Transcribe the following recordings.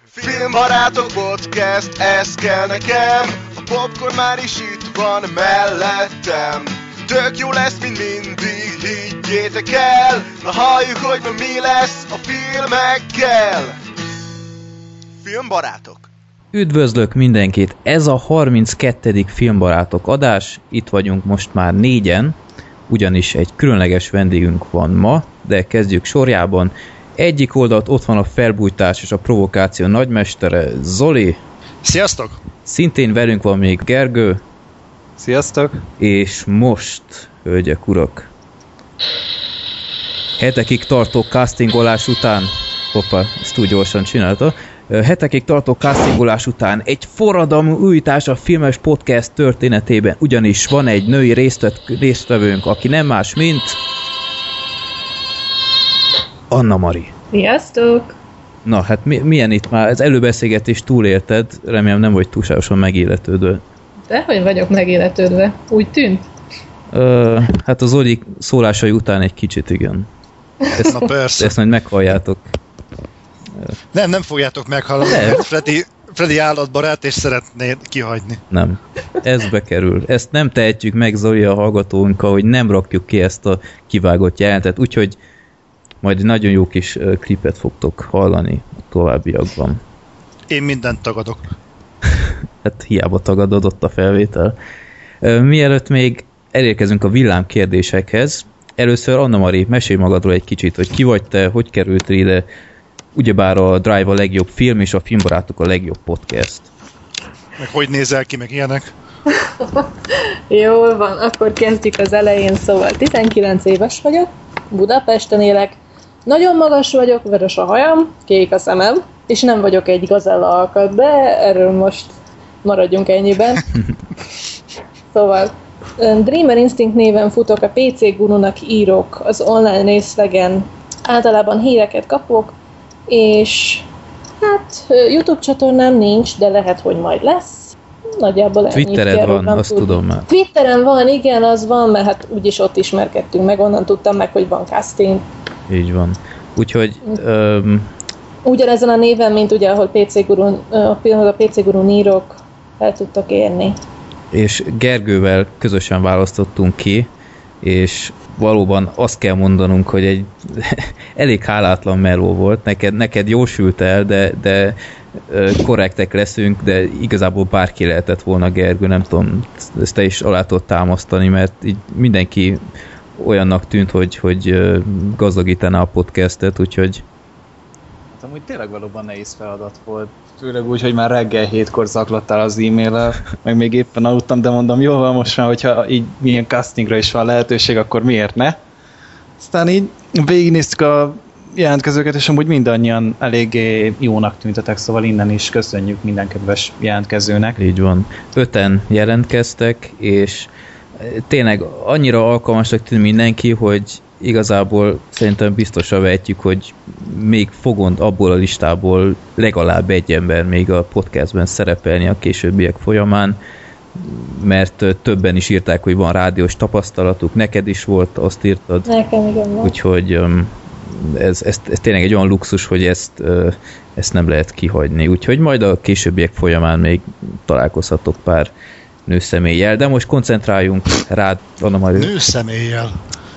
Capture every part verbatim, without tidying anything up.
Filmbarátok podcast, ez kell nekem. A popcorn már is itt van mellettem. Tök jó lesz, mint mindig, higgyétek el. Na halljuk, hogy ma mi lesz a filmekkel. Filmbarátok. Üdvözlök mindenkit! Ez a harminckettedik Filmbarátok adás. Itt vagyunk most már négyen, ugyanis egy különleges vendégünk van ma, de kezdjük sorjában. Egyik oldalt ott van a felbújtás és a provokáció nagymestere, Zoli. Sziasztok! Szintén velünk van még Gergő. Sziasztok! És most, hölgyek, urak, hetekig tartó castingolás után, hoppá, ezt túl gyorsan csinálta, hetekig tartó castingolás után egy forradalmi újítás a filmes podcast történetében, ugyanis van egy női résztvevőnk, aki nem más, mint Anna Mari. Sziasztok! Na, hát mi, milyen itt már? Az előbeszélgetést túlélted, remélem nem vagy túlságosan megilletődve. Dehogy vagyok megilletődve. Úgy tűnt? Ö, hát az Zoli szólásai után egy kicsit, igen. Ezt, Na persze. Ezt majd meghalljátok. Nem, nem fogjátok meghallani, mert Freddy, Freddy állatbarát, és szeretné kihagyni. Nem. Ez bekerül. Ezt nem tehetjük meg, Zoli, a hallgatónkkal, hogy nem rakjuk ki ezt a kivágott jelentet, úgyhogy majd nagyon jó kis klipet fogtok hallani a továbbiakban. Én mindent tagadok. Hát hiába tagadod ott a felvétel. Mielőtt még elérkezünk a villám kérdésekhez, először Anna Mari, mesélj magadról egy kicsit, hogy ki vagy te, hogy kerültél ide, ugyebár a Drive a legjobb film, és a Filmbarátok a legjobb podcast. Meg hogy nézel ki, meg ilyenek? Jól van, akkor kezdjük az elején. Szóval tizenkilenc éves vagyok, Budapesten élek, nagyon magas vagyok, vörös a hajam, kék a szemem, és nem vagyok egy gazella alkat, de erről most maradjunk ennyiben. Szóval Dreamer Instinct néven futok, a pé cé Gurunak írok, az online részlegen általában híreket kapok, és hát YouTube csatornám nincs, de lehet, hogy majd lesz. Nagyjából ennyit Twittered kell, van, azt tudom már. Twitteren van, igen, az van, mert hát úgyis ott ismerkedtünk meg, onnan tudtam meg, hogy van casting. Így van. Úgyhogy... Um... Ugyanezen a néven, mint ugye, ahol pé cé Gurun, a pé cé Gurun írok, el tudtak érni. És Gergővel közösen választottunk ki, és valóban azt kell mondanunk, hogy egy elég hálátlan meló volt. Neked, neked jól sült el, de, de korrektek leszünk, de igazából bárki lehetett volna, Gergő, nem tudom, ezt te is alá tudod támasztani, mert így mindenki olyannak tűnt, hogy, hogy gazdagítaná a podcastet, úgyhogy... Hát amúgy tényleg valóban nehéz feladat volt. Főleg úgy, hogy már reggel hétkor zaklattál az e-mail-el, meg még éppen aludtam, de mondom, jó van most már, hogyha így milyen castingra is van lehetőség, akkor miért ne? Aztán így végignéztük a jelentkezőket, és amúgy mindannyian eléggé jónak tűntetek, szóval innen is köszönjük minden kedves jelentkezőnek. Így van. Öten jelentkeztek, és tényleg annyira alkalmasnak tűnt mindenki, hogy igazából szerintem biztosan vehetjük, hogy még fogond abból a listából legalább egy ember még a podcastben szerepelni a későbbiek folyamán, mert többen is írták, hogy van rádiós tapasztalatuk, neked is volt, azt írtad. Nekem igen van. Úgyhogy ez, ez, ez tényleg egy olyan luxus, hogy ezt, ezt nem lehet kihagyni. Úgyhogy majd a későbbiek folyamán még találkozhatok pár nőszemélyel, de most koncentráljunk rád, Anna Mari. Nőszemélyel?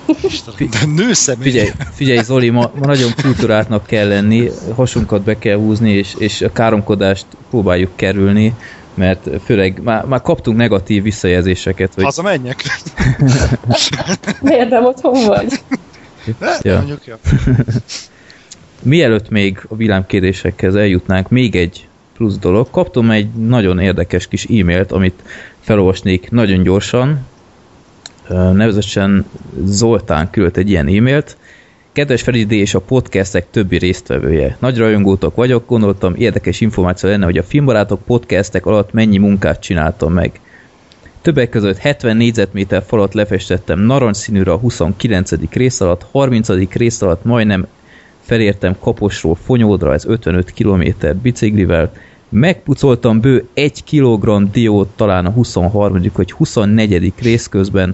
Nőszemélyel? Figyelj, figyelj Zoli, ma, ma nagyon kultúráltnak kell lenni, hasunkat be kell húzni, és, és a káromkodást próbáljuk kerülni, mert főleg már, már kaptunk negatív visszajelzéseket. Hogy... Hazamenjek? Miért nem otthon vagy? Ja. Mondjuk, ja. Mielőtt még a villámkérdésekhez eljutnánk, még egy plusz dolog. Kaptam egy nagyon érdekes kis e-mailt, amit felolvasnék nagyon gyorsan. Nevezetesen Zoltán küldött egy ilyen e-mailt. Kedves Freddy D. és a podcastek többi résztvevője. Nagy rajongótok vagyok, gondoltam érdekes információ lenne, hogy a Filmbarátok podcastek alatt mennyi munkát csináltam meg. Többek között hetven négyzetméter falat lefestettem narancsszínűre a huszonkilencedik rész alatt, harmincadik rész alatt majdnem felértem Kaposról Fonyódra, ez ötvenöt kilométer biciklivel, megpucoltam bő egy kilogramm diót talán a huszonharmadik vagy huszonnegyedik rész közben,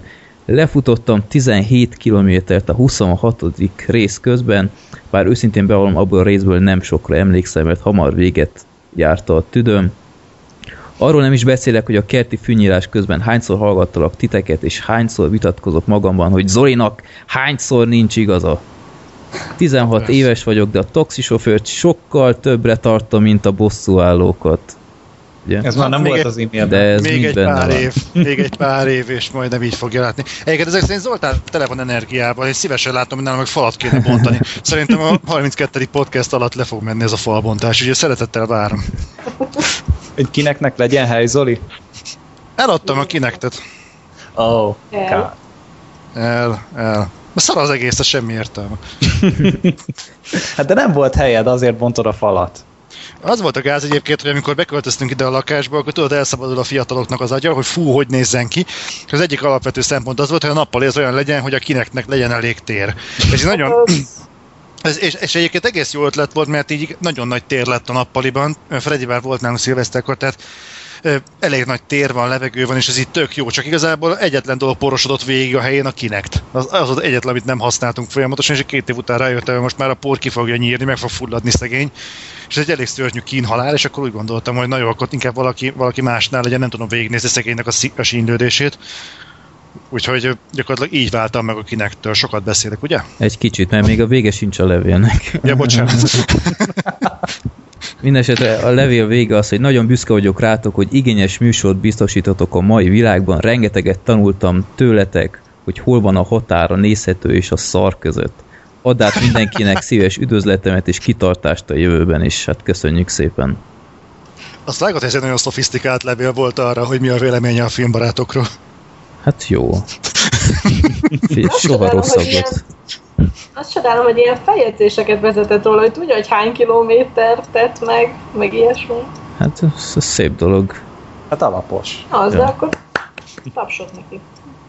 Lefutottam tizenhét kilométert a huszonhatodik rész közben, bár őszintén bevallom, abból a részből nem sokra emlékszem, mert hamar véget járta a tüdőm. Arról nem is beszélek, hogy a kerti fűnyírás közben hányszor hallgattalak titeket, és hányszor vitatkozok magamban, hogy Zolinak hányszor nincs igaza. tizenhat éves vagyok, de a taxisofőrt sokkal többre tartom, mint a bosszúállókat. Ugye? Ez már nem még volt egy, az e-mailben. De ez még egy pár van. év, még egy pár év, és majdnem így fogja látni. Egyébként ezek szerint Zoltán tele van energiával, és szívesen látom, hogy nálam meg falat kéne bontani. Szerintem a harminckettedik podcast alatt le fog menni ez a falbontás, úgyhogy szeretettel várom. Hogy kineknek legyen hely, Zoli? Eladtam a Kinectet. Ó, oh, El. El, el. Szar az egész, ez semmi értelme. Hát de nem volt helyed, azért bontod a falat. Az volt a gáz egyébként, hogy amikor beköltöztünk ide a lakásba, akkor tudod, elszabadul a fiataloknak az agya, hogy fú, hogy nézzen ki. És az egyik alapvető szempont az volt, hogy a nappal ez olyan legyen, hogy a Kinectnek legyen elég tér. És nagyon... Ez, és, és egyébként egész jó ötlet volt, mert így nagyon nagy tér lett a nappaliban. Freddy már volt nálunk szilveszterkor, tehát elég nagy tér van, levegő van, és ez így tök jó, csak igazából egyetlen dolog porosodott végig a helyén, a Kinect. Az az, az egyetlen, amit nem használtunk folyamatosan, és két év után rájöttem, hogy most már a por ki fogja nyírni, meg fog fulladni szegény. És ez egy elég szörnyű kínhalál, és akkor úgy gondoltam, hogy na jó, akkor inkább valaki, valaki másnál legyen, nem tudom végignézni szegénynek a, szí- a sínlődését. Úgyhogy gyakorlatilag így váltam meg a Kinecttől. Sokat beszélek, ugye? Egy kicsit, mert még a vége sincs a levélnek. Ja, bocsánat. Mindenesetre a levél vége az, hogy nagyon büszke vagyok rátok, hogy igényes műsort biztosítotok a mai világban. Rengeteget tanultam tőletek, hogy hol van a határ a nézhető és a szar között. Add át mindenkinek szíves üdvözletemet és kitartást a jövőben is. Hát köszönjük szépen. Azt vágott, hogy ez egy nagyon szofisztikált levél volt arra, hogy mi a véleménye a filmbarátokról. Hát jó. Soha rosszabbat. Azt csodálom, hogy ilyen feljegyzéseket vezetett róla, hogy tudja, hogy hány kilométer tett meg, meg ilyesmi. Hát ez, ez szép dolog. Hát alapos. Az, Ja. de akkor tapsot neki.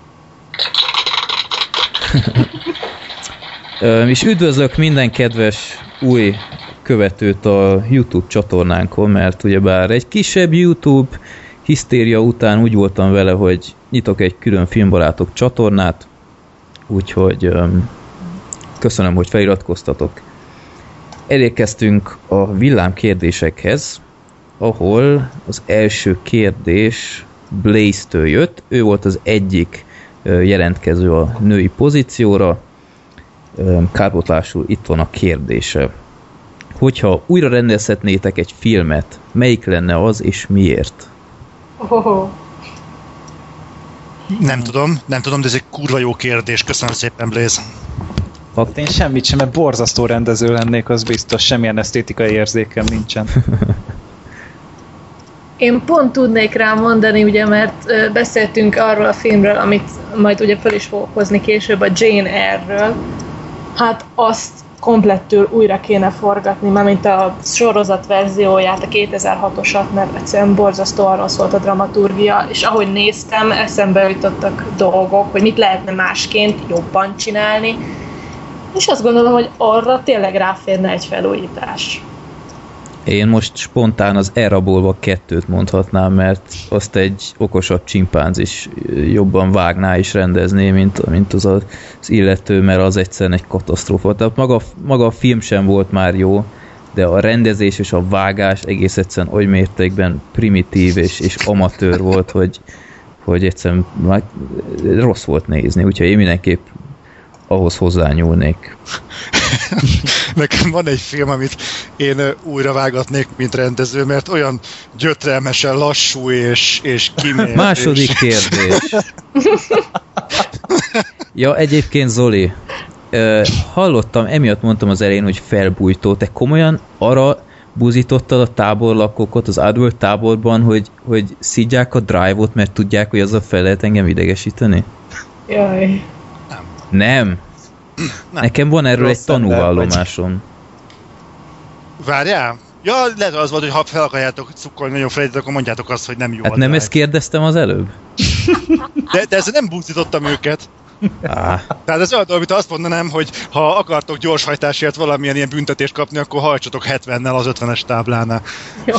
És üdvözlök minden kedves új követőt a YouTube csatornánkon, mert ugyebár egy kisebb YouTube hisztéria után úgy voltam vele, hogy nyitok egy külön filmbarátok csatornát, úgyhogy um, köszönöm, hogy feliratkoztatok. Elérkeztünk a villámkérdésekhez, ahol az első kérdés Blaze-től jött. Ő volt az egyik jelentkező a női pozícióra. Kárpótlásul itt van a kérdése. Hogyha újra rendezhetnétek egy filmet, melyik lenne az és miért? Oh. Nem tudom, nem tudom, de ez egy kurva jó kérdés. Köszönöm szépen, Blaze. Hát én semmit sem, mert borzasztó rendező lennék, az biztos, semmilyen esztétikai érzékem nincsen. Én pont tudnék rá mondani, ugye, mert ö, beszéltünk arról a filmről, amit majd ugye fel is fogok hozni később, a Jane Eyre-ről. Hát azt komplettül újra kéne forgatni, mármint a sorozat verzióját, a kétezer-hatosat, mert egyszerűen borzasztóan rossz volt a dramaturgia, és ahogy néztem, eszembe jutottak dolgok, hogy mit lehetne másként jobban csinálni, és azt gondolom, hogy arra tényleg ráférne egy felújítás. Én most spontán az elrabolva kettőt mondhatnám, mert azt egy okosabb csimpánz is jobban vágná és rendezné, mint, mint az az illető, mert az egyszerűen egy katasztrófa. Tehát maga, maga a film sem volt már jó, de a rendezés és a vágás egész egyszerűen oly mértékben primitív és, és amatőr volt, hogy, hogy egyszerűen már rossz volt nézni, úgyhogy én mindenképp ahhoz hozzányúlnék. Nekem van egy film, amit én újra vágatnék, mint rendező, mert olyan gyötrelmesen lassú és, és kimélt. Második és... kérdés. Ja, egyébként Zoli, hallottam, emiatt mondtam az elején, hogy felbújtó. Te komolyan arra buzítottad a táborlakókat az Oddworld táborban, hogy, hogy szidják a Drive-ot, mert tudják, hogy azzal fel lehet engem idegesíteni? Jaj. Nem. Nem. Nekem van erről Rossz egy tanúvallomásom. Várjál? Ja, lehet az volt, hogy ha fel akarjátok cukkolni nagyon Freddyt, akkor mondjátok azt, hogy nem jó. Hát nem ezt kérdeztem az előbb? De, de ezzel nem búzítottam őket. Á. Tehát ez olyan dolog, amit azt mondanám, hogy ha akartok gyorshajtásért valamilyen ilyen büntetést kapni, akkor hajtsatok hetvennel az ötvenes táblánál. Jó.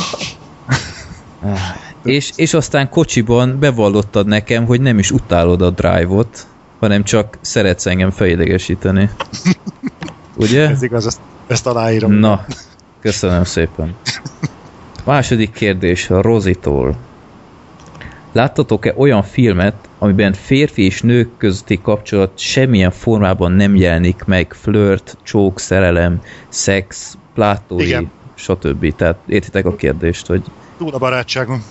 És, és aztán kocsiban bevallottad nekem, hogy nem is utálod a Drive-ot. hanem csak szeretsz engem felidegesíteni. Ugye? Ez igaz, ezt, ezt aláírom. Na, köszönöm szépen. Második kérdés a Rozitól. Láttatok-e olyan filmet, amiben férfi és nők közötti kapcsolat semmilyen formában nem jelenik meg, flirt, csók, szerelem, szex, plátói, igen, stb. Tehát értitek a kérdést, hogy... Túl a barátságon.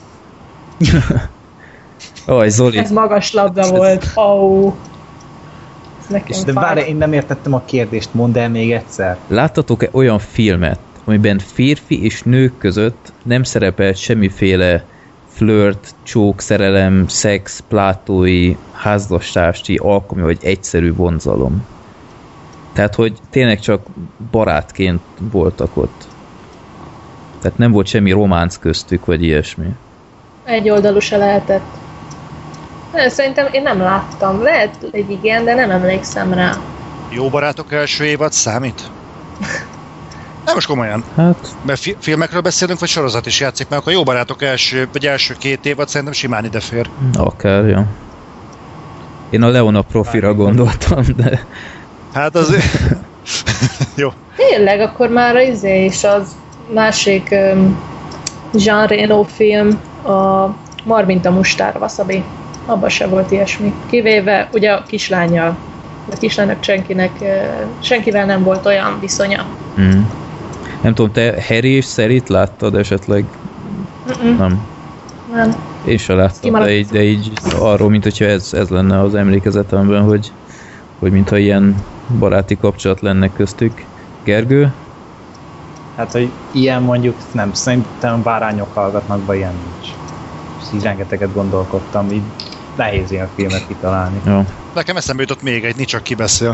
Aj, Zoli. Ez magas labda volt. Oh. És de bár én nem értettem a kérdést, mondd el még egyszer. Láttatok-e olyan filmet, amiben férfi és nők között nem szerepelt semmiféle flirt, csók, szerelem, szex, plátói, házastársi, alkalmi vagy egyszerű vonzalom? Tehát, hogy tényleg csak barátként voltak ott. Tehát nem volt semmi románc köztük, vagy ilyesmi. Egy oldalú se lehetett. Szerintem én nem láttam. Lehet, hogy igen, de nem emlékszem rá. Jó barátok első évad számít? Nem, most komolyan. Hát... Mert fi- filmekről beszélünk, vagy sorozat is játszik, mert akkor Jó barátok első, vagy első két évad szerintem simán idefér. Akár, jó. Én a Leona profira gondoltam, de... Hát azért... Jó. Tényleg, akkor már az izé is az másik um, Jean Reno film, a Mar mint a mustár, Wasabi. Abban se volt ilyesmi. Kivéve ugye a kislánnyal. A kislánynak senkinek, senkivel nem volt olyan viszonya. Mm. Nem tudom, te Harry és Sally-t láttad esetleg? Mm-mm. Nem. Nem. Én sem láttam, de így, de így arról, mint hogyha ez, ez lenne az emlékezetemben, hogy, hogy mintha ilyen baráti kapcsolat lenne köztük. Gergő? Hát, hogy ilyen mondjuk nem, szerintem bárányok hallgatnak be, ilyen nincs. Így rengeteget gondolkodtam, így nehéz ilyen filmet kitalálni. Jó. Nekem eszembe jutott még egy, nincs csak ki beszél.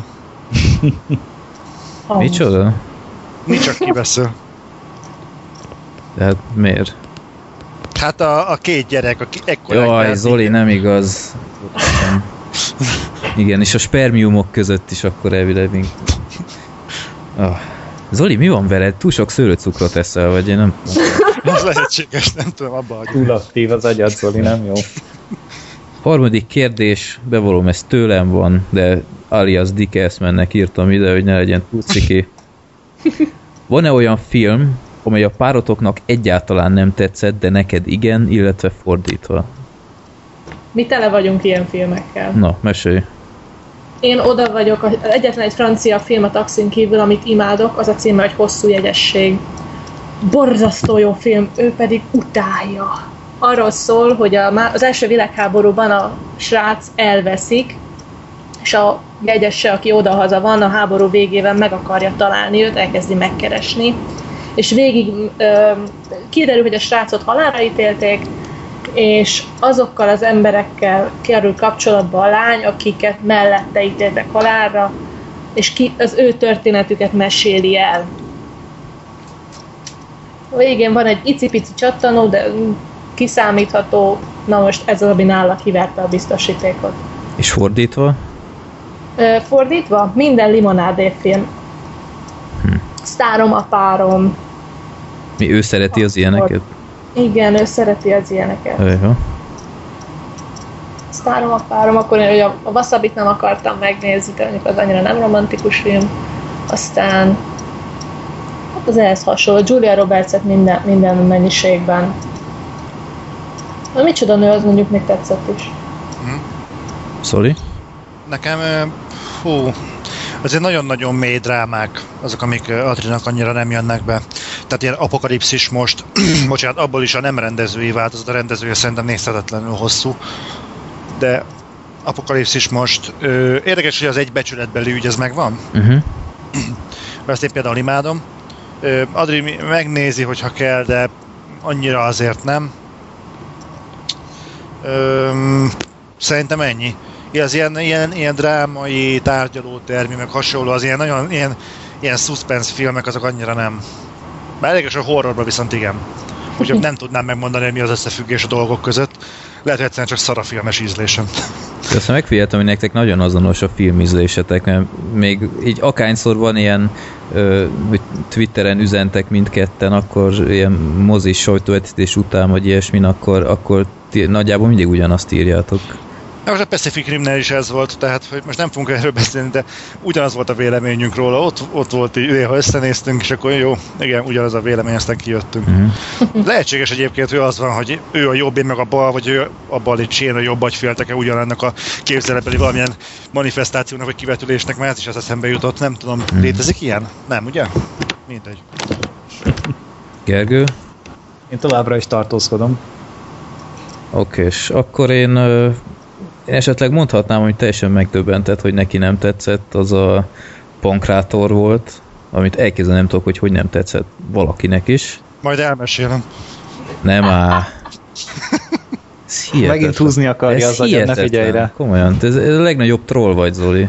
Oh. Micsoda? Nincs csak ki beszél. De hát miért? Hát a, a két gyerek, aki ekkorák... Jaj, Zoli, nem igaz. Igen, és a spermiumok között is akkor elvileg. Oh. Zoli, mi van veled? Túl sok szőlőcukrot eszel, vagy én nem tudom. Ez lehetséges, nem tudom, abba hagyom. Túl aktív az agyad, Zoli, nem jó? Harmadik kérdés, bevallom, ez tőlem van, de alias Dick Eszmennek írtam ide, hogy ne legyen túl ciki. Van-e olyan film, amely a párotoknak egyáltalán nem tetszett, de neked igen, illetve fordítva? Mi tele vagyunk ilyen filmekkel. Na, mesélj. Én oda vagyok, az egyetlen egy francia film a Taxin kívül, amit imádok, az a címe, hogy Hosszú jegyesség. Borzasztó jó film, ő pedig utálja. Arról szól, hogy a, az első világháborúban a srác elveszik, és a jegyesse, aki odahaza van, a háború végében meg akarja találni őt, elkezdi megkeresni. És végig ö, kiderül, hogy a srácot halálra ítélték, és azokkal az emberekkel kerül kapcsolatba a lány, akiket mellette ítéltek halálra, és ki, az ő történetüket meséli el. A végén van egy icipici csattanó, de kiszámítható, na most ez az, ami nála kiverte a biztosítékot. És fordítva? Ö, fordítva? Minden limonádé film. Hm. Sztárom a párom. Mi, ő szereti az ilyeneket? Igen, ő szereti az ilyeneket. Öjjön. Sztárom a párom, akkor én a, a Wasabit nem akartam megnézni, de mondjuk az annyira nem romantikus film. Aztán hát az ehhez hasonló, Julia Roberts-et minden, minden mennyiségben. Na micsoda nő, az mondjuk még tetszett is. Hm. Sorry? Nekem, hú, azért nagyon-nagyon mély drámák, azok, amik Adrinak annyira nem jönnek be. Tehát ilyen Apokalipszis most, bocsánat, abból is a nem rendezői változat, a rendezője szerintem nézhetetlenül hosszú, de Apokalipszis most, ö, érdekes, hogy az egy becsületbeli ügy, ez megvan? Uh-huh. Ezt én például imádom. Ö, Adri megnézi, hogyha kell, de annyira azért nem. Ö, szerintem ennyi. Az ilyen, ilyen, ilyen drámai, tárgyalótermi, meg hasonló, az ilyen nagyon ilyen, ilyen suspense filmek, azok annyira nem. Bár érdekes, a horrorban viszont igen. Úgyhogy nem tudnám megmondani, hogy mi az összefüggés a dolgok között. Lehet, hogy egyszerűen csak szarafilmes ízlésem. De aztán megfigyeltem, hogy nektek nagyon azonos a filmízlésetek, mert még így akányszor van ilyen ö, Twitteren üzentek mindketten, akkor ilyen mozis sajtóvetítés után, vagy ilyesmin, akkor, akkor ti, nagyjából mindig ugyanazt írjátok. Most a Pacific Rimnél is ez volt, tehát hogy most nem fogunk erről beszélni, de ugyanaz volt a véleményünk róla, ott, ott volt így, ha összenéztünk, és akkor jó, igen, ugyanaz a vélemény, aztán kijöttünk. Mm. Lehetséges egyébként, hogy az van, hogy ő a jobb, én meg a bal, vagy ő a bal, és én a jobb agyfélteke ugyanannak a képzeletbeli valamilyen manifestációnak, vagy kivetülésnek, mert ez is az eszembe jutott, nem tudom, mm. létezik ilyen? Nem, ugye? Mindegy. Gergő? Én továbbra is tartózkodom. Oké, és akkor én ö, esetleg mondhatnám, hogy teljesen megdöbbentett, hogy neki nem tetszett, az a Pankrátor volt, amit elképzelni nem tudok, hogy hogy nem tetszett valakinek is. Majd elmesélem. Nem áll. Megint húzni akarja az agyad, ne figyelj rá. Komolyan, ez, ez a legnagyobb troll vagy, Zoli.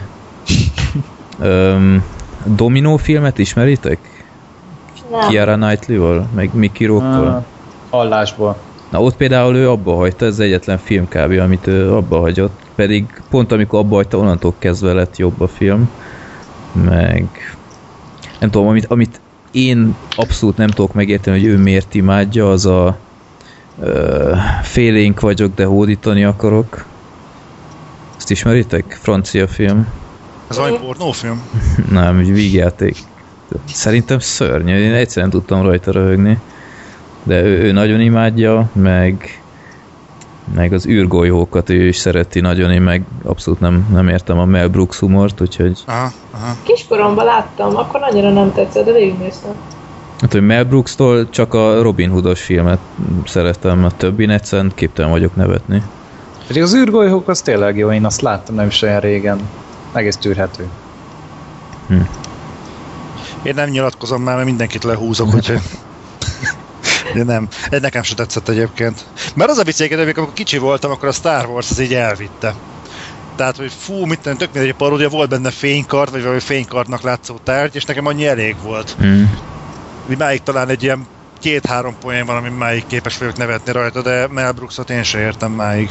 Öm, Domino filmet ismeritek? Nem. Keira Knightley-val, meg Mickey Rourke-val? Hallásból. Na ott például ő abba hagyta, ez az egyetlen film kb. Amit ő abba hagyott, pedig pont amikor abba hagyta, onnantól kezdve lett jobb a film, meg nem tudom, amit, amit én abszolút nem tudok megérteni, hogy ő miért imádja, az a ö, félénk vagyok, de hódítani akarok. Ezt ismeritek? Francia film. Ez valami pornófilm? Nem, egy vígjáték. Szerintem szörnyű, én egyszerűen tudtam rajta röhögni. De ő, ő nagyon imádja, meg, meg az űrgolyókat ő is szereti nagyon, én meg abszolút nem, nem értem a Mel Brooks humort, úgyhogy... Aha, aha. Kiskoromban láttam, akkor annyira nem tetszett, de végignéztem. Hát, hogy Mel Brooks-tól csak a Robin Hoodos filmet szeretem, a többin egyszerűen képtelen vagyok nevetni. Pedig az űrgolyók az tényleg jó, én azt láttam nem is olyan régen. Egész tűrhető. Hm. Én nem nyilatkozom már, mert mindenkit lehúzok, úgyhogy... De nem, egy nekem se tetszett egyébként. Mert az a viccelkedő, amikor kicsi voltam, akkor a Star Wars az így elvitte. Tehát, hogy fú, mit tenni, tök mindegy, egy paródia, volt benne fénykard, vagy valami fénykardnak látszó tárgy, és nekem annyi elég volt. Mm. Máig talán egy ilyen két-három poén van, ami máig képes vagyok nevetni rajta, de Mel Brooksot én se értem máig.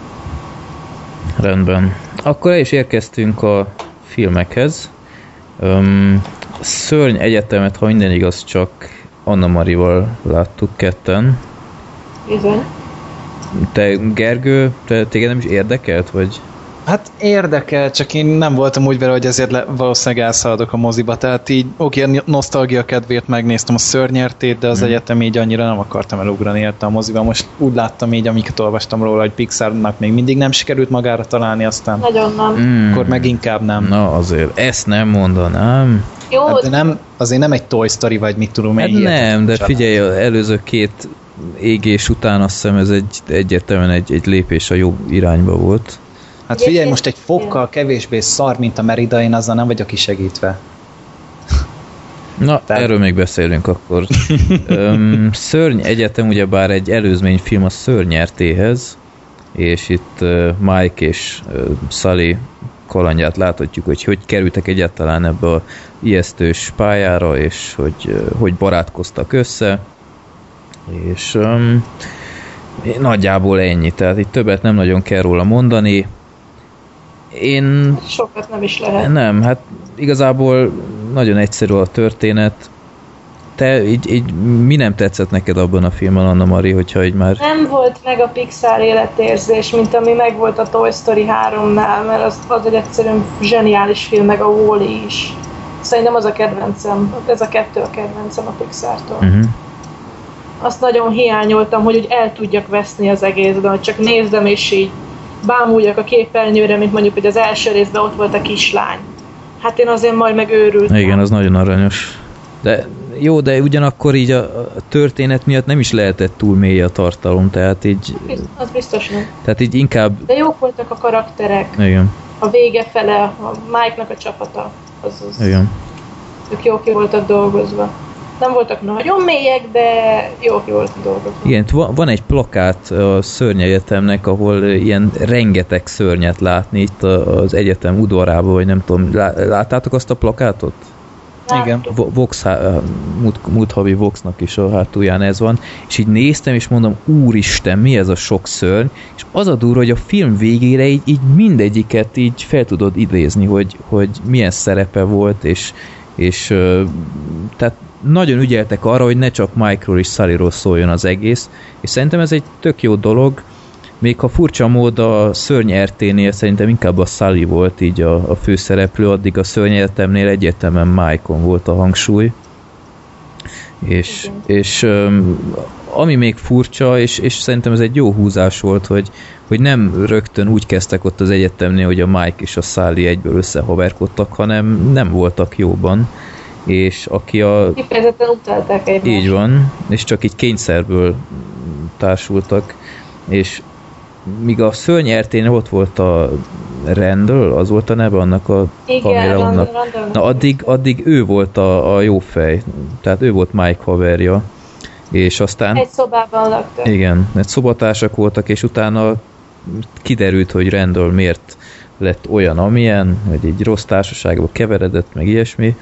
Rendben. Akkor el is érkeztünk a filmekhez. Um, Szörny egyetemet, ha minden igaz, csak Anna Marival láttuk ketten. Bizony. Te, Gergő, te, téged nem is érdekelt, vagy? Hát érdekel, csak én nem voltam úgy vele, hogy ezért le, valószínűleg elszaladok a moziba, tehát így oké, nosztalgia kedvéért megnéztem a Szörnyertét, de az hmm. egyetem így annyira nem akartam elugrani érte a moziba. Most úgy láttam így, amiket olvastam róla, hogy Pixarnak még mindig nem sikerült magára találni, aztán nagyon nem. Hmm. Akkor meg inkább nem. Na azért, ezt nem mondanám. Jó, hát de nem, azért nem egy Toy Story, vagy mit tudom hát én. Nem, de figyelj, az előző két égés után azt hiszem ez egy, egyértelműen egy, egy lépés a jobb irányba volt. Hát figyelj, most egy fokkal kevésbé szar, mint a Merida, én azzal nem vagyok kisegítve. Na, Tehát... erről még beszélünk akkor. Öm, Szörny egyetem ugyebár egy előzményfilm a Szörnyertéhez, és itt uh, Mike és uh, Sully kalandját láthatjuk, hogy hogy kerültek egyáltalán ebbe a ijesztős pályára, és hogy uh, hogy barátkoztak össze, és um, nagyjából ennyi, tehát itt többet nem nagyon kell róla mondani. Én... Sokat nem is lehet. Nem, hát igazából nagyon egyszerű a történet. Te így, így mi nem tetszett neked abban a filmben, Anna Mari, hogyha így már... Nem volt meg a Pixar életérzés, mint ami megvolt a Toy Story háromnál, mert az, az egy egyszerűen zseniális film, meg a Wall-E is. Szerintem az a kedvencem, ez a kettő a kedvencem a Pixartól. Uh-huh. Azt nagyon hiányoltam, hogy úgy el tudjak veszni az egészben, hogy csak nézdem és így bámuljak a képernyőre, mint mondjuk, hogy az első részben ott volt a kislány. Hát én azért majd megőrültem. Igen, az nagyon aranyos. De jó, de ugyanakkor így a, a történet miatt nem is lehetett túl mély a tartalom, tehát így... Az biztos nem. Tehát így inkább... De jók voltak a karakterek. Igen. A vége fele, a Mike-nak a csapata. Az, az Igen. Ők jók ki voltak dolgozva. Nem voltak nagyon mélyek, de jók ki voltak dolgozva. Igen, van egy plakát a Szörnyegyetemnek, ahol ilyen rengeteg szörnyet látni itt az egyetem udvarában, vagy nem tudom, láttátok azt a plakátot? Igen. Vox, múlt, múlt havi Voxnak is a hátulján ez van, és így néztem, és mondom, úristen, mi ez a sok szörny, és az a durva, hogy a film végére így, így mindegyiket így fel tudod idézni, hogy, hogy milyen szerepe volt, és, és tehát nagyon ügyeltek arra, hogy ne csak Mike-ról és Sullyról szóljon az egész, és szerintem ez egy tök jó dolog, még ha furcsa mód a Szörny er té-nél szerintem inkább a Sully volt így a, a főszereplő, addig a Szörny Egyetemnél egyértelműen Mike-on volt a hangsúly. És, és um, ami még furcsa, és, és szerintem ez egy jó húzás volt, hogy, hogy nem rögtön úgy kezdtek ott az egyetemnél, hogy a Mike és a Sully egyből összehaverkodtak, hanem nem voltak jóban. És aki a... Kifejezetten utálták egymást. Így van, és csak így kényszerből társultak, és míg a Szörny er té-nél ott volt a Randall, az volt a neve annak a kamerának. Na addig, addig ő volt a, a jó fej, tehát ő volt Mike haverja, és aztán... Egy szobában laktak. Igen, egy szobatársak voltak, és utána kiderült, hogy Randall miért lett olyan, amilyen, hogy egy rossz társaságba keveredett, meg ilyesmi.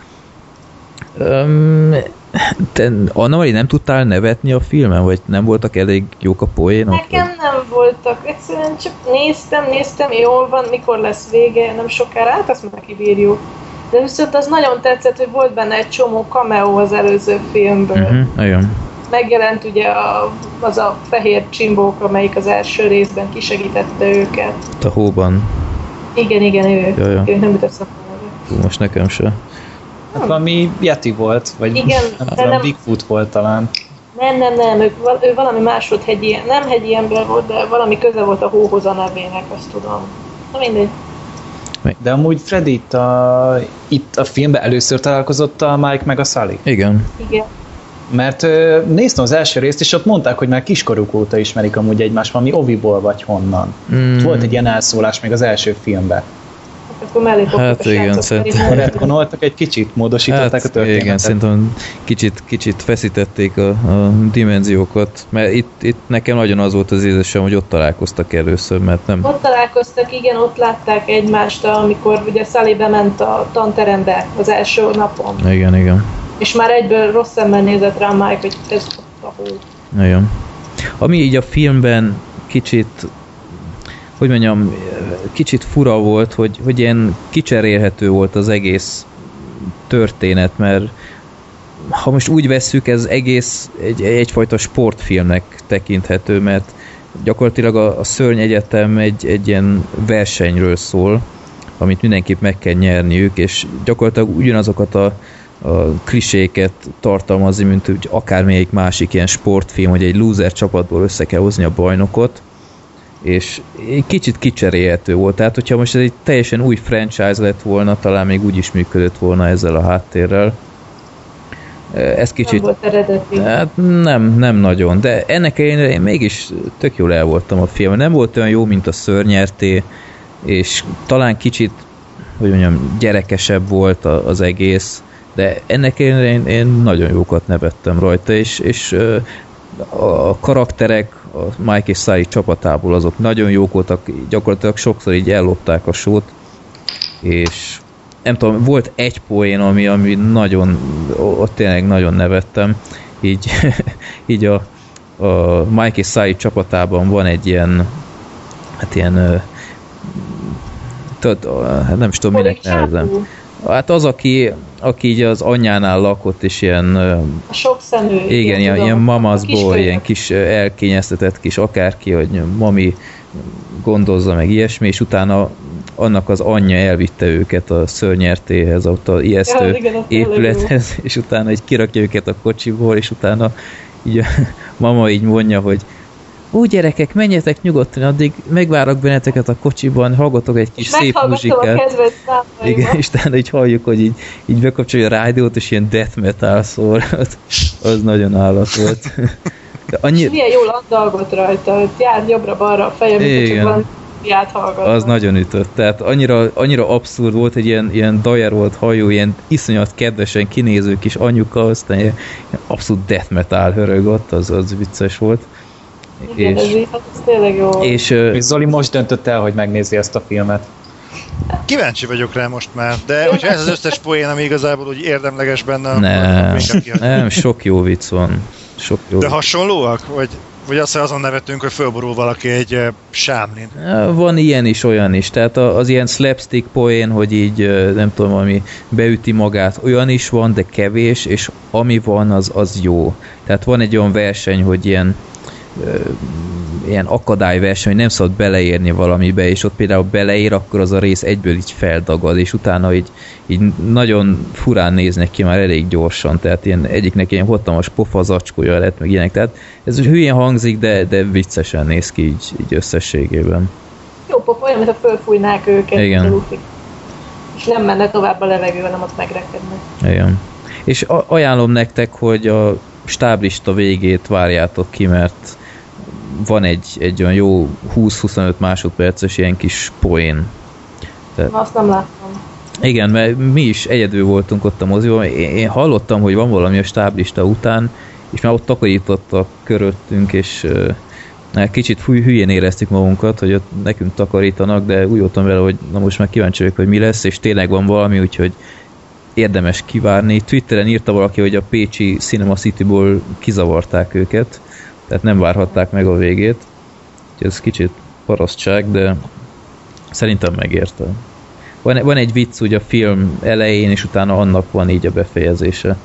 Um, te, Anna-Mari, nem tudtál nevetni a filmen, vagy nem voltak elég jók a poénok? Nekem vagy? nem voltak, egyszerűen csak néztem, néztem, jól van, mikor lesz vége, nem sokára, hát azt már kibírjuk. De viszont az nagyon tetszett, hogy volt benne egy csomó cameo az előző filmből. Uh-huh, igen. Megjelent ugye a, az a fehér csimbók, amelyik az első részben kisegítette őket. A hóban. Igen, igen, ő. Ja, ja. Ő nem jut eszembe a neve. Most nekem se. Hát valami Yeti volt, vagy Igen, nem de tudom, nem- Bigfoot volt talán. Nem, nem, nem, ő, val- ő valami másod hegyi, nem hegyi ember volt, de valami köze volt a hóhoz a nevének, azt tudom. Na mindegy. De amúgy Freddy itt a, itt a filmben először találkozott a Mike meg a Sully. Igen. Igen. Mert ö, néztem az első részt, és ott mondták, hogy már kiskoruk óta ismerik amúgy egymást, valami oviból vagy honnan. Mm. Volt egy ilyen elszólás még az első filmben. Hát akkor mellé fogtuk Hát a igen, srácot, szerintem- pedig nem- Retkonoltak egy kicsit, módosították Hát, a történetet. igen, szerintem kicsit, kicsit feszítették a, a dimenziókat, mert itt, itt nekem nagyon az volt az érzésem, hogy ott találkoztak először, mert nem... Ott találkoztak, igen, ott látták egymást, amikor ugye Sully bement a tanterembe az első napon. Igen, igen. És már egyből rossz szemmel nézett rá Mike, hogy ez a hó. Igen. Ami így a filmben kicsit, hogy mondjam, kicsit fura volt, hogy, hogy ilyen kicserélhető volt az egész történet, mert ha most úgy vesszük, ez egész egy, egyfajta sportfilmnek tekinthető, mert gyakorlatilag a, a Szörny Egyetem egy, egy ilyen versenyről szól, amit mindenképp meg kell nyerniük, és gyakorlatilag ugyanazokat a a kliséket tartalmazni, mint hogy akármelyik másik ilyen sportfilm, hogy egy loser csapatból össze kell hozni a bajnokot, és egy kicsit kicserélhető volt. Tehát, hogyha most ez egy teljesen új franchise lett volna, talán még úgy is működött volna ezzel a háttérrel. Ez kicsit... Nem volt eredeti. Hát nem, nem nagyon, de ennek ellenére én mégis tök jól el voltam a filmen. Nem volt olyan jó, mint a Szörny er té, és talán kicsit, hogy mondjam, gyerekesebb volt az egész, de ennek ellenére én, én nagyon jókat nevettem rajta, és, és a karakterek a Mike és Sully csapatából azok nagyon jók voltak, gyakorlatilag sokszor így ellopták a sót, és nem tudom, volt egy poén, ami, ami nagyon, ott tényleg nagyon nevettem, így, így a, a Mike és Sully csapatában van egy ilyen, hát ilyen, tudod, hát nem is tudom, minek nevezem. Hát az, aki, aki így az anyjánál lakott, és ilyen... A sok szemű. Igen, ilyen, ilyen mamaszból, ilyen kis elkényeztetett kis akárki, hogy mami gondozza meg ilyesmi, és utána annak az anyja elvitte őket a Szörny er té-hez, ott az ijesztő ja, igen, épülethez, és utána így kirakja őket a kocsiból, és utána így a mama így mondja, hogy úgy gyerekek, menjetek nyugodtan, addig megvárok benneteket a kocsiban, hallgatok egy kis szép muzsikát. Igen, és utána így halljuk, hogy így, így bekapcsolja a rádiót, és ilyen death metal szól. Az, az nagyon állat volt. Annyi... És milyen jól andalgott rajta, hogy jár jobbra-balra a fejem, mint csak valami hallgatva. Az nagyon ütött. Tehát annyira, annyira abszurd volt, hogy ilyen, ilyen dajerolt hajú, ilyen iszonyat kedvesen kinéző kis anyuka, aztán ilyen, ilyen abszolút death metal hörög ott, az, az vicces volt. Igen, és, ez, így, ez tényleg jó. És, és Zoli most döntött el, hogy megnézi ezt a filmet. Kíváncsi vagyok rá most már, de hogyha ez az összes poén, ami igazából úgy érdemleges benne, nem, akkor nem, sok jó vicc van. Sok jó de vicc. Hasonlóak? Vagy, vagy azt, hogy azon nevetünk, hogy fölborul valaki egy uh, sámlin? Van ilyen is, olyan is. Tehát az ilyen slapstick poén, hogy így nem tudom, ami beüti magát, olyan is van, de kevés, és ami van, az, az jó. Tehát van egy olyan verseny, hogy ilyen ilyen akadályverseny, hogy nem szabad beleérni valamibe, és ott például beleér, akkor az a rész egyből így feldagad, és utána így, így nagyon furán néznek ki már elég gyorsan, tehát ilyen, egyiknek ilyen hatalmas pofa zacskója lett, meg ilyenek, tehát ez hülyén hangzik, de, de viccesen néz ki így, így összességében. Jó pofa, olyan, mintha fölfújnák őket. Igen. És nem menne tovább a levegő, hanem ott megrekednek. Igen. És ajánlom nektek, hogy a stáblista végét várjátok ki, mert van egy, egy olyan jó húsz-huszonöt másodperces ilyen kis poén. De... Azt nem láttam. Igen, mert mi is egyedül voltunk ott a moziban. Én, én hallottam, hogy van valami a stáblista után, és már ott takarítottak körülöttünk, és uh, kicsit hülyén éreztük magunkat, hogy ott nekünk takarítanak, de úgy voltam vele, hogy na most már kíváncsi vagyok, hogy mi lesz, és tényleg van valami, úgyhogy érdemes kivárni. Twitteren írta valaki, hogy a pécsi Cinema Cityból kizavarták őket, tehát nem várhatták meg a végét. Úgyhogy ez kicsit parasztság, de szerintem megérte. Van, van egy vicc ugye a film elején, és utána annak van így a befejezése.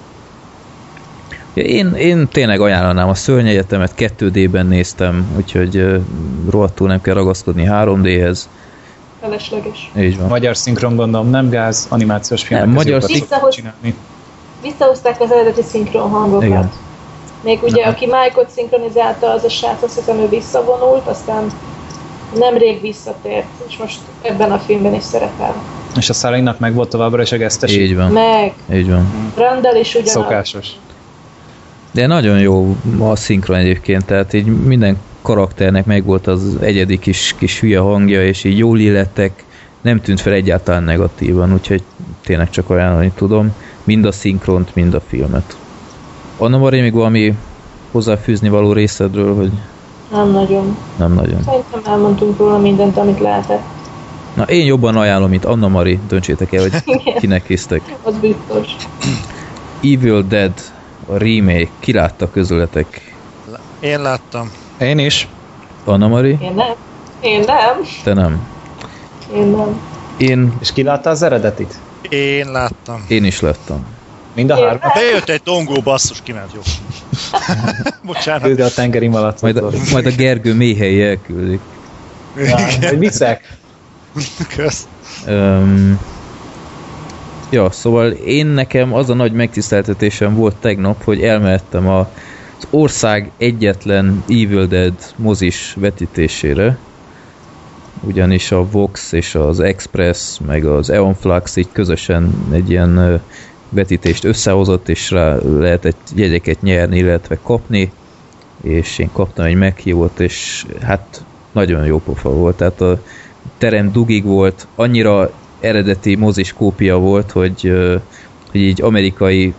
Én, én tényleg ajánlanám a Szörnyegyetemet, kettő dében néztem, úgyhogy uh, rohadtul nem kell ragaszkodni három déhez. Felesleges. Így van. Magyar szinkron gondolom, nem gáz, animációs filmek nem, közül magyar Visszahoz... csinálni. Visszahozták az eredeti szinkron hangokat. Igen. Még ugye, na, aki Mike-ot szinkronizálta, az a srác, azt hiszem, ő visszavonult, aztán nemrég visszatért, és most ebben a filmben is szerepel. És a Szállingnak meg volt továbbra is a gesztesi? Így van. Meg. Így van. Randall is ugyanaz. Szokásos. De nagyon jó a szinkron egyébként, tehát így minden karakternek megvolt az egyedi kis, kis hülye hangja, és így jól illettek, nem tűnt fel egyáltalán negatívan, úgyhogy tényleg csak ajánlani tudom, mind a szinkront, mind a filmet. Anna Mari, még valami hozzáfűzni való részedről, hogy... Nem nagyon. Nem nagyon. Szerintem elmondtunk róla mindent, amit lehetett. Na, én jobban ajánlom, mint Anna Mari, döntsétek el, hogy kinek hisztek. Az biztos. Evil Dead, a remake, ki látta közületek? Én láttam. Én is. Anna Mari? Én nem. Én nem. Te nem. Én nem. Én... És ki látta az eredetit? Én láttam. Én is láttam. Mind a három? Bejött egy dongó, basszus, kiment jó. Bocsánat. Küldje a tengeri malac. Majd a, majd a Gergő méhelyi elküldik. Vagy viccek? Kösz. Um, ja, szóval én nekem az a nagy megtiszteltetésem volt tegnap, hogy elmehettem a, az ország egyetlen Evil Dead mozis vetítésére, ugyanis a Vox és az Express meg az Eon Flux így közösen egy ilyen vetítést összehozott, és rá lehetett jegyeket nyerni, illetve kapni, és én kaptam egy meghívót, és hát nagyon jó pofa volt, tehát a terem dugig volt, annyira eredeti mozis kópia volt, hogy, hogy így amerikai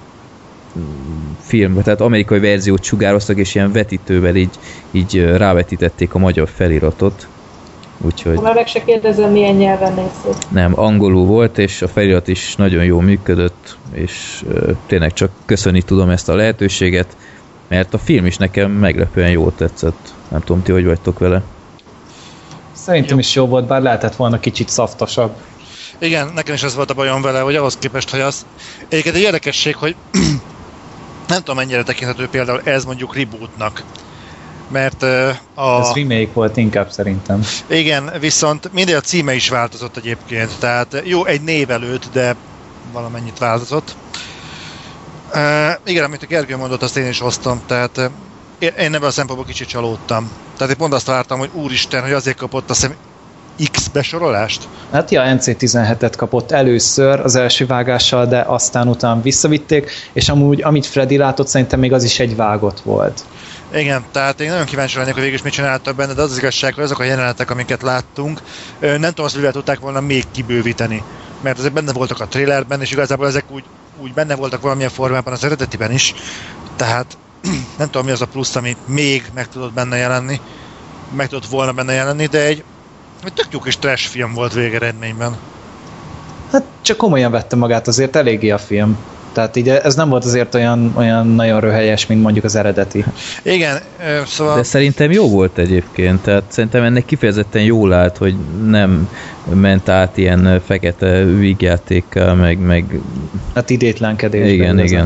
film, tehát amerikai verziót sugároztak, és ilyen vetítővel így, így rávetítették a magyar feliratot. Úgyhogy... Ha meg se kérdezem, milyen nyelven nézték. Nem, angolul volt, és a felirat is nagyon jól működött, és uh, tényleg csak köszönni tudom ezt a lehetőséget, mert a film is nekem meglepően jól tetszett. Nem tudom, ti hogy vagytok vele? Szerintem jó. Is jó volt, bár lehetett volna kicsit szaftosabb. Igen, nekem is ez volt a bajom vele, hogy ahhoz képest, hogy az... Egyébként egy érdekesség, hogy nem tudom, mennyire tekinthető például ez mondjuk rebootnak. Mert uh, a... Ez remake volt inkább szerintem. Igen, viszont mindegy a címe is változott egyébként, tehát jó, egy név előtt, de valamennyit változott. Uh, igen, amit a Gergő mondott, azt én is hoztam, tehát uh, én ebben a szempontból kicsit csalódtam. Tehát én pont azt vártam, hogy úristen, hogy azért kapott azt hiszem X besorolást? Hát ja, en cé tizenhetet kapott először az első vágással, de aztán utána visszavitték, és amúgy, amit Freddy látott, szerintem még az is egy vágott volt. Igen, tehát én nagyon kíváncsi lennék, hogy végül is mit csináltak benne, de az, az igazság, hogy azok a jelenetek, amiket láttunk, nem tudom, azt mivel tudták volna még kibővíteni. Mert ezek benne voltak a trailerben, és igazából ezek úgy, úgy benne voltak valamilyen formában az eredetiben is. Tehát nem tudom, mi az a plusz, ami még meg tudott benne jelenni, meg tudott volna benne jelenni, de egy, egy tök jó kis trash film volt végeredményben. Hát csak komolyan vette magát azért eléggé a film. Tehát így ez nem volt azért olyan, olyan nagyon röhelyes, mint mondjuk az eredeti. Igen, szóval... De szerintem jó volt egyébként, tehát szerintem ennek kifejezetten jól állt, hogy nem ment át ilyen fekete vígjátékkal, meg... meg... Hát idétlenkedés. Igen, igen.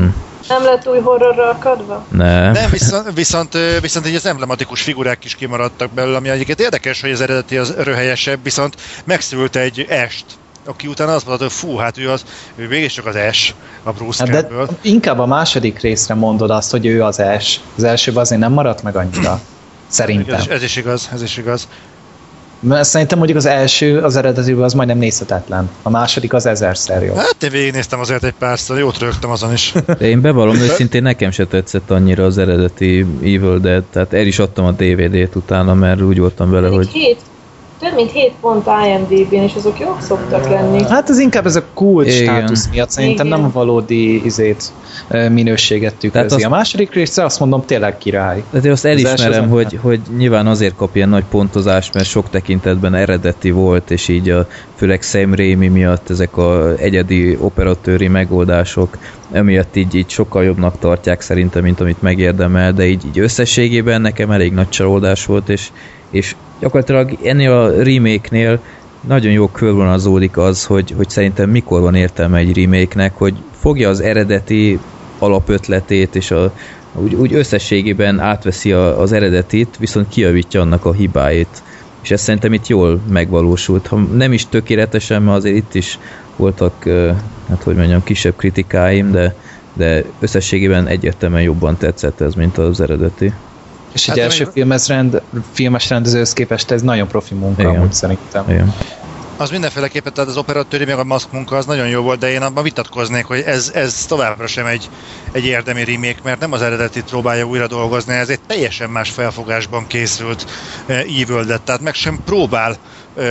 Nem lett új horrorra akadva? Nem. Nem, viszont, viszont, viszont így az emblematikus figurák is kimaradtak belőle, ami egyébként érdekes, hogy az eredeti az röhelyesebb, viszont megszült egy est, aki utána azt mondta, hogy fú, hát ő, az, ő mégiscsak az Ash, a Bruce Hát Campbell. de inkább a második részre mondod azt, hogy ő az Ash. Az elsőben azért nem maradt meg annyira. Szerintem. Ez, ez is igaz, ez is igaz. Mert szerintem mondjuk az első, az eredetűben az majdnem nézhetetlen. A második az ezerszer jobb. Hát én végignéztem azért egy párszor, jót rögtem azon is. De én bevallom, őszintén nekem se tetszett annyira az eredeti Evil Dead, tehát el is adtam a dé vé dét utána, mert úgy voltam vele, hogy... hét, több mint hét pont I M D B-n, és azok jók szoktak lenni. Hát ez inkább ez a kult Igen. státusz miatt. Szerintem Igen. nem a valódi izét, minőséget tükrözi. azt- A második része azt mondom tényleg király. De azt Az első elismerem, az hogy, nem. hogy nyilván azért kap ilyen nagy pontozást, mert sok tekintetben eredeti volt, és így a, főleg Sam Raimi miatt ezek a egyedi operatőri megoldások emiatt így, így sokkal jobbnak tartják szerintem, mint amit megérdemel, de így, így összességében nekem elég nagy csalódás volt, és, és gyakorlatilag ennél a remake-nél nagyon jó körvonalazódik az, hogy, hogy szerintem mikor van értelme egy remake-nek, hogy fogja az eredeti alapötletét, és a, úgy, úgy összességében átveszi a, az eredetit, viszont kijavítja annak a hibáit. És ez szerintem itt jól megvalósult. Ha nem is tökéletesen, mert azért itt is voltak, hát hogy mondjam, kisebb kritikáim, de, de összességében egyértelműen jobban tetszett ez, mint az eredeti. És Hát egy de első még- filmes, rend, filmes rendezőhöz képest ez nagyon profi munka, Igen. amúgy szerintem. Igen. Az mindenféleképpen, tehát az operatőri, meg a maszk munka az nagyon jó volt, de én abban vitatkoznék, hogy ez, ez továbbra sem egy, egy érdemi remake, mert nem az eredetit próbálja újra dolgozni, ez egy teljesen más felfogásban készült uh, Evil Dead, tehát meg sem próbál uh,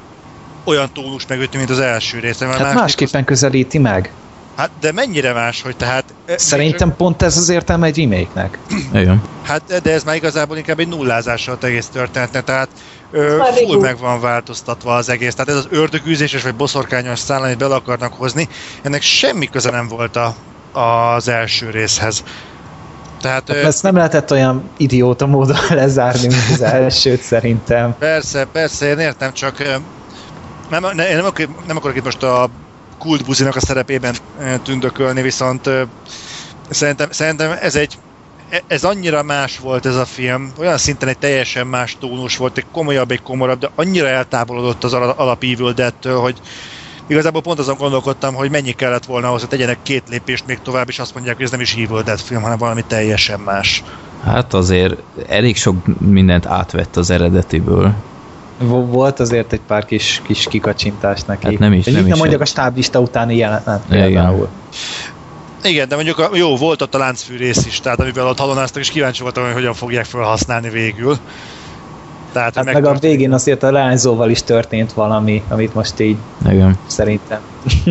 olyan tónus megütni, mint az első része. Mert Hát másik- másképpen közelíti meg. Hát, de mennyire más, hogy tehát... uh, Szerintem pont ez az értelme egy remake-nek. Igen. Hát, de ez már igazából inkább egy nullázása az egész történetnek, tehát ö, már full régóta. meg van változtatva az egész. Tehát ez az ördögűzéses vagy boszorkányos szál, amit bele akarnak hozni, ennek semmi köze nem volt a, az első részhez. Tehát ö, Ezt nem lehetett olyan idióta módon lezárni, mint az elsőt szerintem. persze, persze, én értem, csak ö, nem, ne, én nem, akarok, nem akarok itt most a kultbuzinak a szerepében ö, tündökölni, viszont ö, szerintem, szerintem ez egy ez annyira más volt ez a film, olyan szinten egy teljesen más tónus volt, egy komolyabb, egy komorabb, de annyira eltávolodott az ala- alap Evil Dead-től, hogy igazából pont azon gondolkodtam, hogy mennyi kellett volna ahhoz, hogy tegyenek két lépést még tovább, és azt mondják, hogy ez nem is Evil Dead film, hanem valami teljesen más. Hát azért elég sok mindent átvett az eredetiből. Vo- Volt azért egy pár kis, kis kikacsintás neki. Hát nem is- Hogy nem nem is mondjak egy- a stáblista utáni jelenet Igen. például. Igen, de mondjuk a, jó, volt ott a láncfű rész is, tehát amivel ott halonáztak, és kíváncsi voltam, hogy hogyan fogják felhasználni végül. Tehát, Hát hogy meg a megtört- végén azért a lányzóval is történt valami, amit most így Igen. szerintem.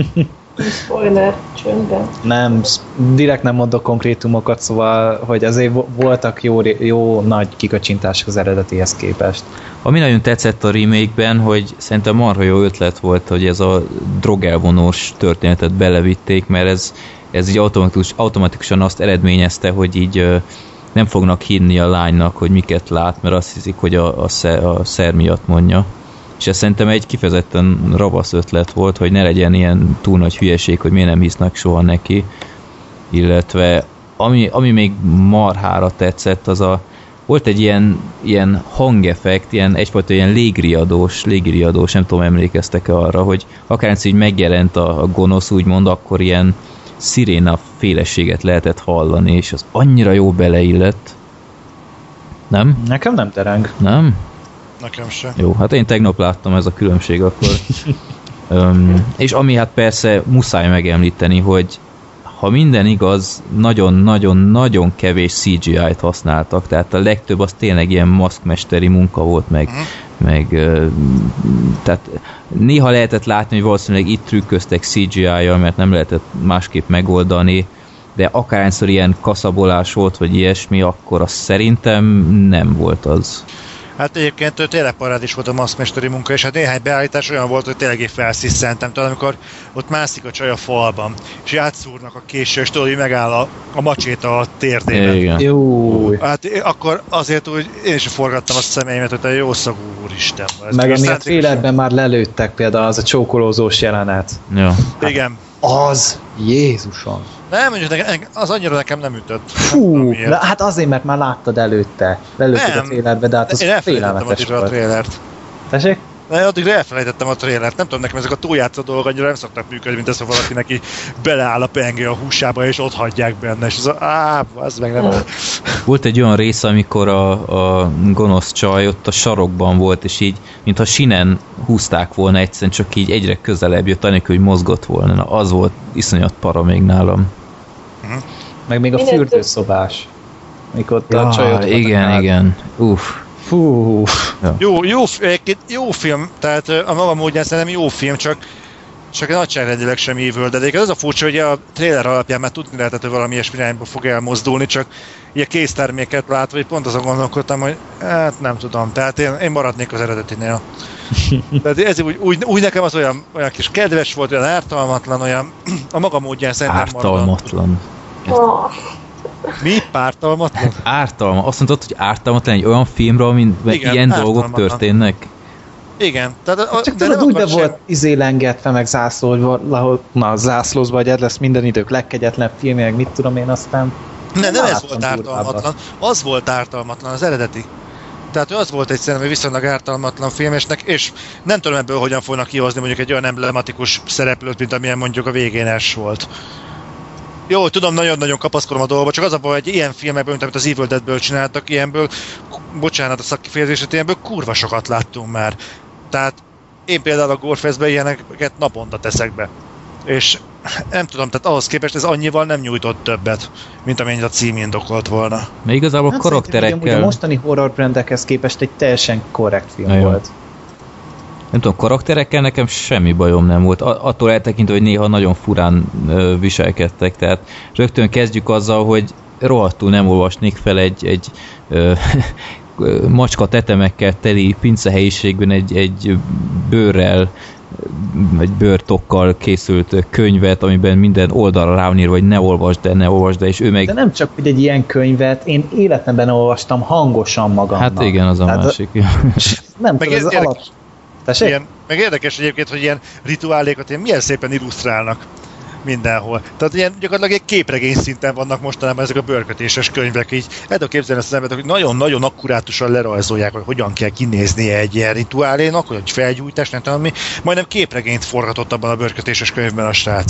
Spoiler, csöndben. Nem, sz- direkt nem mondok konkrétumokat, szóval, hogy azért vo- voltak jó, ré- jó nagy kikacsintások az eredetihez képest. Ami nagyon tetszett a remake-ben, hogy szerintem marha jó ötlet volt, hogy ez a drogelvonós történetet belevitték, mert ez, ez így automatikus, automatikusan azt eredményezte, hogy így ö, nem fognak hinni a lánynak, hogy miket lát, mert azt hiszik, hogy a, a, szer, a szer miatt mondja. És ez szerintem egy kifejezetten ravasz ötlet volt, hogy ne legyen ilyen túl nagy hülyeség, hogy miért nem hisznek soha neki. Illetve ami, ami még marhára tetszett, az a volt egy ilyen, ilyen hangeffekt, ilyen, egyfajta ilyen légriadós, légriadós, nem tudom, emlékeztek-e arra, hogy akár így megjelent a, a gonosz, úgymond, akkor ilyen sziréna félességet lehetett hallani, és az annyira jó beleillett. Nem? Nekem nem tereng. Nem? Nekem sem. Jó, hát én tegnap láttam, ez a különbség akkor. Öm, és ami hát persze muszáj megemlíteni, hogy ha minden igaz, nagyon-nagyon-nagyon kevés cé gé í-t használtak, tehát a legtöbb az tényleg ilyen maszkmesteri munka volt, meg, Mhm. meg ö, tehát néha lehetett látni, hogy valószínűleg itt trükköztek cé gé í-jal, mert nem lehetett másképp megoldani, de akárhányszor ilyen kaszabolás volt, vagy ilyesmi, akkor az szerintem nem volt az. Hát egyébként ő tényleg parádis volt a maszkmesteri munka, és hát néhány beállítás olyan volt, hogy tényleg így felszisszentem. Tudod, amikor ott mászik a csaj a falban, és átszúrnak a késsel, és tudod, hogy megáll a, a macséta a térdében. Igen. Jó. Hát én- akkor azért úgy én is forgattam a szemeimet, hogy te jó szagú úristen. Ez Meg csak ami a szándékosan- trailerben már lelőttek, például az a csókolózós jelenet. Ja. Igen. Az! Jézusom! Nem, mondjuk nekem, az annyira nekem nem ütött. Fú, nem de hát azért, mert már láttad előtte. Lelőttük a trailerbe, de hát az félelmetes volt. A trélert. Tessék? De addigra elfelejtettem a trélert. Nem tudom, nekem ezek a túljátszó dolgok annyira nem szoktak működni, mint ez, ha valaki neki beleáll a pengő a húsába, és ott hagyják benne, és az a... Á, az meg nem... Volt egy olyan rész, amikor a, a gonosz csaj ott a sarokban volt, és így, mintha sinen húzták volna egyszerűen, csak így egyre közelebb jött, anélkül, hogy mozgott volna. Na, az volt iszonyat para még nálam. Uh-huh. Meg még a fürdőszobás. Mikor ja, a csajot igen, igen. Uff. Fú. Ja. Jó, jó, jó film, tehát a maga módján szerintem jó film, csak, csak nagyságrendileg sem Evil Dead. Ez az a furcsa, hogy a trailer alapján már tudni lehetett, hogy valami ilyesmi irányba fog elmozdulni, csak ilyen készterméket látva, hogy pont azon gondolkodtam, hogy hát nem tudom, tehát én, én maradnék az eredetinél. Tehát ez úgy, úgy, úgy nekem az olyan, olyan kis kedves volt, olyan ártalmatlan, olyan a maga módján szerintem ártalmatlan. Oh. Mi? Pártalmatlan? Ártalma. Azt mondtad, hogy ártalmatlan egy olyan filmre, amin ilyen dolgok történnek? Igen. Tehát a, csak tudod, úgy be sem... volt izé lengetve, meg zászlózva, na zászlózva, hogy ez lesz minden idők legkegyetlen filmje, meg mit tudom én aztán... Nem, nem ez volt ártalmatlan. Az volt ártalmatlan, az eredeti. Tehát az volt egy szerintem viszonylag ártalmatlan film, és, nek, és nem tudom ebből hogyan fognak kihozni mondjuk egy olyan emblematikus szereplőt, mint amilyen mondjuk a végén es volt. Jó, tudom, nagyon-nagyon kapaszkodom a dolgokba, csak az a baj, hogy ilyen filmekből, mint amit az Evil Deadből csináltak, ilyenből, bocsánat a szakkifejezését, ilyenből kurva sokat láttunk már. Tehát én például a Gorefestben ilyeneket naponta teszek be. És nem tudom, tehát ahhoz képest ez annyival nem nyújtott többet, mint amennyit a cím indokolt volna. Mert igazából hát karakterekkel... A mostani horror brandekhez képest egy teljesen korrekt film Na volt. Nem tudom, karakterekkel nekem semmi bajom nem volt. Attól eltekintve, hogy néha nagyon furán ö, viselkedtek. Tehát rögtön kezdjük azzal, hogy rohadtul nem olvasnék fel egy, egy ö, macska tetemekkel teli pincehelyiségben egy, egy bőrrel, egy bőrtokkal készült könyvet, amiben minden oldalra rá van írva, hogy ne olvasd el, ne olvasd el, és ő meg... De nem csak, hogy egy ilyen könyvet, én életemben olvastam hangosan magamnak. Hát igen, az a Tehát másik. A... nem tudom, ez az alap... Ilyen, meg érdekes egyébként, hogy ilyen rituálékat ilyen milyen szépen illusztrálnak mindenhol. Tehát ilyen gyakorlatilag egy képregény szinten vannak mostanában ezek a bőrkötéses könyvek, így el tudom képzelni ezt az embert, hogy nagyon-nagyon akkurátusan lerajzolják, hogy hogyan kell kinéznie egy ilyen rituálénak, hogy felgyújtás, nem tudom mi. Majdnem képregényt forgatott abban a bőrkötéses könyvben a srác.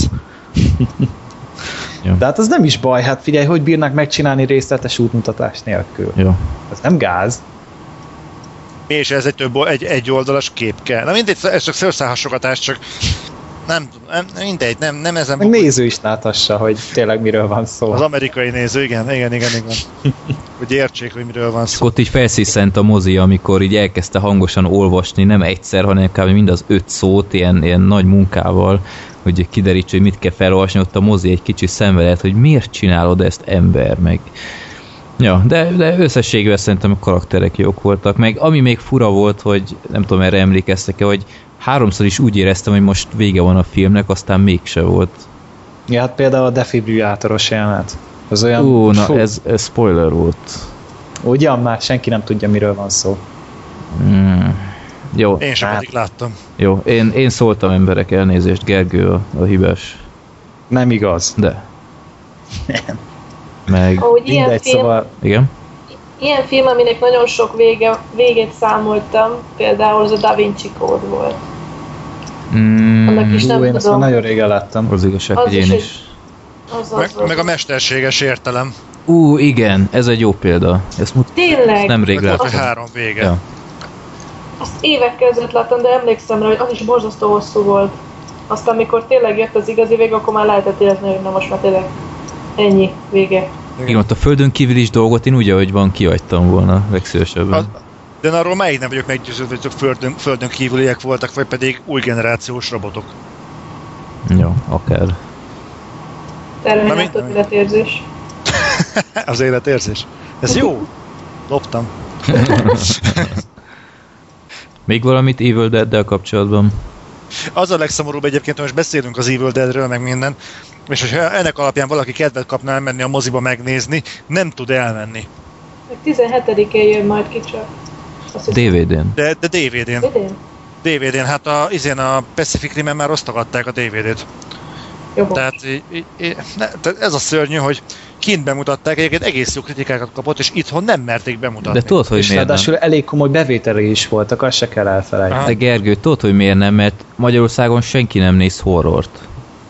De hát az nem is baj, hát figyelj, hogy bírnak megcsinálni részletes útmutatás nélkül. Jó. Ez nem gáz. És ez egy több egy, egy oldalas képke. Na mindegy, ez csak szőrszálhasogatás, csak nem tudom, mindegy, nem, nem ezen... Meg néző is láthassa, hogy tényleg miről van szó. Az amerikai néző, igen, igen, igen, igen. Hogy értsék, hogy miről van szó. Ott így felsziszent a mozi, amikor így elkezdte hangosan olvasni, nem egyszer, hanem kb. Mind az öt szót, ilyen, ilyen nagy munkával, hogy kiderítse, hogy mit kell felolvasni, ott a mozi egy kicsi szenvedett, hogy miért csinálod ezt, ember, meg... Ja, de, de összességében szerintem a karakterek jók voltak, meg ami még fura volt, hogy nem tudom, erre emlékeztek-e, hogy háromszor is úgy éreztem, hogy most vége van a filmnek, aztán mégse volt. Ja, hát például a defibrillátoros jelenet. Az olyan... Ó, na ez, ez spoiler volt. Ugyan már senki nem tudja, miről van szó. Hmm. Jó. Én sem hát. Pedig láttam. Jó, én, én szóltam emberek, elnézést, Gergő a, a hibás. Nem igaz. De. Nem. Meg... Ahogy ilyen Mindegy, film, szóval... Igen? Ilyen film, aminek nagyon sok vége, végét számoltam, például az a Da Vinci Code volt. Mm, Annak is nem Ú, én tudom. ezt már nagyon régen láttam. Az igazság, Az hogy én is is. egy- Az, az, Meg, az, meg a mesterséges értelem. Ú, igen, ez egy jó példa. Ezt mut... Tényleg? nem rég Meg volt, hogy láttam. három vége. Ja. Azt évekkel ezelőtt láttam, de emlékszem rá, hogy az is borzasztó hosszú volt. Aztán amikor tényleg jött az igazi vége, akkor már lehetett érezni, hogy na most már tényleg ennyi vége. Igen, ott a földön kívülis dolgot én úgy, ahogy van, kihagytam volna legszívesebben. A, de arról melyik nem vagyok meggyőződve, hogy azok földön, földön kívüliek voltak, vagy pedig új generációs robotok. Jó, akár. Terminátor életérzés. Az életérzés. Ez jó. Loptam. Még valamit Evil Dead-del kapcsolatban? Az a legszomorúbb egyébként, hogy most beszélünk az Evil Deadről, meg minden, és hogyha ennek alapján valaki kedvet kapna elmenni a moziba megnézni, nem tud elmenni. tizenhetedikén jön majd ki csak. dé vé dén. De, de dé vé dén. Idén? dé vé dén, hát a, izén a Pacific Rim-en már osztogatták a dé vé dét. Jobbok. Tehát, í- í- í- ne, tehát ez a szörnyű, hogy kint bemutatták, egyébként egész jó kritikákat kapott, és itthon nem merték bemutatni. De tudod, hogy És miért nem? ráadásul elég komoly bevételei is voltak, azt se kell elfelejteni. De Gergő, tudod, hogy miért nem? Mert Magyarországon senki nem néz horrort.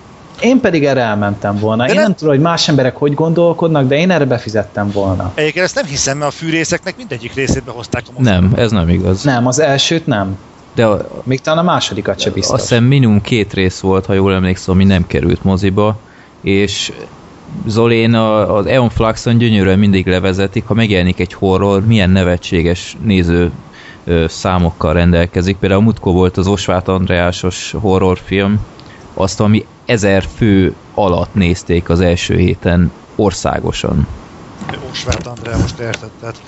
Én pedig erre elmentem volna. De Én nem- nem tudom, hogy más emberek hogy gondolkodnak, de én erre befizettem volna. Egyébként ezt nem hiszem, mert a fűrészeknek mindegyik részét behozták a moziba. Nem, ez nem igaz. Nem, az elsőt nem. De a, Még talán a másodikat se biztos. azt hiszem minimum két rész volt, ha jól emlékszem, ami nem került moziba, és Zolén a- az Eon Fluxon gyönyörűen mindig levezetik, ha megjelenik egy horror, milyen nevetséges néző ö, számokkal rendelkezik. Például a múltkor volt az Osváth Andreásos horrorfilm, azt, ami ezer fő alatt nézték az első héten országosan. Ósvárt Andrea, most érted, tehát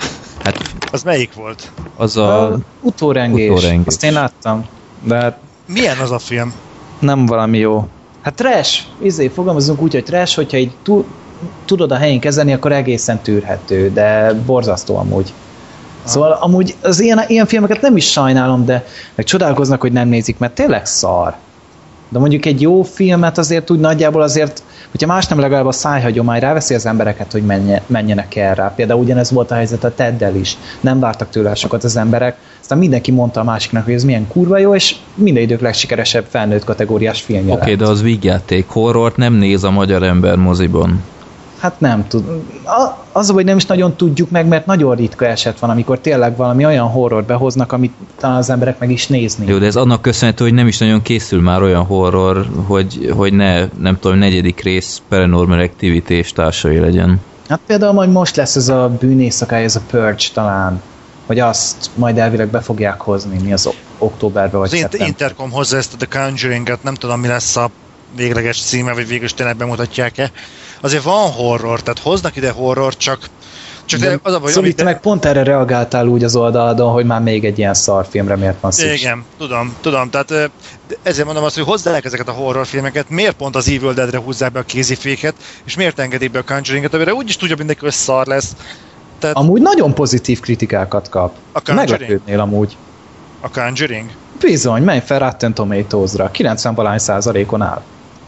Hát az melyik volt? az A a... utórengés. Utórengés. Azt én láttam. De hát Milyen az a film? nem valami jó. Hát trash, izé, fogalmazunk úgy, hogy trash, hogyha így tu- tudod a helyén kezelni, akkor egészen tűrhető, de borzasztó amúgy. Szóval amúgy az ilyen, ilyen filmeket nem is sajnálom, de meg csodálkoznak, hogy nem nézik, mert tényleg szar. De mondjuk egy jó filmet azért úgy nagyjából azért, hogyha más nem, legalább a szájhagyomány ráveszi az embereket, hogy menje, menjenek el rá. Például ugyanez volt a helyzet a Teddel is. Nem vártak tőle sokat az emberek, aztán mindenki mondta a másiknak, hogy ez milyen kurva jó, és minden idők legsikeresebb felnőtt kategóriás filmje Oké, okay, lett. de az vígjáték. Horrort nem néz a magyar ember moziban. Hát nem tud. A- Az, hogy nem is nagyon tudjuk meg, mert nagyon ritka eset van, amikor tényleg valami olyan horror behoznak, amit talán az emberek meg is nézni. Jó, de ez annak köszönhető, hogy nem is nagyon készül már olyan horror, hogy, hogy ne, nem tudom, negyedik rész Paranormal Activity és társai legyen. Hát például majd most lesz ez a bűnéjszakája, ez a Purge talán, hogy azt majd elvileg be fogják hozni, mi az o- októberben vagy Az Inter- szeptemberben. Intercom hozza ezt a The Conjuring-et, nem tudom mi lesz a végleges címe, vagy végül is tényleg bemutatják-e. Azért van horror, tehát hoznak ide horror, csak, csak De, az a baj, Szóval amit te meg pont erre reagáltál úgy az oldaladon, hogy már még egy ilyen szarfilmre miért van szükség. igen, tudom, tudom, tehát ö, de ezért mondom azt, hogy hozzák ezeket a horrorfilmeket, miért pont az Evil Deadre húzzák be a kéziféket, és miért engedik be a Conjuring-et, amire úgyis tudja mindenki, hogy szar lesz. Tehát Amúgy nagyon pozitív kritikákat kap. A Conjuring? Meglepődnél amúgy. a Conjuring? Bizony, menj fel Rotten Tomatoes-ra, kilencven valány százalékon áll.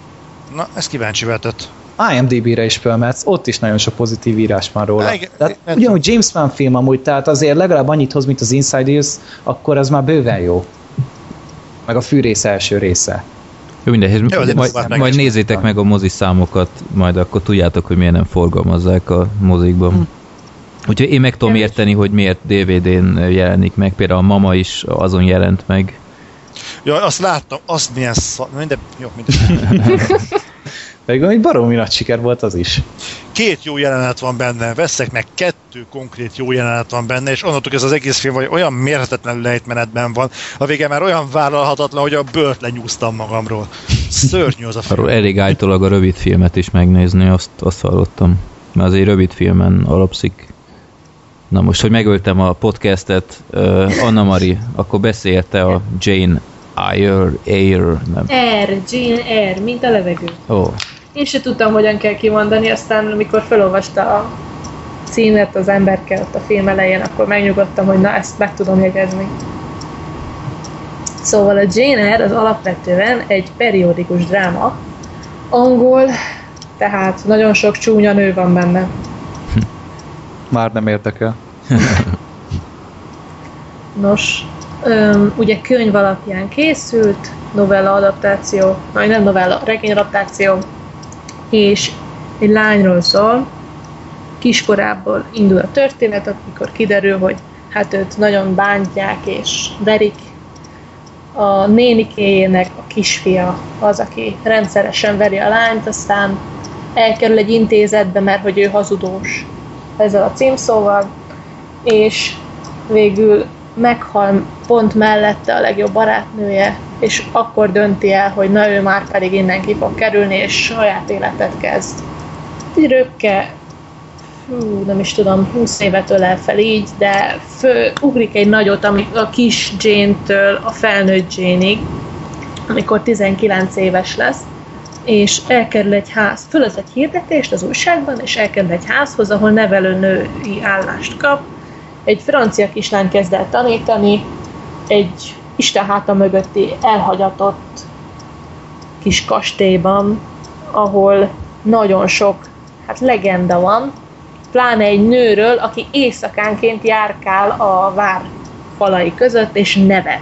Na, ez kíváncsi vetett. IMDb-re is fölmetsz, ott is nagyon sok pozitív írás van róla. Igen, Tehát igen. ugyanúgy James Wan film amúgy, tehát azért legalább annyit hoz, mint az Insidious, akkor az már bőven jó. Meg a fűrész első része. Jó, mindegy, Jó, de majd, próbáld meg majd is. nézzétek meg a mozi számokat, majd akkor tudjátok, hogy miért nem forgalmazzák a mozikban. Hm. Úgyhogy én meg tudom érteni, hogy miért dé vé dén jelenik meg, például a Mama is azon jelent meg. Ja, azt láttam, az milyen szar, minden, jó, minden. Pedig egy baromi nagy siker volt az is. Két jó jelenet van benne, veszek meg kettő konkrét jó jelenet van benne, és onnantól ez az egész film vagy olyan mérhetetlen lejtmenetben van, a vége már olyan vállalhatatlan, hogy a bőrt lenyúztam magamról. Szörnyű az a film. Arról elég állítólag a rövid filmet is megnézni, azt, azt hallottam. Mert azért rövid filmen alapszik. Na most, hogy megöltem a podcastet, uh, Anna Mari, akkor beszélte a Jane Eyre, Eyre, nem. R, Jane R, mint a levegő. Ó, oh. Én se tudtam, hogyan kell kimondani, aztán amikor felolvasta a címet az emberke ott a film elején, akkor megnyugodtam, hogy na, ezt meg tudom jegyezni. Szóval a Jane Eyre az alapvetően egy periódikus dráma, angol, tehát nagyon sok csúnya nő van benne. Már nem érdekel. Nos, öm, ugye könyv alapján készült, novella adaptáció, vagy nem novella, regény adaptáció, és egy lányról szól, kiskorából indul a történet, amikor kiderül, hogy hát őt nagyon bántják és verik. A nénikéjének a kisfia az, aki rendszeresen veri a lányt, aztán elkerül egy intézetbe, mert hogy ő hazudós ezzel a címszóval, és végül meghal pont mellette a legjobb barátnője, és akkor dönti el, hogy na ő már pedig innen ki fog kerülni, és saját életet kezd. Így röpke, hú, nem is tudom, húsz évet ölel fel így, de fő, ugrik egy nagyot, amik a kis Jane-től a felnőtt Jane-ig, amikor tizenkilenc éves lesz, és elkerül egy ház, fölöz egy hirdetést az újságban, és elkerül egy házhoz, ahol nevelőnői állást kap. Egy francia kislány kezd el tanítani, egy Isten háta mögötti elhagyatott kis kastélyban, ahol nagyon sok hát legenda van, pláne egy nőről, aki éjszakánként járkál a vár falai között, és nevet.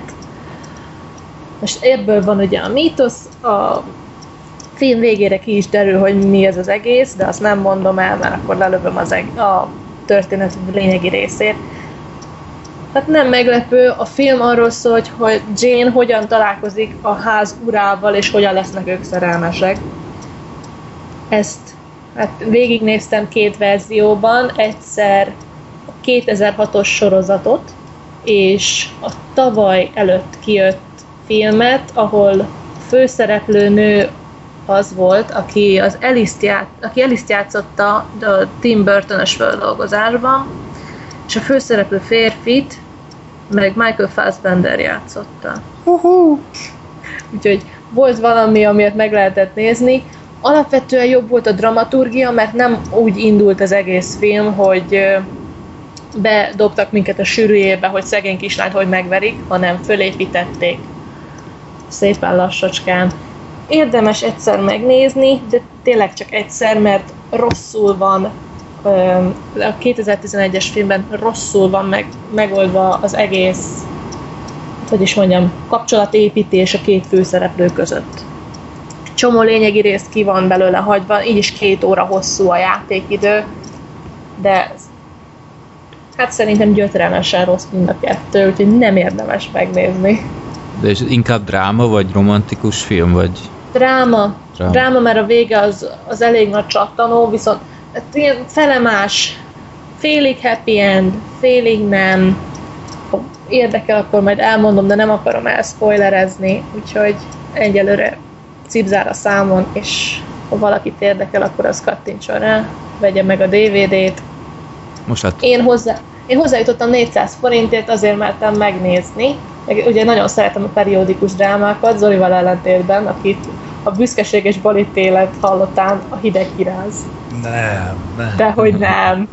Most ebből van ugye a mítosz, a film végére ki is derül, hogy mi ez az egész, de azt nem mondom el, mert akkor lelövöm az eg- a történet lényegi részét. Hát nem meglepő, a film arról szól, hogy Jane hogyan találkozik a ház urával, és hogyan lesznek ők szerelmesek. Ezt hát végignéztem két verzióban, egyszer a kétezer-hatos sorozatot, és a tavaly előtt kijött filmet, ahol a főszereplő nő az volt, aki az Alice-t ját, aki Alice-t játszotta a Tim Burton-ös feldolgozásban, és a főszereplő férfit meg Michael Fassbender játszotta. Uh-huh. Úgyhogy volt valami, amiért meg lehetett nézni. Alapvetően jobb volt a dramaturgia, mert nem úgy indult az egész film, hogy bedobtak minket a sűrűjébe, hogy szegény kislányt hogy megverik, hanem fölépítették szépen lassacskán. Érdemes egyszer megnézni, de tényleg csak egyszer, mert rosszul van, a kétezer-tizenegyes filmben rosszul van meg, megoldva az egész, hogy is mondjam, kapcsolatépítés a két főszereplő között. Csomó lényegi részt ki van belőle hagyva, így is két óra hosszú a játékidő, de hát szerintem gyötrelmesen rossz mind a kettő, úgyhogy nem érdemes megnézni. De és inkább dráma, vagy romantikus film, vagy... Dráma. Dráma, Dráma mert a vége az, az elég nagy csattanó, viszont hát ilyen felemás, félig happy end, félig nem. Ha érdekel, akkor majd elmondom, de nem akarom elspoilerezni, úgyhogy egyelőre cipzár a számon, és ha valakit érdekel, akkor az kattintson rá, vegye meg a dé vé dét. Most hát... Én, hozzá, én hozzájutottam négyszáz forintért, azért mertem megnézni. Ugye nagyon szeretem a periódikus drámákat, Zolival ellentétben, akit a Büszkeség és Balit élet hallottán a hideg kiráz. Nem, nem. Dehogy nem.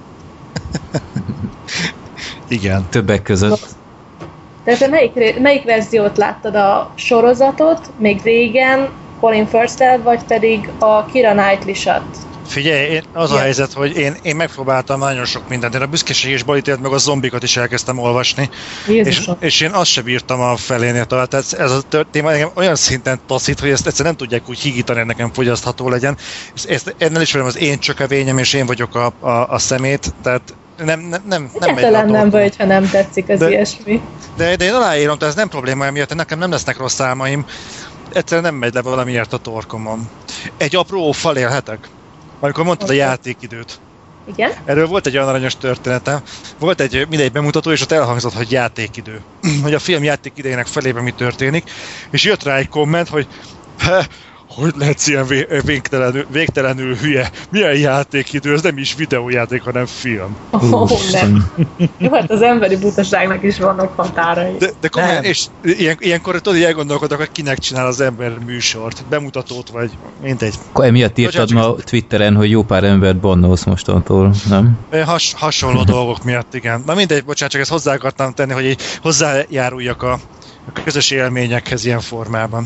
Igen. Többek között. De te melyik, melyik verziót láttad, a sorozatot, még régen, Colin Firth-tel, vagy pedig a Keira Knightley-sat? Figyelj, én, az ja. a helyzet, hogy én, én megpróbáltam nagyon sok mindent. Én a Büszkeség és Balit meg a zombikat is elkezdtem olvasni. És, és én azt sem bírtam a felénél tovább. Tehát ez a történet engem olyan szinten taszít, hogy ezt egyszer nem tudják úgy higítani, hogy nekem fogyasztható legyen. És ezt, ennél is velem az én csökevényem, és én vagyok a, a, a szemét. Tehát nem, nem, nem, nem megy talán nem vagy, ha nem tetszik az de, ilyesmi. De, de én aláírom, tehát ez nem probléma emiatt, nekem nem lesznek rossz álmaim. Egyszerűen nem megy le valamiért a torkomon. Egy apró fal élhetek? Amikor mondtad okay. a játékidőt. Igen? Erről volt egy olyan aranyos történetem. Volt egy mindegy bemutató, és ott elhangzott, hogy játékidő. Hogy a film játékidejének felében mi történik. És jött rá egy komment, hogy hogy lehetsz ilyen végtelenül, végtelenül hülye? Milyen játékidő? Ez nem is videójáték, hanem film. Oh, nem. Jó, hát az emberi butaságnak is vannak határai. De, de komolyan, és ilyen, ilyenkor tudod, hogy elgondolkodok, hogy kinek csinál az ember műsort, bemutatót, vagy mindegy. Akkor emiatt írtad ma Twitteren, hogy jó pár embert bannolsz mostantól, nem? Has, hasonló dolgok miatt, igen. Na mindegy, bocsánat, csak ezt hozzá akartam tenni, hogy így hozzájáruljak a, a közös élményekhez ilyen formában.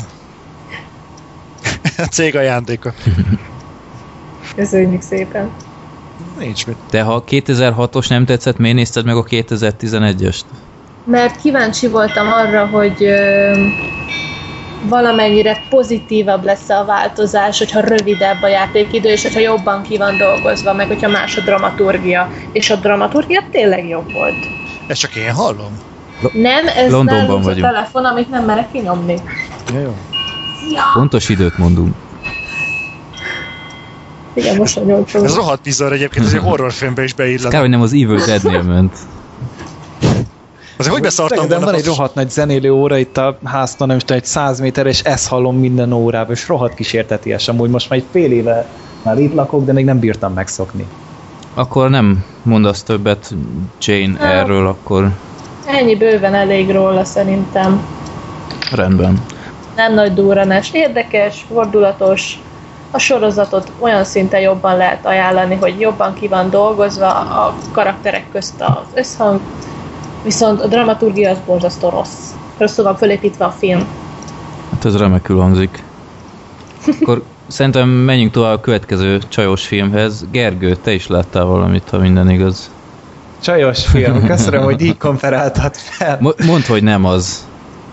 A cég ajándéka. Köszönjük szépen. Nincs mit. De ha a kétezer-hatos nem tetszett, miért nézted meg a kétezer-tizenegyest? Mert kíváncsi voltam arra, hogy ö, valamennyire pozitívabb lesz a változás, hogyha rövidebb a játékidő, és hogyha jobban ki van dolgozva, meg hogyha más a dramaturgia. És a dramaturgia tényleg jobb volt. Ezt csak én hallom? Nem, ez Londonban a telefon, amit nem merek kinyomni. Ja, jó. Ja. Pontos időt mondunk. Igen, most a nyolcban. Ez rohadt bizarr egyébként, ez egy horrorfilmbe is beillet. Kár, hogy nem az Evil Dead-nél ment. Azért hogy beszartam volna? Van egy rohadt nagy zenélő óra itt a háztól, nem is tudom, egy száz méter, és ezt hallom minden órában, és rohadt kísérteties. Amúgy most már egy fél éve már itt lakok, de még nem bírtam megszokni. Akkor nem mondasz többet Jane nem. erről, akkor... Ennyi bőven elég róla szerintem. Rendben. Nem nagy durranás. Érdekes, fordulatos. A sorozatot olyan szinten jobban lehet ajánlani, hogy jobban ki van dolgozva a karakterek közt az összhang, viszont a dramaturgia az borzasztó rossz. Rosszul van fölépítve a film. Hát ez remekül hangzik. Akkor szerintem menjünk tovább a következő csajos filmhez. Gergő, te is láttál valamit, ha minden igaz. Csajos film, köszönöm, hogy így konferáltad fel. Mo- mondd, hogy nem az.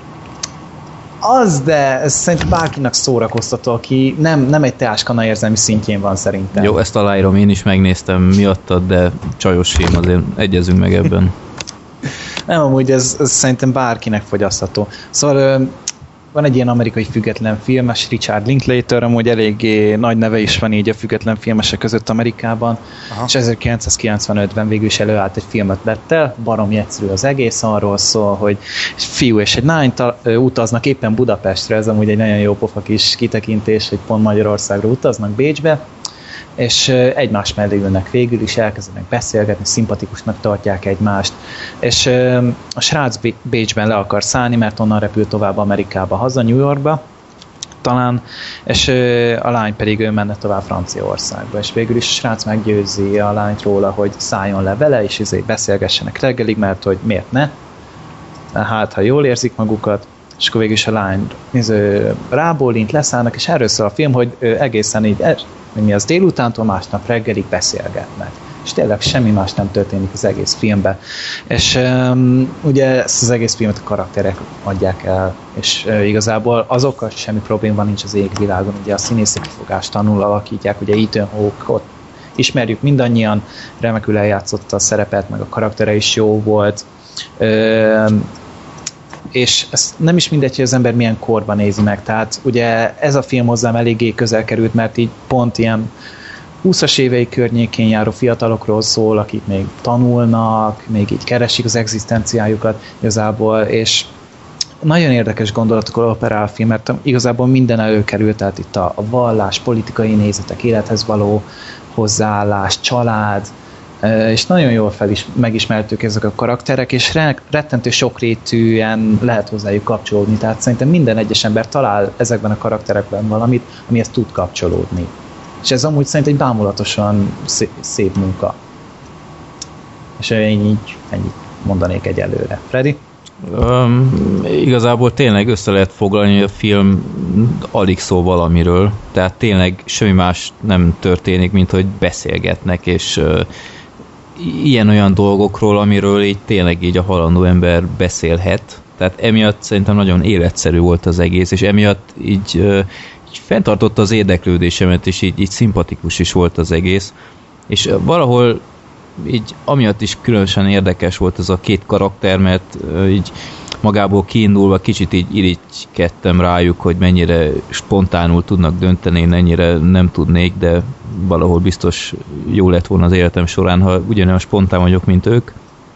Az, de ez szerintem bárkinek szórakoztató, aki nem, nem egy teáskana érzelmi szintjén van szerintem. Jó, ezt aláírom, én is megnéztem miattad, de csajos film, azért egyezünk meg ebben. Nem, amúgy ez, ez szerintem bárkinek fogyasztható. Szóval van egy ilyen amerikai független filmes, Richard Linklater, amúgy eléggé nagy neve is van így a független filmesek között Amerikában, aha. És ezerkilencszázkilencvenötben végül is előállt egy filmötlettel, baromi egyszerű az egész, arról szól, hogy egy fiú és egy lány ta- utaznak éppen Budapestre, ez amúgy egy nagyon jó pofa kis kitekintés, hogy pont Magyarországra utaznak Bécsbe, és egymás mellé ülnek végül is, elkezdenek beszélgetni, szimpatikusnak tartják egymást, és a srác Bécsben le akar szállni, mert onnan repül tovább Amerikába, haza New Yorkba talán, és a lány pedig ő menne tovább Franciaországba, és végül is a srác meggyőzi a lányt róla, hogy szálljon le vele, és izé beszélgessenek reggelig, mert hogy miért ne, hát ha jól érzik magukat, és akkor végül is a lány rábólint, leszállnak, és erről szól a film, hogy egészen így mi az délutántól másnap reggelig beszélgetnek. És tényleg semmi más nem történik az egész filmben. És um, ugye ezt az egész filmet a karakterek adják el, és uh, igazából azokkal semmi probléma nincs az égvilágon. Ugye a színészi kifogást tanul, alakítják, ugye Ethan Hawke-ot ismerjük mindannyian, remekül eljátszotta a szerepet, meg a karaktere is jó volt. Uh, és ez nem is mindegy, hogy az ember milyen korban nézi meg, tehát ugye ez a film hozzám eléggé közel került, mert így pont ilyen húszas évei környékén járó fiatalokról szól, akik még tanulnak, még így keresik az egzisztenciájukat igazából, és nagyon érdekes gondolatokkal operál a film, mert igazából minden előkerül, tehát itt a, a vallás, politikai nézetek, élethez való hozzáállás, család, és nagyon jól felis, megismertük ezek a karakterek, és rettentő sokrétűen lehet hozzájuk kapcsolódni, tehát szerintem minden egyes ember talál ezekben a karakterekben valamit, amihez tud kapcsolódni. És ez amúgy szerintem egy bámulatosan szép, szép munka. És én így ennyit mondanék egyelőre. Freddy? Um, igazából tényleg össze lehet foglalni, hogy a film alig szól valamiről, tehát tényleg semmi más nem történik, mint hogy beszélgetnek, és uh, ilyen-olyan dolgokról, amiről így tényleg így a halandó ember beszélhet. Tehát emiatt szerintem nagyon életszerű volt az egész, és emiatt így, uh, így fenntartotta az érdeklődésemet, és így, így szimpatikus is volt az egész. És uh, valahol így amiatt is különösen érdekes volt ez a két karakter, mert uh, így magából kiindulva kicsit így irigykedtem rájuk, hogy mennyire spontánul tudnak dönteni, én ennyire nem tudnék, de valahol biztos jó lett volna az életem során, ha ugyanolyan spontán vagyok, mint ők.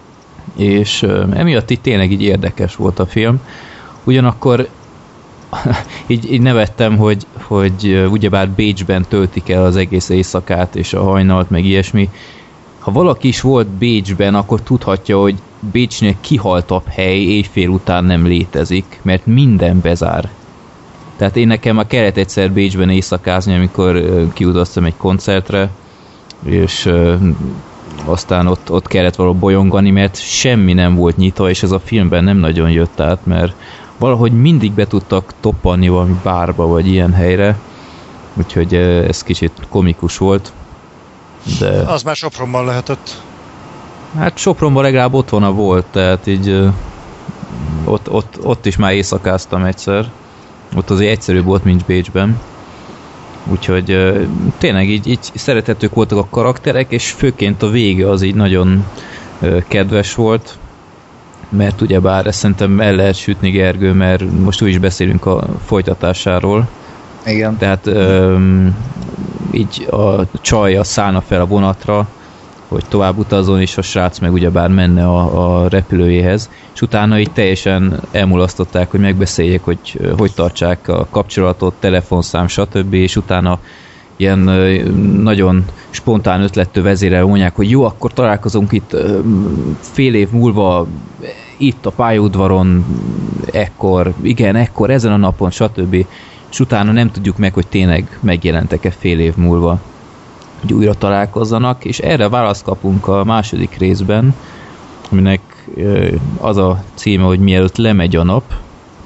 És uh, emiatt így tényleg így érdekes volt a film. Ugyanakkor így, így nevettem, hogy, hogy uh, ugyebár Bécsben töltik el az egész éjszakát, és a hajnalt, meg ilyesmi. Ha valaki is volt Bécsben, akkor tudhatja, hogy Bécsnél kihaltabb hely éjfél után nem létezik, mert minden bezár. Tehát én nekem már kellett egyszer Bécsben éjszakázni, amikor uh, kiutaztam egy koncertre, és uh, aztán ott, ott kellett valahol bolyongani, mert semmi nem volt nyitva, és ez a filmben nem nagyon jött át, mert valahogy mindig be tudtak toppanni valami bárba, vagy ilyen helyre, úgyhogy uh, ez kicsit komikus volt. De... Az már Sopronban lehetett. Hát Sopronban legalább otthona volt, tehát így uh, ott, ott, ott is már éjszakáztam egyszer. Ott azért egyszerűbb volt, mint Bécsben. Úgyhogy uh, tényleg így, így szerethetők voltak a karakterek, és főként a vége az így nagyon uh, kedves volt, mert ugyebár ezt szerintem el lehet sütni, Gergő, mert most úgy is beszélünk a folytatásáról. Igen. Tehát um, így a csaj szállna fel a vonatra, hogy tovább utazzon, és a srác meg ugyebár menne a, a repülőjéhez, és utána így teljesen elmulasztották, hogy megbeszéljék, hogy hogy tartsák a kapcsolatot, telefonszám, stb., és utána ilyen nagyon spontán ötlettől vezérel mondják, hogy jó, akkor találkozunk itt fél év múlva itt a pályaudvaron, ekkor, igen, ekkor, ezen a napon, stb., és utána nem tudjuk meg, hogy tényleg megjelentek-e fél év múlva, hogy újra találkozzanak, és erre választ kapunk a második részben, aminek az a címe, hogy mielőtt lemegy a nap,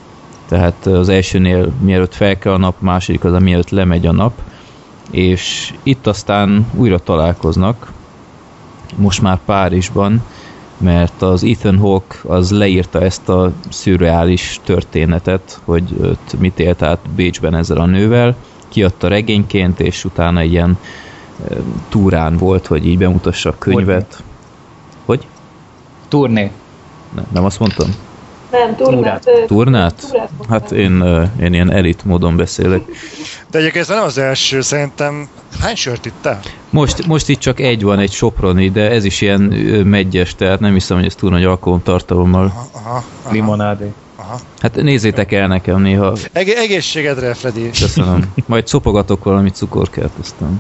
Tehát az elsőnél mielőtt fel kell a nap, második az, mielőtt lemegy a nap, és itt aztán újra találkoznak, most már Párizsban, mert az Ethan Hawke az leírta ezt a szürreális történetet, hogy ott mit élt át Bécsben ezzel a nővel, kiadta regényként, és utána ilyen e, túrán volt, hogy így bemutassa a könyvet. Turné. Hogy? Turné. Ne, nem azt mondtam? Nem, turnát. Turnát? Turnát? Hát én, én ilyen elit módon beszélek. De egyébként ez nem az első, szerintem hány sört ittál? Most, most itt csak egy van, egy soproni, de ez is ilyen megyes, tehát nem hiszem, hogy ez túl nagy alkoholtartalommal. Aha, aha, aha. Limonádé. Aha. Hát nézzétek el nekem néha. Eg- egészségedre, Freddy. Köszönöm. Majd szopogatok valami cukorkát aztán.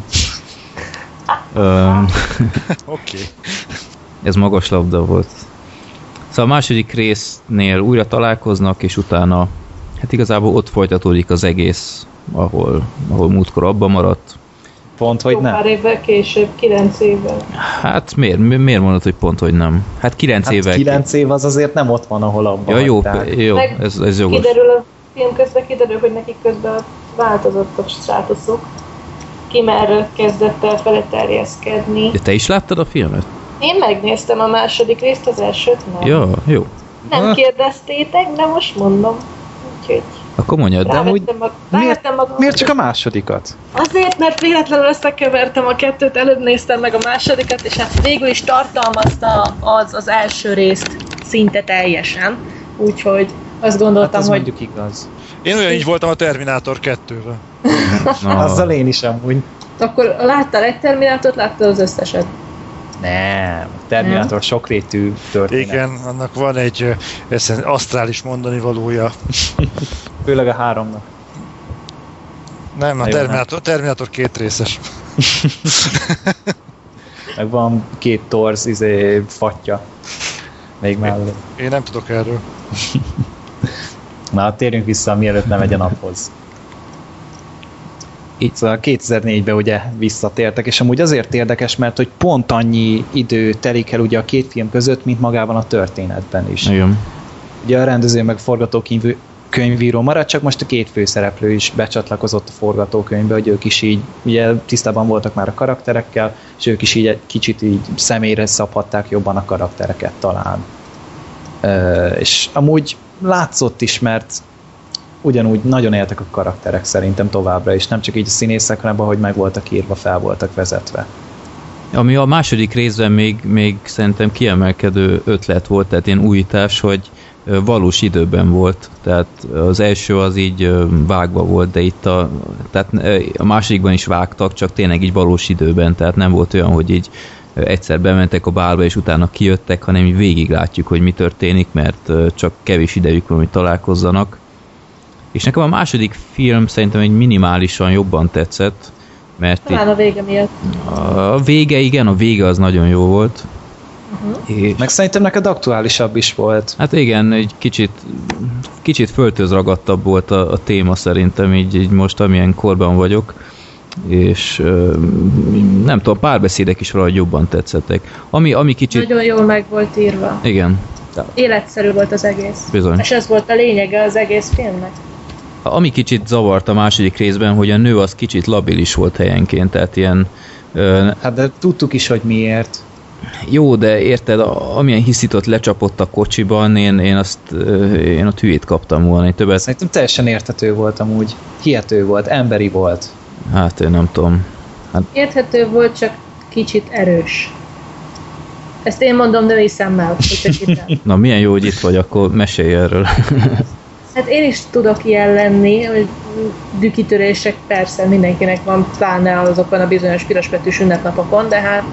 um, Oké. Ez magas labda volt. Szóval a második résznél újra találkoznak, és utána hát igazából ott folytatódik az egész, ahol, ahol múltkor abba maradt. Pont, hogy Jó nem. pár évvel később, kilenc évvel. Hát miért, miért mondod, hogy pont, hogy nem? Hát kilenc Hát évvel... kilenc év az azért nem ott van, ahol abban Ja, jó, hagyták. jó, Meg ez, ez jogos. Kiderül a film közben, kiderül, hogy nekik közben változott a státuszuk. Ki merről kezdett el feleterjeszkedni. De te is láttad a filmet? Én megnéztem a második részt, az elsőt nem. Ja, jó. Nem kérdeztétek, de most mondom. Úgyhogy Akkor mondjad, de amúgy... rávettem mag- Miért, rávettem magam. miért csak a másodikat? Azért, mert véletlenül összekevertem a kettőt, előbb néztem meg a másodikat, és hát végül is tartalmazta az az első részt szinte teljesen. Úgyhogy azt gondoltam, Hát az hogy... mondjuk igaz. Én olyan így voltam a Terminátor kettővel. Na, Azzal én is amúgy. Akkor láttál egy Terminátort, láttál az összeset? Nem, a Terminátor sokrétű történet. Igen, annak van egy ezt asztrális mondani valója. Főleg a háromnak. Nem, a Na jó, Terminátor, Terminátor két részes. Meg van két torz, izé, fatja. Még mellé. Én nem tudok erről. Na, térjünk vissza, mielőtt nem megy a naphoz. Itt szóval kétezer-négyben ugye visszatértek, és amúgy azért érdekes, mert hogy pont annyi idő telik el ugye a két film között, mint magában a történetben is. igen. Ugye a rendező meg forgatókönyvíró marad, csak most a két főszereplő is becsatlakozott a forgatókönyvbe, hogy ők is így, ugye tisztában voltak már a karakterekkel, és ők is így egy kicsit így személyre szabhatták jobban a karaktereket talán. Ö, és amúgy látszott is, mert ugyanúgy nagyon éltek a karakterek szerintem továbbra is, nem csak így a színészek, hanem ahogy meg voltak írva, fel voltak vezetve. Ami a második részben még, még szerintem kiemelkedő ötlet volt, tehát ilyen újítás, hogy valós időben volt, tehát az első az így vágva volt, de itt a, tehát a másodikban is vágtak, csak tényleg így valós időben, tehát nem volt olyan, hogy így egyszer bementek a bálba, és utána kijöttek, hanem így végig látjuk, hogy mi történik, mert csak kevés idejük van, hogy találkozzanak. És nekem a második film szerintem egy minimálisan jobban tetszett, mert Talán a vége miatt. a vége, igen, a vége az nagyon jó volt. Uh-huh. És, Meg szerintem neked aktuálisabb is volt. hát igen, egy kicsit, kicsit földhöz ragadtabb volt a, a téma szerintem, így, így most amilyen korban vagyok, és nem tudom, párbeszédek is valahogy jobban tetszettek. Ami, ami kicsit... Nagyon jól meg volt írva. Igen. Életszerű volt az egész. Bizony. És ez volt a lényege az egész filmnek. Ami kicsit zavart a második részben, hogy a nő az kicsit labilis volt helyenként, tehát ilyen... Ö, Hát de tudtuk is, hogy miért. jó, de érted, amilyen hiszit ott lecsapott a kocsiban, én, én azt ö, én ott hülyét kaptam volna, egy többet. Szerintem teljesen érthető volt amúgy. Hihető volt, emberi volt. Hát én nem tudom. Hát, Érthető volt, csak kicsit erős. Ezt én mondom női szemmel, hogy csak itt. na milyen jó, hogy itt vagy, akkor mesélj erről. Hát én is tudok ilyen lenni, hogy dükitörések persze mindenkinek van, pláne azokon a bizonyos pirosbetűs ünnepnapokon, de hát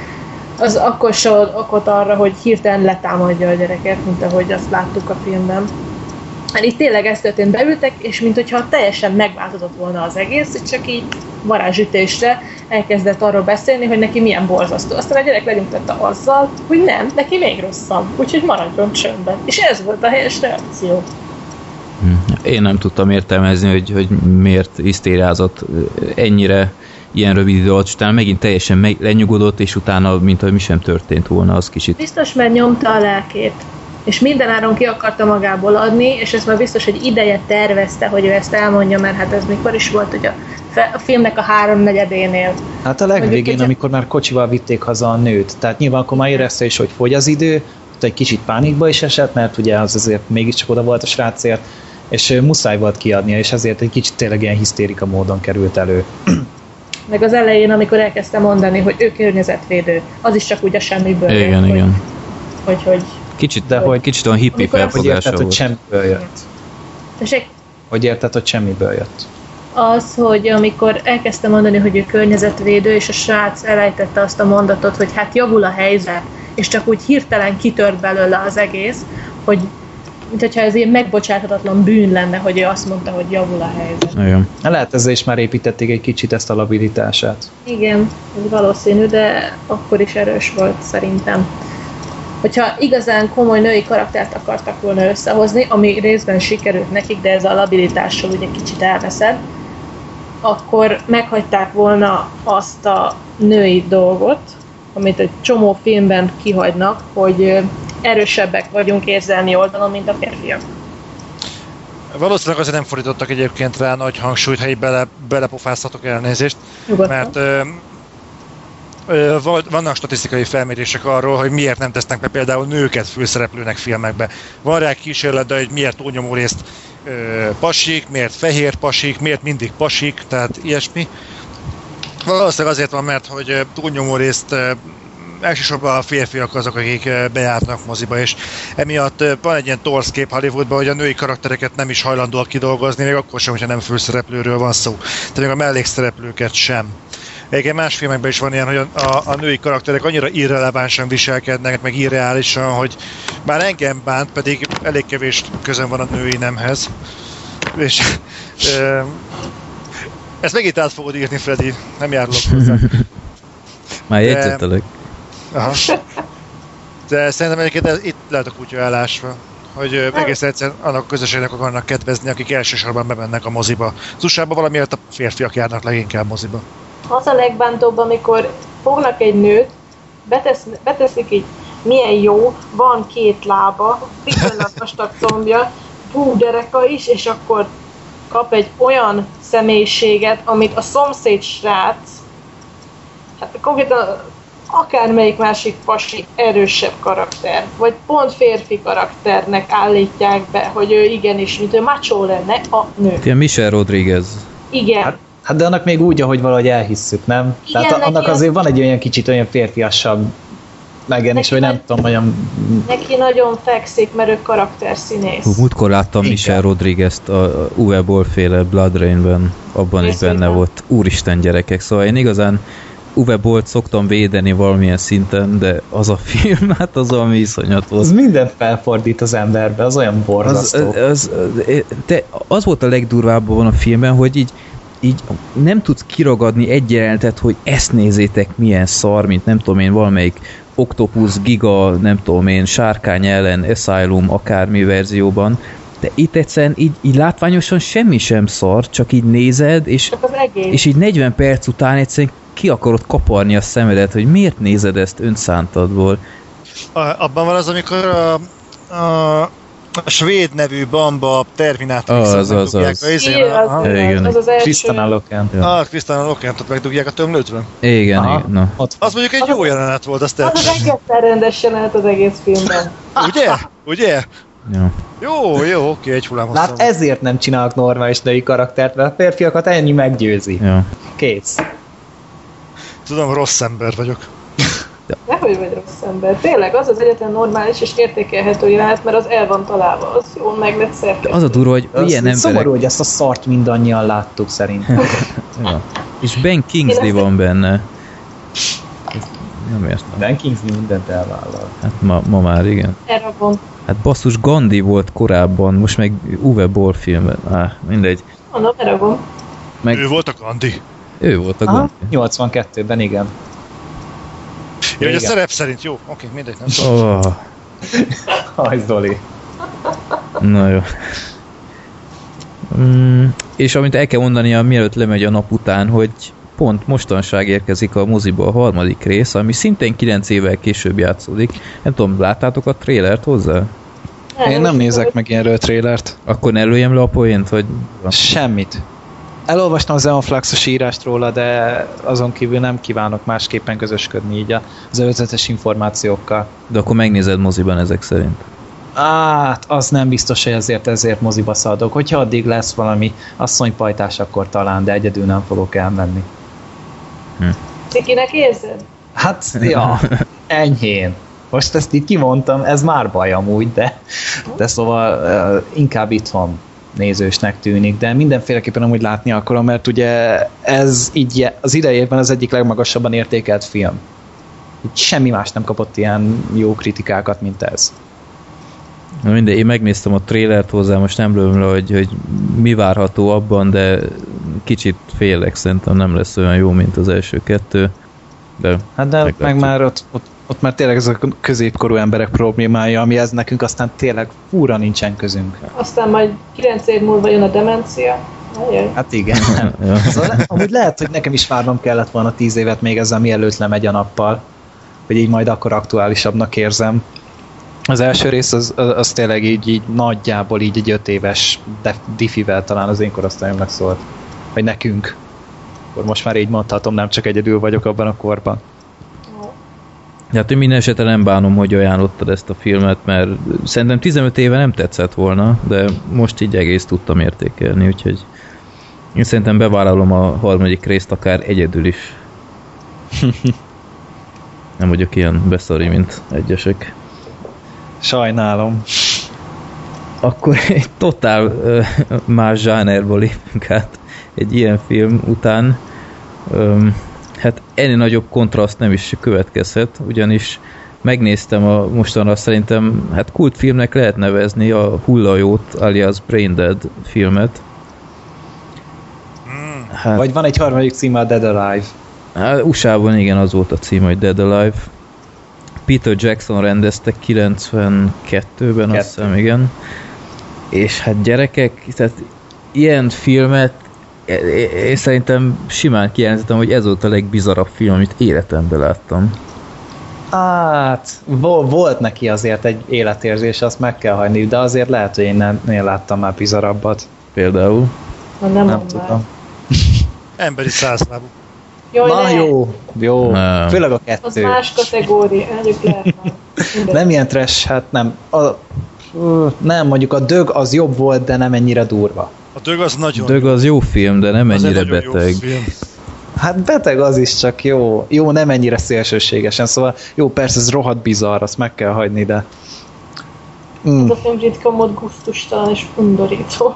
az akkor se ad okot arra, hogy hirtelen letámadja a gyereket, mint ahogy azt láttuk a filmben. Hát itt tényleg ez történt, beültek, és mintha teljesen megváltozott volna az egész, és csak így varázsütésre elkezdett arról beszélni, hogy neki milyen borzasztó. Aztán a gyerek lenyugtatta azzal, hogy nem, neki még rosszabb, úgyhogy maradjon csöndben. És ez volt a helyes reakció. Én nem tudtam értelmezni, hogy, hogy miért hisztériázott ennyire ilyen rövid idő alatt, és utána megint teljesen meg, lenyugodott, és utána, mint ahogy mi sem történt volna, az kicsit. Biztos, mert nyomta a lelkét. és mindenáron ki akarta magából adni, és ezt már biztos, hogy ideje tervezte, hogy ő ezt elmondja, mert hát ez mikor is volt, ugye a filmnek a háromnegyedénél. Hát a legvégén, amikor már kocsival vitték haza a nőt, tehát nyilván akkor már érezte is, hogy fogy az idő, egy kicsit pánikba is esett, mert ugye az azért mégiscsak oda volt a srácért, és muszáj volt kiadnia, és ezért egy kicsit tényleg ilyen hisztérika módon került elő. Meg az elején, amikor elkezdte mondani, hogy ő környezetvédő, az is csak úgy a semmiből jött. Igen, hogy, igen. Hogy, hogy, kicsit, de hogy kicsit olyan hippi felfogása érted, volt. Hogy semmiből jött. Tessék? Hogy érted, hogy semmiből jött? Az, hogy amikor elkezdte mondani, hogy ő környezetvédő, és a srác elejtette azt a mondatot, hogy hát javul a helyzet, és csak úgy hirtelen kitört belőle az egész, hogy mint hogyha ez ilyen megbocsáthatatlan bűn lenne, hogy ő azt mondta, hogy javul a helyzet. Igen. Lehet ezzel is már építették egy kicsit ezt a labilitását. Igen, ez valószínű, de akkor is erős volt szerintem. Hogyha igazán komoly női karaktert akartak volna összehozni, ami részben sikerült nekik, de ez a labilitással ugye kicsit elveszed, akkor meghagyták volna azt a női dolgot, amit egy csomó filmben kihagynak, hogy erősebbek vagyunk érzelmi oldalon, mint a férfiak. Valószínűleg azért nem fordítottak egyébként rá nagy hangsúlyt, ha így bele, belepofázhatok, elnézést, Nyugodtan. mert ö, ö, vannak statisztikai felmérések arról, hogy miért nem tesznek be például nőket főszereplőnek filmekbe. Van rá kísérlet, de hogy miért túlnyomó részt ö, pasik, miért fehér pasik, miért mindig pasik, tehát ilyesmi. Valószínűleg azért van, mert hogy túlnyomó részt ö, elsősorban a férfiak azok, akik bejárnak moziba, és emiatt van egy ilyen torszkép Hollywoodban, hogy a női karaktereket nem is hajlandóak kidolgozni, még akkor sem, hogyha nem főszereplőről van szó. Tehát még a mellékszereplőket sem. Egyébként más filmekben is van ilyen, hogy a, a, a női karakterek annyira irrelevánsan viselkednek, meg irreálisan, hogy már engem bánt, pedig elég kevés közön van a női nemhez. És e, ezt megint át fogod írni, Freddy, nem járulok hozzá. Már jegyzetelek. Aha. De szerintem egyébként ez, itt lehet a kutya állásva, hogy ö, egész egyszerűen annak a közösségnek akarnak kedvezni, akik elsősorban bemennek a moziba. Az u es á-ban valamiért a férfiak járnak leginkább moziba. Az a legbántóbb, amikor fognak egy nőt, betesz, beteszik így, milyen jó, van két lába, viszonylag vastag combja, bú, dereka is, és akkor kap egy olyan személyiséget, amit a szomszéd srác, hát konkrétan akármelyik másik pasi erősebb karakter, vagy pont férfi karakternek állítják be, hogy ő igenis, mint ő macho lenne a nő. Ilyen Michelle Rodriguez. Igen. Hát, hát de annak még úgy, ahogy valahogy elhisszük, nem? Igen, Tehát annak neki azért az... van egy olyan kicsit olyan férfiasabb megjelenítés, vagy nem nagy... tudom, olyan... Neki nagyon fekszik, mert ő karakterszínész. Hú, múltkor láttam Igen. Michelle Rodriguez-t a Uwe Boll féle Blood Rain-ben, abban is benne volt. Úristen gyerekek, szóval én igazán Uwe Bollt szoktam védeni valamilyen szinten, de az a film, hát az valami iszonyat volt. Az mindent felfordít az emberbe, az olyan borzasztó. Az, az, de az volt a legdurvább a filmben, hogy így, így nem tudsz kiragadni egy jelenetet, hogy ezt nézzétek milyen szar, mint nem tudom én, valamelyik Octopus, Giga, nem tudom én, Sárkány ellen, Asylum, akármi verzióban, de itt egyszerűen így, így látványosan semmi sem szar, csak így nézed, és, és így negyven perc után egyszerűen ki akarod kaparni a szemedet, hogy miért nézed ezt önszántadból. A, abban van az, amikor a, a, a svéd nevű Bamba Terminátor az, az, az. Krisztán Loken. Ah, Krisztán Lokentot megdugják a tömlőtről. Igen, aha, igen. Na. Az mondjuk egy jó jelenet volt, azt az az egyetlen rendes jelenet az egész filmben. Ugye? Ugye? Ja. Jó, jó, oké, egy hullám hosszú. Hát ezért nem csinálok normális női karaktert, mert a férfiakat ennyi meggyőzi. Ja. Kész. Tudom, rossz ember vagyok. Nehogy vagy rossz ember. Tényleg az az egyetlen normális és értékelhető jelenet, mert az el van találva, az jól meg lett szerkesztve. Az a durva, hogy az ilyen emberek... Szomorú, hogy ezt a szart mindannyian láttuk szerintem. Ja. És Ben Kingsley van benne. Nem értem. Ben Kingsley mindent elvállal. Hát ma, ma már igen. Eragon. Hát basszus, Gandhi volt korábban, most meg Uwe Boll filmben. Á, mindegy. Mondom, Eragon. Meg... Ő volt a Gandhi. Ő volt a Gandhi. nyolcvankettőben, igen. Ja, hogy a szerep szerint jó. Oké, mindegy, nem tudom. Oh. Haj, Zoli. Na jó. Mm, és amit el kell mondania, mielőtt lemegy a nap után, hogy pont mostanság érkezik a moziba a harmadik rész, ami szintén kilenc évvel később játszódik. Nem tudom, láttátok a trélert hozzá? Én nem nézek meg ilyenről trélert. Akkor ne lőjem le a poént, vagy... Semmit. Elolvastam az Eonfluxos írást róla, de azon kívül nem kívánok másképpen közösködni így az előzetes információkkal. De akkor megnézed moziban ezek szerint. Hát, az nem biztos, hogy ezért ezért moziba szaladok. Hogyha addig lesz valami asszonypajtás, akkor talán, de egyedül nem fogok elmenni. Hm. Cikinek érzed? Hát, ja, enyhén. Most ezt így kimondtam, ez már baj amúgy, de, de szóval uh, inkább itthon nézősnek tűnik, de mindenféleképpen amúgy látni akarom, mert ugye ez így az idejében az egyik legmagasabban értékelt film. Így semmi más nem kapott ilyen jó kritikákat, mint ez. Na minden, én megnéztem a trélert hozzá, most nem lőm le, hogy, hogy mi várható abban, de kicsit félek, szerintem nem lesz olyan jó, mint az első kettő. De hát de meg már ott, ott, ott már tényleg ez a középkorú emberek problémája, ami ez nekünk aztán tényleg fúra nincsen közünk. Aztán majd kilenc év múlva jön a demencia. Ajaj. Hát igen. Ja. Szóval, amúgy lehet, hogy nekem is várnom kellett volna tíz évet még ezzel, mielőtt lemegy a nappal, hogy így majd akkor aktuálisabbnak érzem. Az első rész az, az, az tényleg így, így nagyjából így egy öt éves diffivel talán az én korosztályomnak szólt. Vagy nekünk. Akkor most már így mondhatom, nem csak egyedül vagyok abban a korban. Hát én minden esetre nem bánom, hogy ajánlottad ezt a filmet, mert szerintem tizenöt éve nem tetszett volna, de most így egész tudtam értékelni, úgyhogy én szerintem bevállalom a harmadik részt akár egyedül is. Nem vagyok ilyen beszari, mint egyesek. Sajnálom. Akkor egy totál uh, más zsánerba lépünk át egy ilyen film után. Um, hát ennél nagyobb kontraszt nem is következhet, ugyanis megnéztem a mostanra szerintem, hát kultfilmnek lehet nevezni a Hullajót, alias Braindead filmet. Hát, vagy van egy harmadik címe, a Dead Alive. Hát u es á-ban igen, az volt a cím, hogy Dead Alive. Peter Jackson rendezte kilencvenkettőben, Kettő. Azt hiszem, igen. És hát gyerekek, tehát ilyen filmet én szerintem simán kijelentettem, hogy ez volt a legbizarabb film, amit életemben láttam. Hát, volt neki azért egy életérzés, azt meg kell hagyni, de azért lehet, hogy én nem én láttam már bizarabbat. Például? Na, nem, nem tudom. Emberi százlábú. Jaj, na ne. jó, jó. Nem. Főleg a kettő. Az más kategória, együtt lehet már. Nem ilyen trash, hát nem. A, nem, mondjuk a Dög az jobb volt, de nem ennyire durva. A Dög az nagyon Dög az jó film, de nem az ennyire beteg. Hát beteg az is, csak jó. Jó, nem ennyire szélsőségesen. Szóval jó, persze ez rohadt bizarr, azt meg kell hagyni, de... Mm. Ez a film ritka mód gusztustalan és undorító.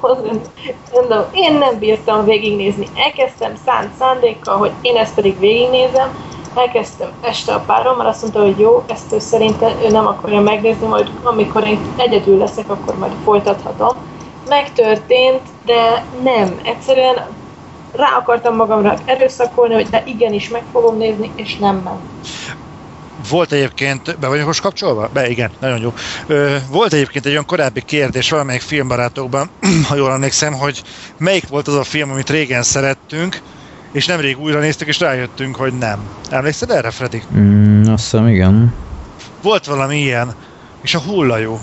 Én nem bírtam végignézni. Elkezdtem szánt szándékkal, hogy én ezt pedig végignézem. Elkezdtem este a párommal, azt mondta, hogy jó, ezt ő szerintem ő nem akarja megnézni, majd amikor én egyedül leszek, akkor majd folytathatom. Megtörtént, de nem. Egyszerűen rá akartam magamra erőszakolni, hogy de igenis meg fogom nézni, és nem ment. Volt egyébként, be vagyok most kapcsolva? Be, igen, nagyon jó. Ö, volt egyébként egy olyan korábbi kérdés valamelyik filmbarátokban, ha jól emlékszem, hogy melyik volt az a film, amit régen szerettünk, és nemrég újra néztük, és rájöttünk, hogy nem. Emlékszed erre, Freddy? Mm, azt hiszem, igen. Volt valami ilyen, és a Hullajó.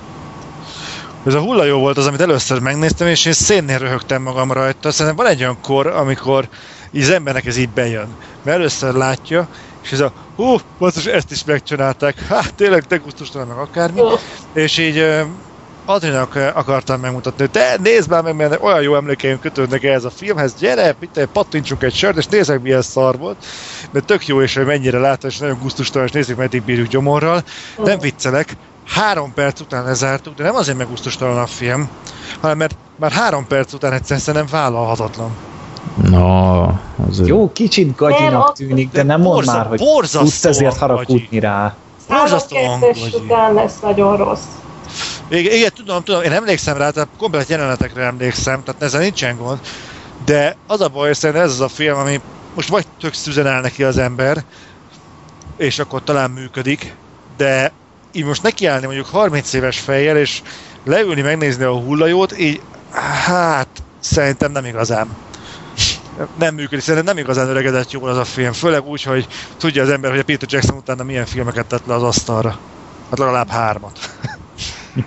Ez a Hullajó volt az, amit először megnéztem, és én szénnél röhögtem magam rajta. Szerintem van egy olyan kor, amikor így az embernek ez így bejön. Mert először látja, és ez a hú, basszus, ezt is megcsinálták, hát tényleg te gusztustalan meg akármi, oh. És így uh, Adrinak akartam megmutatni, hogy te nézd már meg, mert olyan jó emlékeim kötődnek ehhez a filmhez, gyere, itt pattintsunk egy sört, és nézzek, milyen szar volt, mert tök jó, és hogy mennyire látod, és nagyon gusztustalan, és nézzük, meddig bírjuk gyomorral, oh. Nem viccelek, három perc után lezártuk, de nem azért meg gusztustalan a film, hanem mert már három perc után egyszerűen nem vállalhatatlan. No, az jó, kicsit gagyinak tűnik, de nem mond már, hogy tudsz ezért haragudni rá. Borzasztóan gagyi. Után lesz nagyon rossz. Igen, igen, tudom, tudom, én emlékszem rá, tehát komplet jelenetekre emlékszem, tehát ezzel nincsen gond, de az a baj, szerintem ez az a film, ami most vagy tök szüzen áll neki az ember, és akkor talán működik, de így most nekiállni mondjuk harminc éves fejjel, és leülni, megnézni a Hullajót, így hát szerintem nem igazán. Nem működik, szerintem nem igazán öregedett jól az a film, főleg úgy, hogy tudja az ember, hogy a Peter Jackson utána milyen filmeket tett le az asztalra. Hát legalább hármat.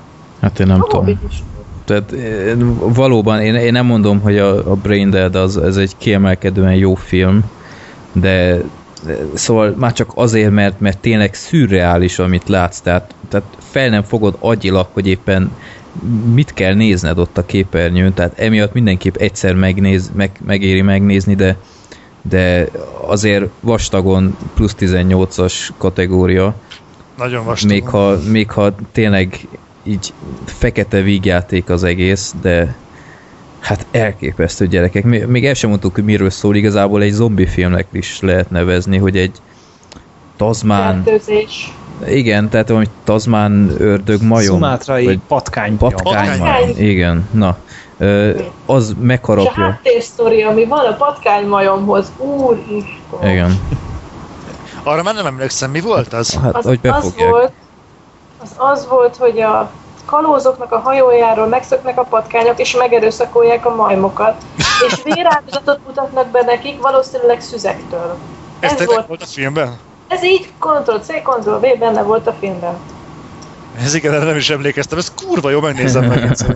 Hát én nem A tudom. Hobbit is. Tehát eh, valóban én, én nem mondom, hogy a, a Brain Dead az ez egy kiemelkedően jó film, de de szóval már csak azért, mert, mert tényleg szürreális, amit látsz, tehát, tehát fel nem fogod agyilag, hogy éppen mit kell nézned ott a képernyőn, tehát emiatt mindenképp egyszer megnéz, meg, megéri megnézni, de, de azért vastagon plusz tizennyolcas kategória. Nagyon vastagon. Még ha, még ha tényleg így fekete vígjáték az egész, de hát elképesztő, gyerekek. Még, még el sem mondtuk, hogy miről szól, igazából egy zombi filmnek is lehet nevezni, hogy egy Tazmán... Fertőzés. Igen, tehát valami Tazmán ördög majom. Szumátrai vagy patkány. patkány. Patkány. Igen, na. Ö, az És a megharapja. háttérsztori, ami van a patkánymajomhoz, úristen. Igen. Arra már nem emlékszem, mi volt az? Hát, Az, hogy az, befogják. volt, az az volt, hogy a kalózoknak a hajójáról megszöknek a patkányok, és megerőszakolják a majmokat. És véráldozatot mutatnak be nekik, valószínűleg szüzektől. Ez Ez tényleg volt, volt a filmben? ez így Ctrl-C, Ctrl-V benne volt a filmben. Ez igen, erre nem is emlékeztem, ez kurva jó, megnézem meg egyszer.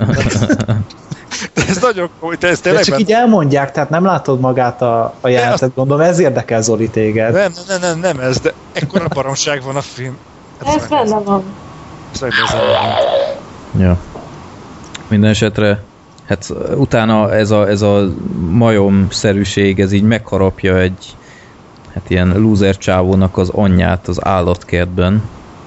De ez nagyon komoly, te ez De tényleg csak benne- így elmondják, tehát nem látod magát a, a jelentet, gondolom ez érdekel Zoli téged. Nem, nem, nem, nem ez, de ekkora baromság van a film. Hát Ez benne van. Ezt megnézem meg. Ja. Minden esetre, hát utána ez a, ez a majom-szerűség, ez így megharapja egy hát ilyen loser csávónak az anyját az állatkertben,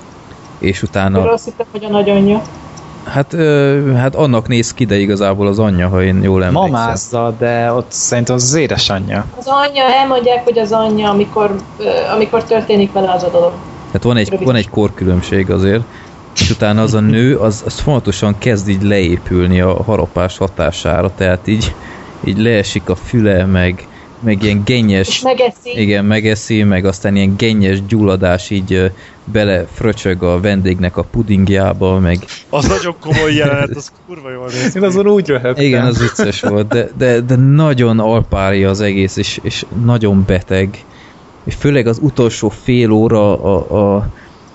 és utána Akkor azt hittem, hogy a nagyanyja. hát, ö, hát annak néz ki, de igazából az anyja, ha én jól emlékszem. Mamázza, de ott szerintem az az édesanyja. Az anyja, elmondják, hogy az anyja, amikor, ö, amikor történik vele az a dolog. Hát van egy, van egy korkülönbség azért, és utána az a nő, az, az fontosan kezd így leépülni a harapás hatására, tehát így, így leesik a füle, meg, meg ilyen gennyes, És megeszi. igen, megeszi, meg aztán ilyen gennyes gyulladás így ö, belefröcsög a vendégnek a pudingjába, meg Az nagyon komoly jelenet, az kurva jól néz. Én azon úgy röhögtem. igen, az vicces volt, de, de, de nagyon alpári az egész, és, és nagyon beteg. És főleg az utolsó fél óra a, a,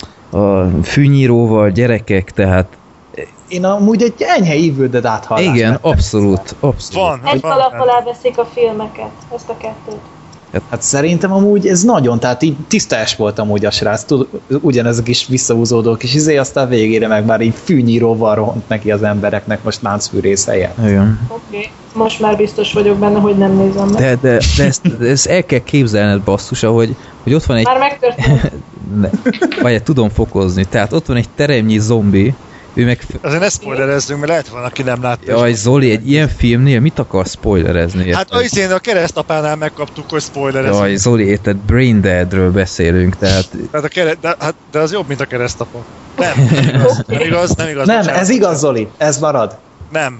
a fűnyíróval, gyerekek, tehát Én amúgy egy enyhe ívülded áthallást igen, vettem. abszolút, abszolút. Van, Egy van. kalap alá veszik a filmeket, ezt a kettőt. Hát szerintem amúgy ez nagyon, tehát így tisztás volt amúgy a srác, tud, ugyanez a kis visszahúzódó kis izé, aztán végére meg már így fűnyíróval rohant neki az embereknek most láncfűrész helyett. Igen. Oké, okay. Most már biztos vagyok benne, hogy nem nézem meg. De, de, de ezt, de ezt el kell képzelned, basszus, hogy, hogy ott van egy... Már megtörtént. Ne, vagy tudom fokozni. Tehát ott van egy teremnyi zombi, ő meg... Azért ne spoilerezzünk, mert lehet van, aki nem látta. Jaj, Zoli, egy ilyen filmnél mit akarsz spoilerezni? Hát érted? az én a keresztapánál megkaptuk, hogy spoilerezzünk. Jaj, Zoli, érted, Brain Deadről beszélünk, tehát Hát a kere, de, hát, de az jobb, mint a keresztapa. Nem, nem igaz, nem igaz, nem igaz. Nem, bocsánat. ez igaz, Zoli, ez marad. Nem.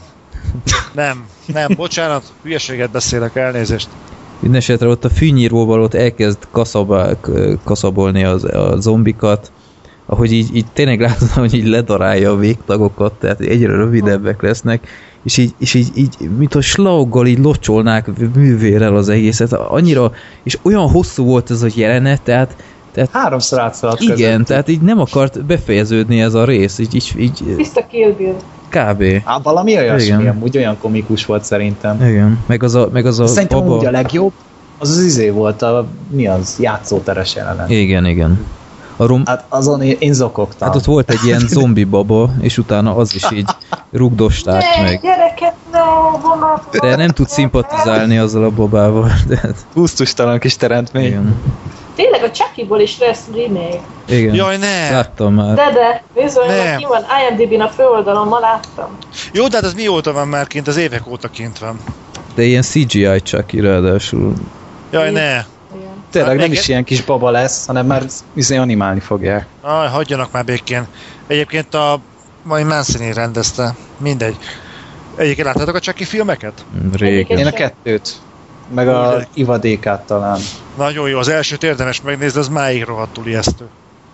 Nem, nem, bocsánat, hülyeséget beszélek, elnézést. mindenesetre ott a fűnyíróval ott elkezd kaszabá, kaszabolni az, a zombikat, ahogy így, így tényleg látom, hogy így ledarálja a végtagokat, tehát egyre rövidebbek lesznek, és így, és így, így mint a slauggal így locsolnák művérrel az egészet, annyira, és olyan hosszú volt ez a jelenet, tehát, tehát Háromszor átszaladt igen, között. tehát így nem akart befejeződni ez a rész, így, így, így Tiszta Kill Bill. kb. Á, valami olyasmi, Igen. amúgy olyan komikus volt szerintem. Igen, meg az a, meg az a Szerintem baba... úgy a legjobb, az az izé volt, a, mi az, játszóteres jelenet. Igen, igen. A rom... Hát azon én, én zokogtam. Hát ott volt egy ilyen zombi baba, és utána az is így rugdosták Ne, meg. gyereket, ne, vonat, De nem tud szimpatizálni azzal a babával. De hát, Gusztustalan kis teremtmény. igen. Tényleg a Chucky-ból is lesz remake. Igen. Jaj, ne! Láttam már. De, de, bizony, Ne. mert ki van I M D B-n a főoldalon, ma láttam. Jó, de hát ez mióta van már kint? Az évek óta kint van. De ilyen cé gé í Chucky ráadásul. Jaj, ne! Igen. Tényleg nem Enge- is ilyen kis baba lesz, hanem már izé animálni fogják. Aj, hagyjanak már békén. Egyébként a... majd Mancini rendezte. Mindegy. Egyébként láttátok a Chucky filmeket? Régen. Én a kettőt, meg a Mindegy. ivadékát talán. Nagyon jó, az elsőt érdemes megnézni, az máig rohadtul ijesztő.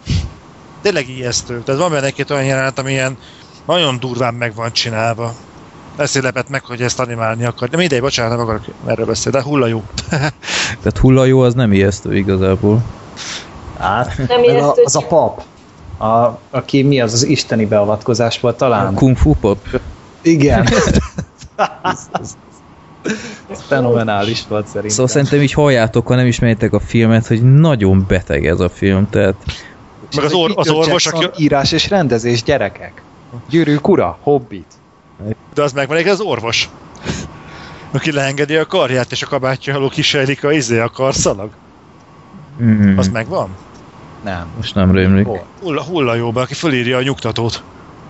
Tényleg ijesztő. Tehát van benne egy olyan jelenet, ami ilyen nagyon durván meg van csinálva. Ezt lepett meg, hogy ezt animálni akar. De mindegy, bocsánat, nem akarok erről beszélni, de hulla jó. Tehát hullajó az nem ijesztő igazából. Hát, Nem meg a, ijesztő, az a csak- pap. A, aki mi az, az isteni beavatkozás volt talán? Kung Fu Pop? Igen. ez, ez, ez fenomenális volt szerintem. Szóval szerintem így halljátok, ha nem ismeritek a filmet, hogy nagyon beteg ez a film, tehát... Meg az, or, az orvos, aki... Írás és rendezés, gyerekek. Gyűrűk ura, Hobbit. De az megvan az orvos, aki leengedi a karját, és a kabátja alól kisejlik a izé, a karszalag. Mm. Az megvan? Nem. Most nem rémlik. Hulla, hullajóba, aki fölírja a nyugtatót.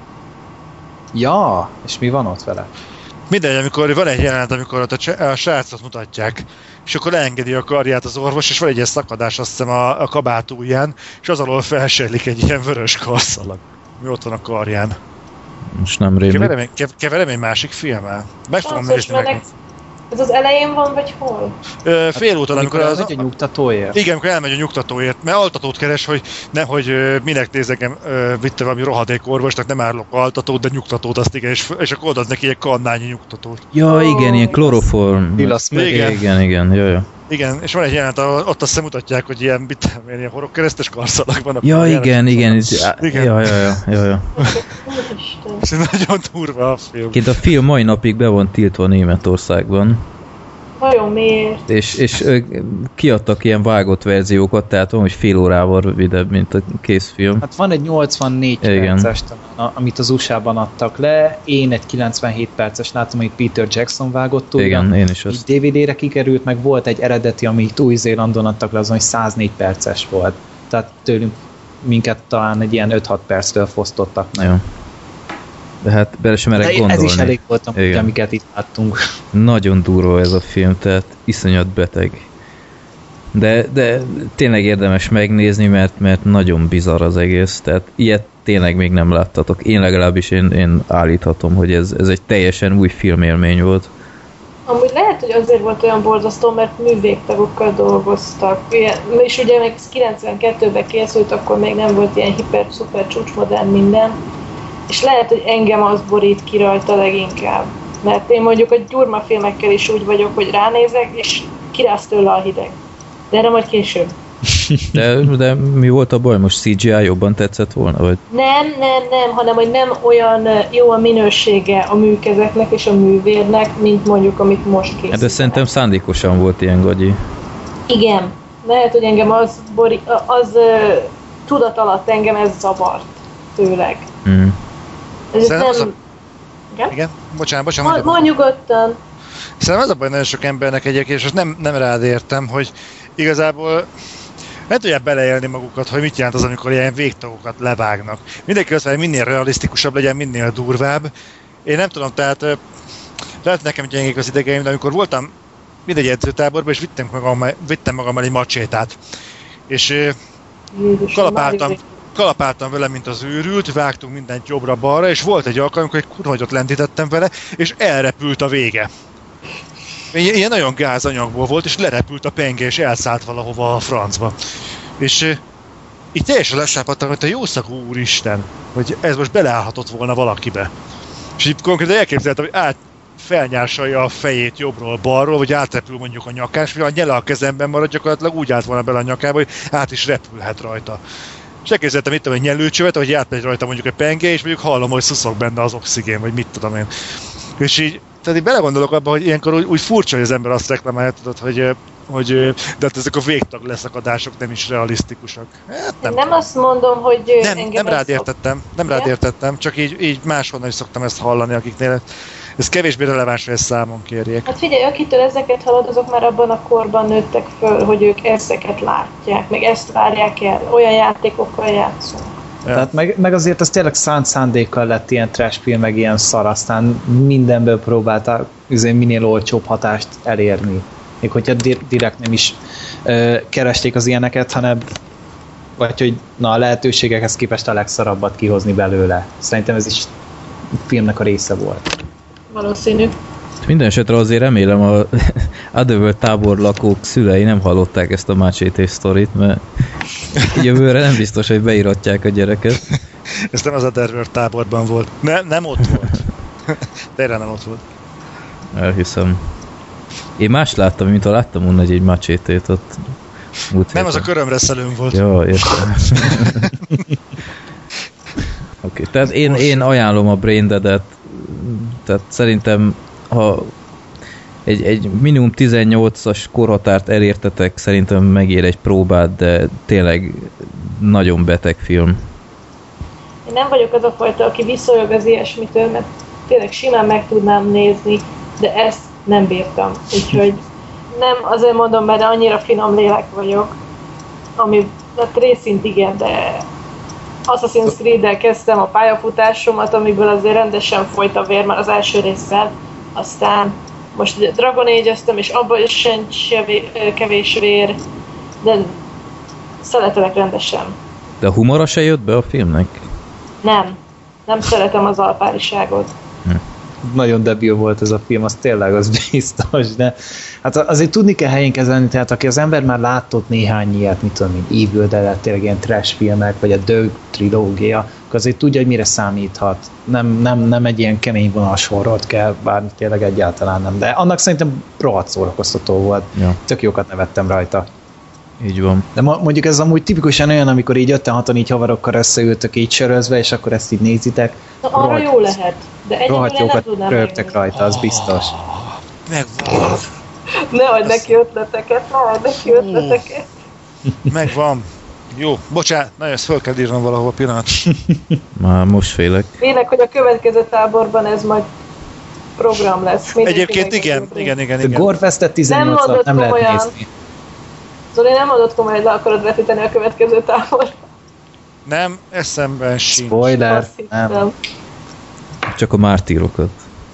Ja, és mi van ott vele? Mindegy, amikor van egy jelenet, amikor ott a, a srácot mutatják, és akkor leengedi a karját az orvos, és van egy ilyen szakadás, azt hiszem, a, a kabát ujján, és az alól felsejlik egy ilyen vörös karszalag, ami ott van a karján. Most nem rémlik. Keverem egy, keverem egy másik filmmel? Meg fogom nézni meg. Ez az elején van, vagy hol? Ö, fél úton, amikor, amikor az... a nyugtatóért? Igen, amikor elmegy a nyugtatóért, mert altatót keres, hogy nehogy minek nézegem, vitte valami rohadék orvosnak, nem árulok altatót, de nyugtatót azt igen, és, és akkor odaad neki egy kannányi nyugtatót. Ja, oh, igen, ilyen kloroform. Igen, igen, igen, jó, jó. Igen, és van egy jelenet, ott azt hiszem mutatják, hogy ilyen, mit, ilyen horogkeresztes karszalag van. Ja, igen, igen, igen. Ja, ja, ja, ja, ja. Ez nagyon durva a film. Ként a film mai napig be van tiltva Németországban. Vajon miért? És, és kiadtak ilyen vágott verziókat, tehát van, hogy fél órával rövidebb, mint a készfilm. Hát van egy nyolcvannégy perces, amit az u es á-ban adtak le, én egy kilencvenhét perces látom, hogy Peter Jackson vágott újra. Igen, én is azt. Így dé vé dére kikerült, meg volt egy eredeti, amit Új-Zélandon adtak le, azon, hogy száznégy perces volt. Tehát tőlünk minket talán egy ilyen öt-hat perctől fosztottak meg. Jó. De hát bele sem merek gondolni. Ez is elég volt, hogy amiket itt láttunk. Nagyon durva ez a film, tehát iszonyat beteg. De, de tényleg érdemes megnézni, mert, mert nagyon bizarr az egész. Tehát ilyet tényleg még nem láttatok. Én legalábbis én, én állíthatom, hogy ez, ez egy teljesen új filmélmény volt. Amúgy lehet, hogy azért volt olyan borzasztó, mert művégtagokkal dolgoztak. És ugye még kilencvenkettőben készült, akkor még nem volt ilyen hiper-szuper csúcsmodern minden. És lehet, hogy engem az borít ki rajta leginkább. Mert én mondjuk a gyurma filmekkel is úgy vagyok, hogy ránézek, és kirász tőle a hideg. De erre majd később. De, de mi volt a baj? Most cé gé í jobban tetszett volna? Vagy? Nem, nem, nem, hanem hogy nem olyan jó a minősége a műkezeknek és a művérnek, mint mondjuk, amit most készítenek. De szerintem szándékosan volt ilyen gagyi. Igen. Lehet, hogy engem az, borít, az uh, tudat alatt engem ez zavart tőleg. Mm. Ez nem... A... Igen? Igen? Bocsánat, bocsánat. Mond, mondj nyugodtan. Szerintem az a baj nagyon sok embernek egyébként, és azt nem, nem rád értem, hogy igazából nem tudják beleélni magukat, hogy mit jelent az, amikor ilyen végtagokat levágnak. Mindenki azt mondja, hogy minél realisztikusabb legyen, minél durvább. Én nem tudom, tehát lehet nekem gyengék az idegeim, de amikor voltam mindegy edzőtáborban, és vittem magam, vittem magammal egy macsétát. És Jézus, kalapáltam, kalapáltam vele, mint az őrült, vágtunk mindent jobbra-balra, és volt egy alkalom, amikor egy kurvagyot lendítettem vele, és elrepült a vége. Ilyen nagyon gázanyagból volt, és lerepült a penge, és elszállt valahova a francba. És uh, így teljesen lesápadtam, hogy a jószagú úristen, hogy ez most beleállhatott volna valakibe. És így konkrétan elképzeltem, hogy át felnyársalja a fejét jobbról balról, vagy átrepül mondjuk a nyakán, és a nyele a kezemben marad, gyakorlatilag úgy állt volna bele a nyakába, hogy át is repülhet rajta. És elképzeltem itt egy nyelőcsövet, hogy átmegy rajta mondjuk egy penge, és mondjuk hallom, hogy szuszog benne az oxigén, vagy mit tudom én. És így, tehát így belegondolok abba, hogy ilyenkor úgy, úgy furcsa, hogy az ember azt reklamálja, tudod, hogy, hogy de hát ezek a végtag leszakadások nem is realisztikusak. Hát nem, nem azt mondom, hogy nem, nem rád értettem, nem rád értettem, csak így, így máshonnan is szoktam ezt hallani, akiknél ez kevésbé releváns, hogy ezt számon kérjék. Hát figyelj, akitől ezeket hallod, azok már abban a korban nőttek föl, hogy ők ezeket látják, meg ezt várják el, olyan játékokkal játszunk. Ja. Tehát meg, meg azért az tényleg szánt szándékkal lett ilyen trash film, meg ilyen szar, aztán mindenből próbálták minél olcsóbb hatást elérni. Még hogyha direkt nem is ö, keresték az ilyeneket, hanem vagy hogy na, a lehetőségekhez képest a legszarabbat kihozni belőle. Szerintem ez is a filmnek a része volt. Valószínű. Minden esetre azért remélem a Otherworld táborlakók szülei nem hallották ezt a Machete sztorit, mert jövőre nem biztos, hogy beiratják a gyereket. Ez nem az Otherworld táborban volt. Ne, nem ott volt. Tényleg nem ott volt. Elhiszem. Én más láttam, mint ha láttam volna egy Machetét ott. Nem, az a körömre szelőm volt. Jó, értem. is. Tehát én, én ajánlom a Brain Dead-et, tehát szerintem, ha egy, egy minimum tizennyolcas korhatárt elértetek, szerintem megér egy próbát, de tényleg nagyon beteg film. Én nem vagyok az a fajta, aki viszonyog az ilyesmitől, mert tényleg simán meg tudnám nézni, de ezt nem bírtam. Úgyhogy nem azért mondom, mert annyira finom lélek vagyok, ami a részint igen, de Assassin's Creed-del kezdtem a pályafutásomat, amiből azért rendesen folyt a vér már az első résszel, aztán most Dragon Age-eztem, és abban is sincs kevés vér, de szeretelek rendesen. De a humora se jött be a filmnek? Nem. Nem szeretem az alpáriságot. Hm. Nagyon debil volt ez a film, az tényleg az biztos, de hát azért tudni kell helyén kezelni, tehát aki az ember már látott néhány ilyet, mit tudom, mint Evil Dead, tényleg ilyen trash filmek, vagy a Dög trilógia, akkor azért tudja, hogy mire számíthat. Nem, nem, nem egy ilyen kemény vonalas horrort kell, bár tényleg egyáltalán nem, de annak szerintem rohadt szórakoztató volt. Ja. Tök jókat nevettem rajta. Így van. De mondjuk ez amúgy tipikusan olyan, amikor így ötten-hatan így havarokkal összeültök így sörözve, és akkor ezt így nézitek. Na, arra rohadt, jó lehet, de egyébként nem tudnám rögtek rajta, az biztos. Megvan. Ne adj neki ötleteket, ne adj neki ötleteket. Megvan. Jó, bocsánat, na ezt föl kell írnom valahol, pillanat. Már most félek. Félek, hogy a következő táborban ez majd program lesz. Mindig egyébként igen, igen, igen, igen. A Gorefestet tizennyolcra nem, nem lehet nézni. Zoli, nem mondod komolyan, hogy le akarod vetíteni a következő tábor. Nem, eszemben sincs. Spoiler, nem. Csak a mártírokat.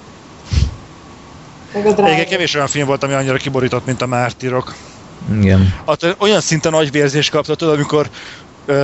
Igen, kevés olyan film volt, ami annyira kiborított, mint a Mártírok. Igen. At, olyan szinten agyvérzést kapta, tudod, amikor... Ö,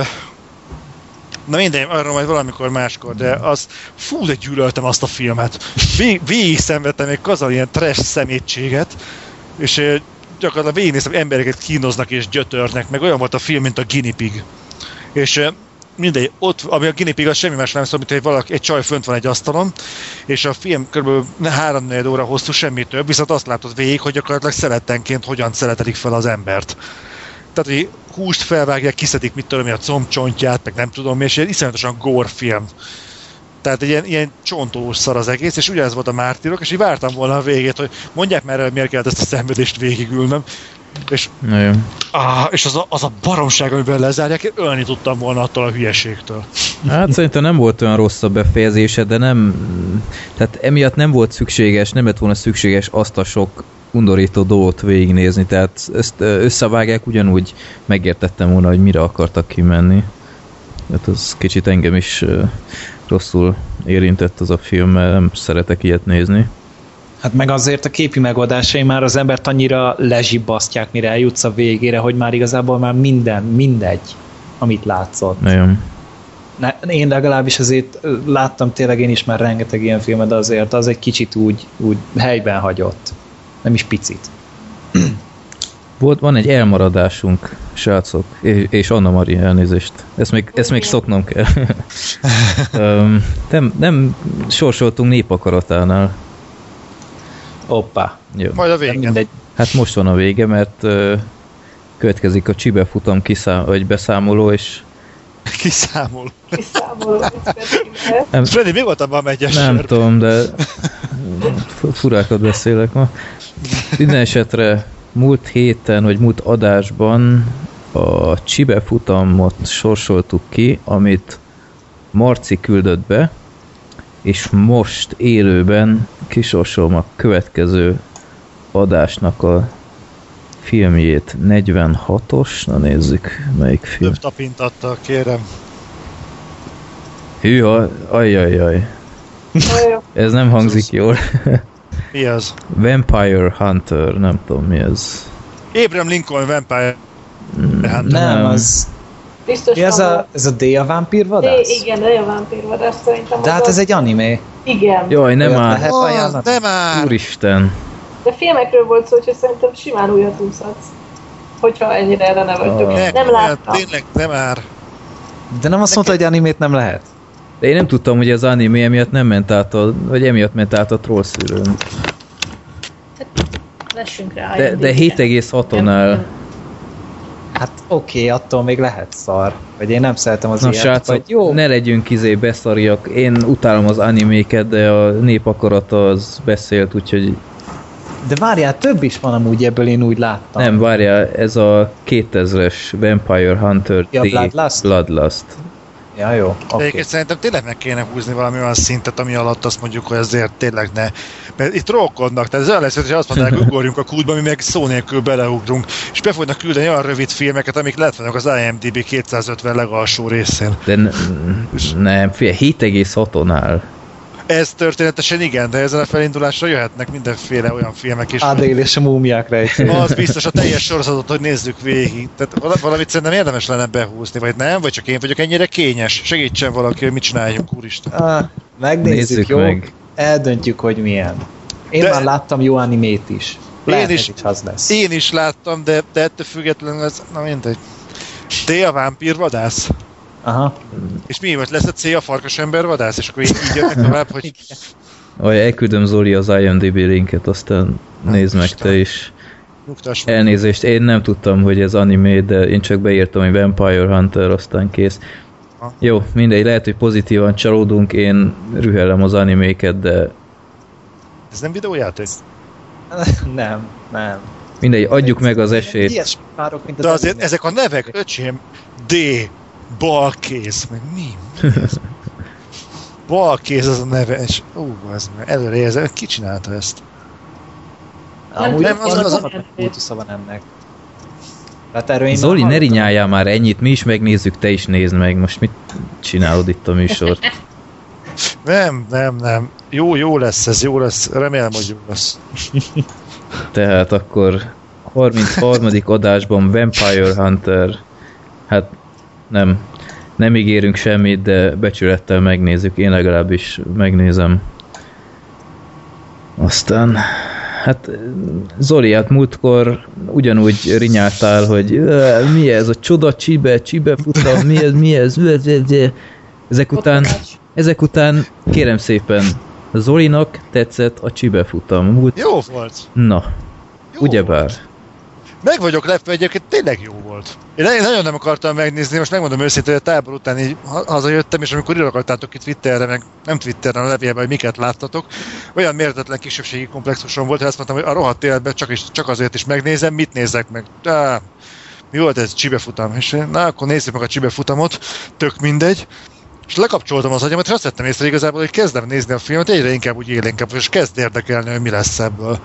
na minden, arra majd valamikor máskor, de az... Fú, de gyűlöltem azt a filmet. Vég, végig szenvedtem egy kazal ilyen trash szemétséget, és ö, gyakorlatilag végignéztem, hogy embereket kínoznak és gyötörnek, meg olyan volt a film, mint a Guinea Pig. És ö, mindegy, ott, ami a Guinea Pig, az semmi más nem szól, mint hogy valaki, egy csaj fönt van egy asztalon, és a film kb. három négy óra hosszú, semmi több, viszont azt látod végig, hogy gyakorlatilag szeletenként hogyan szeletelik fel az embert. Tehát, hogy húst felvágják, kiszedik, mit tudom, a combcsontját, meg nem tudom, és ilyen iszonyatosan gore film. Tehát egy ilyen, ilyen csontós szar az egész, és ugyanez volt a Mártírok, és így vártam volna a végét, hogy mondják már el, miért kellett ezt a szenvedést végigülnöm. És, áh, és az, a, az a baromság, amiben lezárják, én ölni tudtam volna attól a hülyeségtől. Hát szerintem nem volt olyan rossz a befejezése, de nem... Tehát emiatt nem volt szükséges, nem lett volna szükséges azt a sok undorító dolgot végignézni, tehát ezt összevágják, ugyanúgy megértettem volna, hogy mire akartak kimenni. Hát az kicsit engem is rosszul érintett az a film, mert nem szeretek ilyet nézni. Hát meg azért a képi megoldásai már az embert annyira lezsibbasztják, mire eljutsz a végére, hogy már igazából már minden, mindegy, amit látszott. Nagyon. Ne, én legalábbis azért láttam tényleg én is már rengeteg ilyen filmet, de azért az egy kicsit úgy, úgy helyben hagyott. Nem is picit. Volt, van egy elmaradásunk, srácok, és, és Anna Mari, elnézést. Ezt még, ezt még szoknom kell. um, nem, nem sorsoltunk Népakaratánál. Hoppá. Jó. Majd a végén. Hát most van a vége, mert uh, következik a Csibe-futam kiszám, vagy beszámoló, és... Kiszámoló. Kiszámoló. Nem, Freddy, mi volt abban a megyes Nem sör? tudom, de furákat beszélek ma. Minden esetre múlt héten, vagy múlt adásban a Csibe-futamot sorsoltuk ki, amit Marci küldött be, és most élőben kisorsolom a következő adásnak a filmjét, negyvenhatos, na nézzük, melyik film. Több tapintattal, kérem. Hűha, ajjajjaj. Ez nem hangzik jól. Mi az? Vampire Hunter, nem tudom mi ez. Abraham Lincoln Vampire Hunter. Nem, az... Biztos ez a, ez a Déja vámpírvadász? D, igen, Déja vámpírvadász szerintem. De hát ez egy anime. Igen. Jaj, nem már. Oh, nem már. Úristen. De filmekről volt szó, hogy szerintem simán újat úszhatsz. Hogyha ennyire erre nevettük. Oh. Nem, nem láttam. Tényleg, nem már. De nem azt mondta, hogy animét nem lehet? De én nem tudtam, hogy az anime emiatt nem ment át a, vagy emiatt ment át a trollszűrőn. Lessünk rá. De, de hét egész hatonnál. Hát Hát oké, okay, attól még lehet szar. Vagy én nem szeretem az Na ilyet. srácok, vagy jó. ne legyünk izé beszarjak. Én utálom az animéket, de a nép akarata az beszélt, úgyhogy... De várjál, több is van amúgy ebből, én úgy láttam. Nem, várjál, ez a kétezres Vampire Hunter Ja, D Bloodlust? Bloodlust. Ja, jó. Okay. Okay. Egyébként szerintem tényleg meg kéne húzni valami olyan szintet, ami alatt azt mondjuk, hogy azért tényleg ne. Mert itt trollkodnak, tehát ez olyan lesz, hogy azt mondják, ugorjunk a kútba, mi meg szó nélkül beleugrunk, és be fognak küldeni olyan rövid filmeket, amik lett vannak az I M D B kétszázötven legalsó részén. De n- nem, figyelj, hét egész haton áll. Ez történetesen igen, de ezen a felindulásra jöhetnek mindenféle olyan filmek is. Adél és a múmiák rejtő. Az biztos a teljes sorozatot, hogy nézzük végig. Tehát valamit szerintem érdemes lenne behúzni, vagy nem? Vagy csak én vagyok ennyire kényes? Segítsen valaki, hogy mit csináljunk, úristen. Ah, megnézzük, Nézzük jó? meg. Eldöntjük, hogy milyen. Én De- már láttam jó animét is. Lehet, Én is. is az lesz. Én is láttam, de, de ettől függetlenül ez, na mindegy. T a vámpírvadász? Aha. És mi volt? Lesz a C a farkasembervadász? És akkor így, így jönnek tovább, hogy Aj, elküldöm Zoli az I M D B linket, aztán nézd meg te is. nyugtass meg. Elnézést, én nem tudtam, hogy ez anime, de én csak beírtam, hogy Vampire Hunter, aztán kész. Ha. Jó, mindegy, lehet, hogy pozitívan csalódunk, én rühellem az animéket, de Ez nem videójáték? Nem, nem. mindegy, adjuk meg az esélyt. Ilyes párok, mint az De azért animek. ezek a nevek, öcsém, D, balkéz, meg mi? Mi ez? Balkéz az a neve, és ú, az meg előre érzem, ki csinálta ezt? Amúgy Nem, az- az- az kultusza van ennek. Hát erről én Zoli, már ne hallottam. rinyáljál már ennyit, mi is megnézzük, te is nézd meg. Most mit csinálod itt a műsort? Nem, nem, nem. Jó, jó lesz ez, jó lesz. Remélem, hogy jó lesz. Tehát akkor harmincharmadik adásban Vampire Hunter. Hát nem, nem ígérünk semmit, de becsülettel megnézzük. Én legalábbis megnézem. Aztán, hát Zoli, hát múltkor ugyanúgy rinyáltál, hogy "Ö, mi ez a csoda csibe, csibe futam, mi ez, mi ez, ezek után, ezek után kérem szépen, Zolinak tetszett a csibe futam. Múlt, Jó volt. na, Jó ugyebár. volt. Meg vagyok lepve, egyébként tényleg jó volt. Én én nagyon nem akartam megnézni, most megmondom őszintén, hogy a tábor után így ha- hazajöttem, és amikor irakodtátok ki Twitterre, meg nem Twitterre, a levélben, hogy miket láttatok, olyan mérhetetlen kisebbségi komplexusom volt, hogy azt mondtam, hogy a rohadt életben csak, is, csak azért is megnézem, mit nézek meg. Á, mi volt ez? Csibefutam. És én, na, akkor nézzük meg a csibefutamot, tök mindegy. És lekapcsoltam az agyamat, és azt vettem észre igazából, hogy kezdem nézni a filmet, egyre inkább úgy élénkebb, és kezd érdekelni, hogy mi lesz ebből.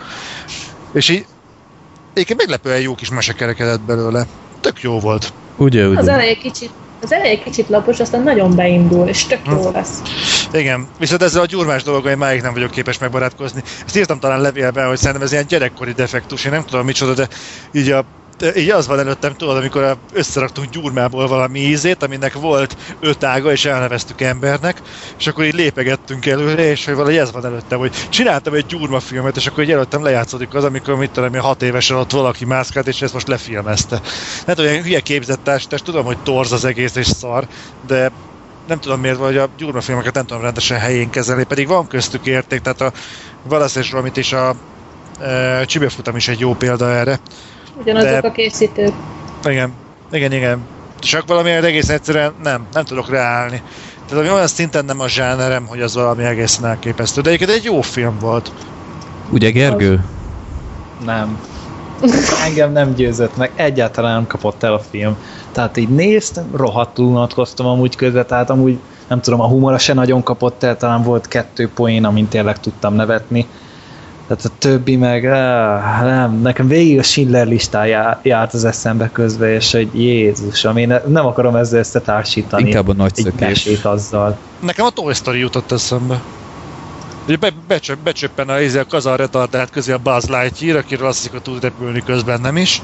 És így egyébként meglepően jó kis mese kerekedett belőle. Tök jó volt. Ugye, Az ugye. eleje kicsit, az eleje kicsit lapos, aztán nagyon beindul, és tök jó lesz. Igen, viszont ezzel a gyurmás dologgal én máig nem vagyok képes megbarátkozni. Ezt írtam talán levélben, hogy szerintem ez ilyen gyerekkori defektus, én nem tudom micsoda, de így a így az van előttem, tudod, amikor összeraktunk gyurmából valami ízét, aminek volt öt ága, és elneveztük embernek, és akkor így lépegettünk előre, és hogy valahogy ez van előttem, hogy csináltam egy gyurmafilmet, és akkor így előttem lejátszódik az, amikor mit tudom, én hat évesen ott valaki mászkált, és ezt most lefilmezte. Nem tudom, ilyen hülye képzett társítás, tudom, hogy torz az egész és szar, de nem tudom miért, vagy a gyurmafilmeket nem tudom rendesen helyén kezelni, pedig van köztük érték, tehát a Wallace és Gromit és a e, Csibefutam is egy jó példa erre. Ugyanazok De- a készítők. Igen, igen, igen. Csak valamiért egész egyszerűen nem, nem tudok ráállni. Tehát ami olyan szinten nem a zsánerem, hogy az valami egészen elképesztő. De egyébként egy jó film volt. Ugye, Gergő? Nem. Engem nem győzött meg, egyáltalán nem kapott el a film. Tehát így néztem, rohadtul unatkoztam amúgy közben, tehát amúgy nem tudom, a humora se nagyon kapott el, talán volt kettő poén, amin tényleg tudtam nevetni. Tehát a többi meg, áh, nem, nekem végig a Schindler listán já- járt az eszembe közben, és hogy Jézusom, én nem akarom ezzel összetársítani. Inkább a egy nagyszökés. mesét azzal. Nekem a Toy Story jutott eszembe. Ugye be, becsöp, becsöppen a, izé, a kazan retardált közé a Buzz Lightyear, akiről azt hiszik, hogy tud repülni közben, nem is.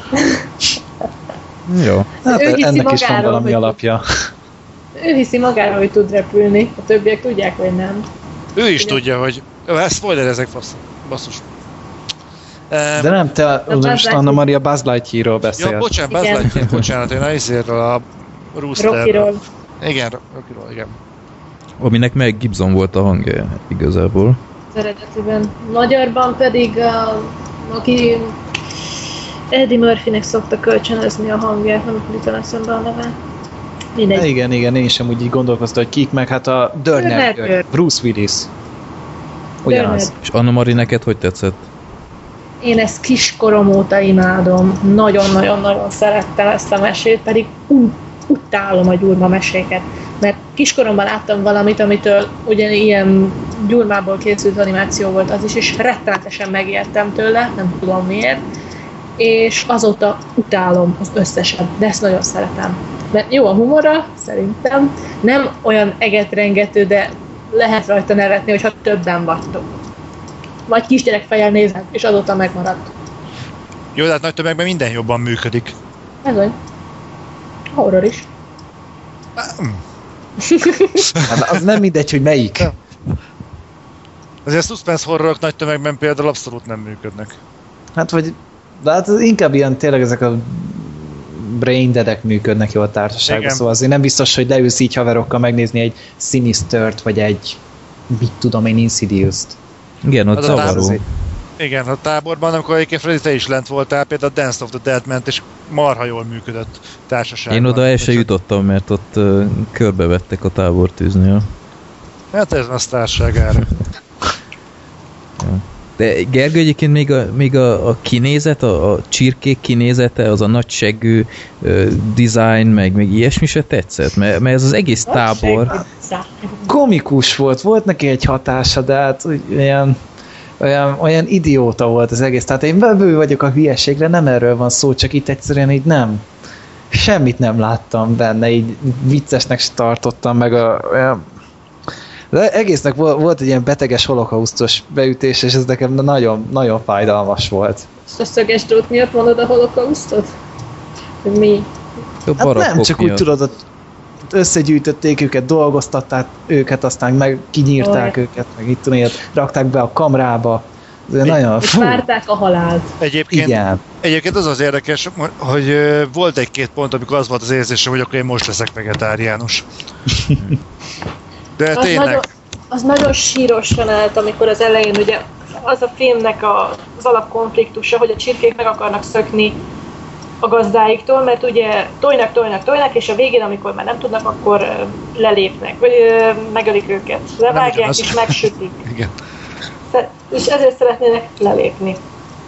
Jó. Hát Ő hiszi ennek is van magáról, valami hogy- alapja. Ő hiszi magára, hogy tud repülni, a többiek tudják, hogy nem. Ő is Igen. tudja, hogy... Hát spoiler ezek, fasz, basszus. De Um, nem, te Buzz most Lightyear. Anna Maria Buzz Lightyear-ról ja, beszél. bocsánat, Buzz Igen. Lightyear, bocsánat, én a izéről, a Rooster. Rockyról. Igen, Rockyról, igen. Aminek meg Gibson volt a hangja igazából. Az eredetiben. Magyarban pedig, a, aki Eddie Murphynek szokta kölcsönözni a hangját, nem jut eszembe a neve. Mindegy. Igen, igen, én sem úgy így gondolkoztam, hogy kik, meg hát a Dörner, Dörner. Bruce Willis. Ugyanaz. Dörner. És Anna-Mari, neked hogy tetszett? Én ezt kiskorom óta imádom. Nagyon-nagyon-nagyon szerettem ezt a mesét, pedig ú, utálom a gyurma meséket. Mert kiskoromban láttam valamit, amitől ugyan ilyen gyurmából készült animáció volt az is, és rettenetesen megijedtem tőle, nem tudom miért. És azóta utálom az összeset, de ezt nagyon szeretem. Mert jó a humora, szerintem. Nem olyan egetrengető, de lehet rajta nevetni, hogyha többen vagytok. Vagy kisgyerek fejjel néznek, és azóta megmaradt. Jó, de hát nagy tömegben minden jobban működik. Ez olyan. Horror is. Hát az nem mindegy, hogy melyik. Azért a suspense horrorok nagy tömegben például abszolút nem működnek. Hát vagy, de hát az inkább ilyen tényleg ezek a braindeadek működnek jó a társaságban, Igen. szóval azért nem biztos, hogy leülsz így haverokkal megnézni egy Sinistert, vagy egy, mit tudom én, Insidious-t. Igen, ott Az a zavaró. azért- Igen, a táborban, amikor egyébként Freddy, te is lent voltál, például a Dance of the Dead ment, és marha jól működött társaságban. Én oda el se jutottam, mert ott uh, körbevettek a tábortűznél. Hát ez az társaságára. De Gergő, egyébként még a, még a, a kinézet, a, a csirkék kinézete, az a nagy seggű uh, design, meg még ilyesmi se tetszett, mert, mert ez az egész tábor... Komikus volt, volt neki egy hatása, de hát úgy olyan, olyan, olyan idióta volt az egész. Tehát én vevő vagyok a hülyeségre, nem erről van szó, csak itt egyszerűen így nem. Semmit nem láttam benne, így viccesnek se tartottam, meg a... Olyan, de egésznek volt egy ilyen beteges holokausztos beütés, és ez nekem nagyon, nagyon fájdalmas volt. Ezt a szöges drót miatt mondod a holokausztot? Hogy mi? A Hát nem, csak úgy miatt. tudod, ott összegyűjtötték őket, dolgoztatták őket, aztán meg kinyírták Oj. őket, meg itt tudom, ilyet, rakták be a kamrába. Ez Egy- nagyon, És fú, várták a halált. Egyébként, igen. egyébként az az érdekes, hogy ö, volt egy-két pont, amikor az volt az érzésem, hogy akkor én most leszek vegetáriánus. De Az tényleg, nagyon, az nagyon sírosan állt, amikor az elején ugye az a filmnek a, az alapkonfliktusa, hogy a csirkék meg akarnak szökni a gazdáiktól, mert ugye tojnak, tojnak, tojnak, és a végén, amikor már nem tudnak, akkor ö, lelépnek, vagy ö, megölik őket. Levágják ugyanaz. és megsütik. igen. Sze- És ezért szeretnének lelépni.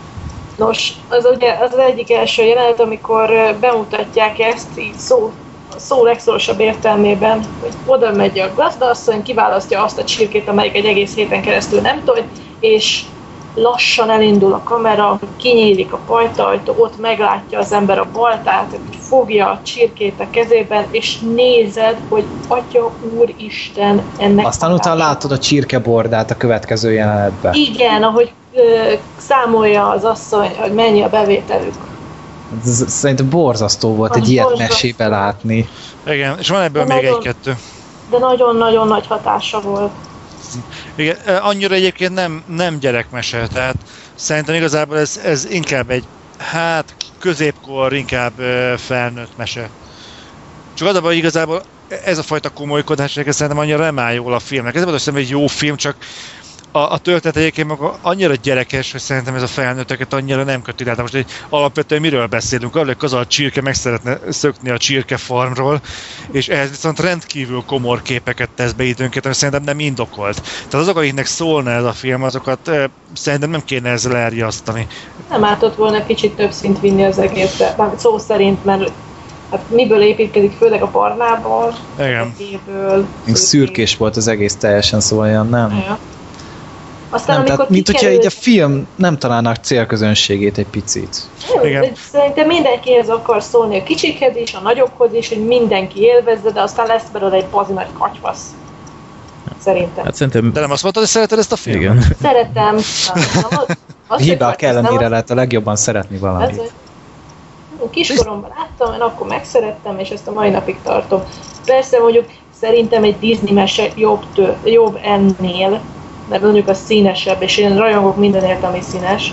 Nos, az ugye az, az egyik első jelenet, amikor ö, bemutatják ezt így szó, szó legszorosabb értelmében, hogy oda megy a gazdaasszony, kiválasztja azt a csirkét, amelyik egy egész héten keresztül nem toj, és lassan elindul a kamera, kinyílik a pajtajtó, ott meglátja az ember a baltát, hogy fogja a csirkét a kezében, és nézed, hogy Atya Úristen ennek Aztán hatása. utána látod a csirkebordát a következő jelenetben. Igen, ahogy ö, számolja az asszony, hogy mennyi a bevételük. Ez szerintem borzasztó volt Az egy ilyet borzasztó. mesébe látni. Igen, és van ebből De még nagyon- egy-kettő. De nagyon-nagyon nagy hatása volt. Igen, annyira egyébként nem, nem gyerekmese, tehát szerintem igazából ez, ez inkább egy, hát középkor, inkább ö, felnőtt mese. Csak az a baj, hogy igazából ez a fajta komolykodás szerintem annyira nem áll jól a filmnek. Ez volt egy jó film, csak a, a történet egyébként maga annyira gyerekes, hogy szerintem ez a felnőtteket annyira nem köti rá. Most egy alapvetően miről beszélünk? Arról, hogy az a csirke meg szeretne szökni a csirkefarmról, és ehhez viszont rendkívül komor képeket tesz be időnként, ami szerintem nem indokolt. Tehát azok, akiknek szólna ez a film, azokat eh, szerintem nem kéne ezzel elriasztani. Nem ártott volna kicsit több szint vinni az egészre, mármint szó szerint, mert hát miből építkezik, főleg a barnából, Igen. egéből, Szürkés volt az egész teljesen, szóval olyan nem. Ja. Aztán Nem, amikor tehát, mint hogyha kikerült- így a film nem találnak célközönségét egy picit. Nem, Igen. de szerintem mindenkihez akar szólni, a kicsikhez is, a nagyobbhoz is, hogy mindenki élvezze, de aztán lesz belőle egy bazi nagy katyvasz. Szerintem. Hát szerintem... De nem azt mondtad, hogy szereted ezt a filmet? Igen. Szeretem. Az, az Hibák se katyvasz, ellenére nem lehet a legjobban szeretni az- valamit. ez- Kiskoromban láttam, én akkor megszerettem, és ezt a mai napig tartom. Persze mondjuk szerintem egy Disney mese jobb, tő, jobb ennél, mert mondjuk a színesebb, és én rajongok mindenért, ami színes.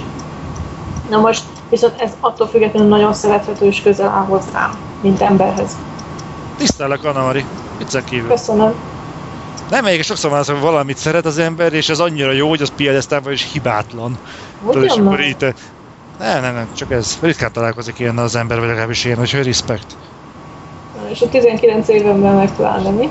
Na most viszont ez attól függetlenül nagyon szerethető és közel áll hozzám, mint emberhez. Tisztellek, Anna-Mari. Viccen kívül. Köszönöm. Nem, még sokszor van az, hogy valamit szeret az ember, és ez annyira jó, hogy az piedesztálva és hibátlan. Tudod, és Ugyan akkor már? így te Nem, nem, nem, csak ez. Ritkán találkozik ilyen az ember, vagy legalábbis ilyen, hogy respekt. És a tizenkilenc évenben meg pláne, mi?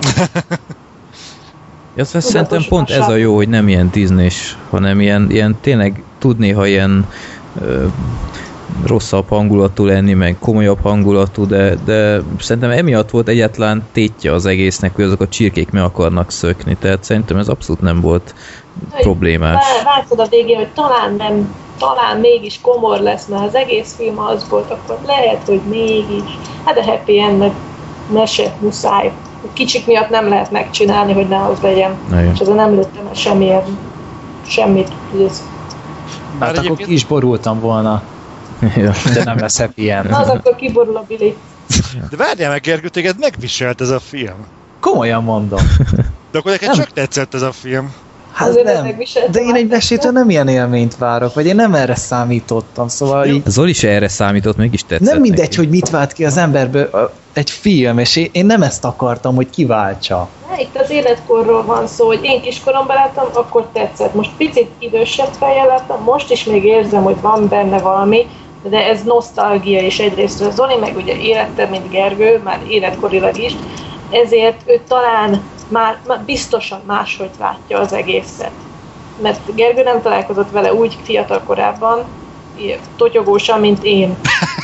Ja, szerintem pont ez a jó, hogy nem ilyen Disney-s, hanem ilyen, ilyen tényleg tud néha ilyen ö, rosszabb hangulatú lenni, meg komolyabb hangulatú, de, de szerintem emiatt volt egyáltalán tétje az egésznek, hogy azok a csirkék meg akarnak szökni, tehát szerintem ez abszolút nem volt problémás. Látszod a végén, hogy talán nem, talán mégis komor lesz, mert az egész film az volt, akkor lehet, hogy mégis. Hát a happy end meg mese muszáj. Kicsik miatt nem lehet megcsinálni, hogy ne az legyen. És ezzel nem lőttem el semmilyen, semmit. Hát akkor egyébként... ki is borultam volna. De nem lesz happy end. Az akkor kiborul a Billy. De várjál meg, Gergő, téged megviselt ez a film. Komolyan mondom. De akkor neked csak tetszett ez a film. Hát nem, de én egy mesétől nem ilyen élményt várok, vagy én nem erre számítottam, szóval így... Zoli se erre számított, mégis tetszett nem mindegy, neki. Hogy mit vált ki az emberből egy film, és én nem ezt akartam, hogy kiváltsa. Itt az életkorról van szó, hogy én kiskoromban láttam, akkor tetszett. Most picit idősebb fejjel láttam, most is még érzem, hogy van benne valami, de ez nosztalgia is egyrészt a Zoli, meg ugye élettem, mint Gergő, már életkorilag is, ezért ő talán már, már biztosan máshogy látja az egészet. Mert Gergő nem találkozott vele úgy fiatal korában, totyogósan, mint én.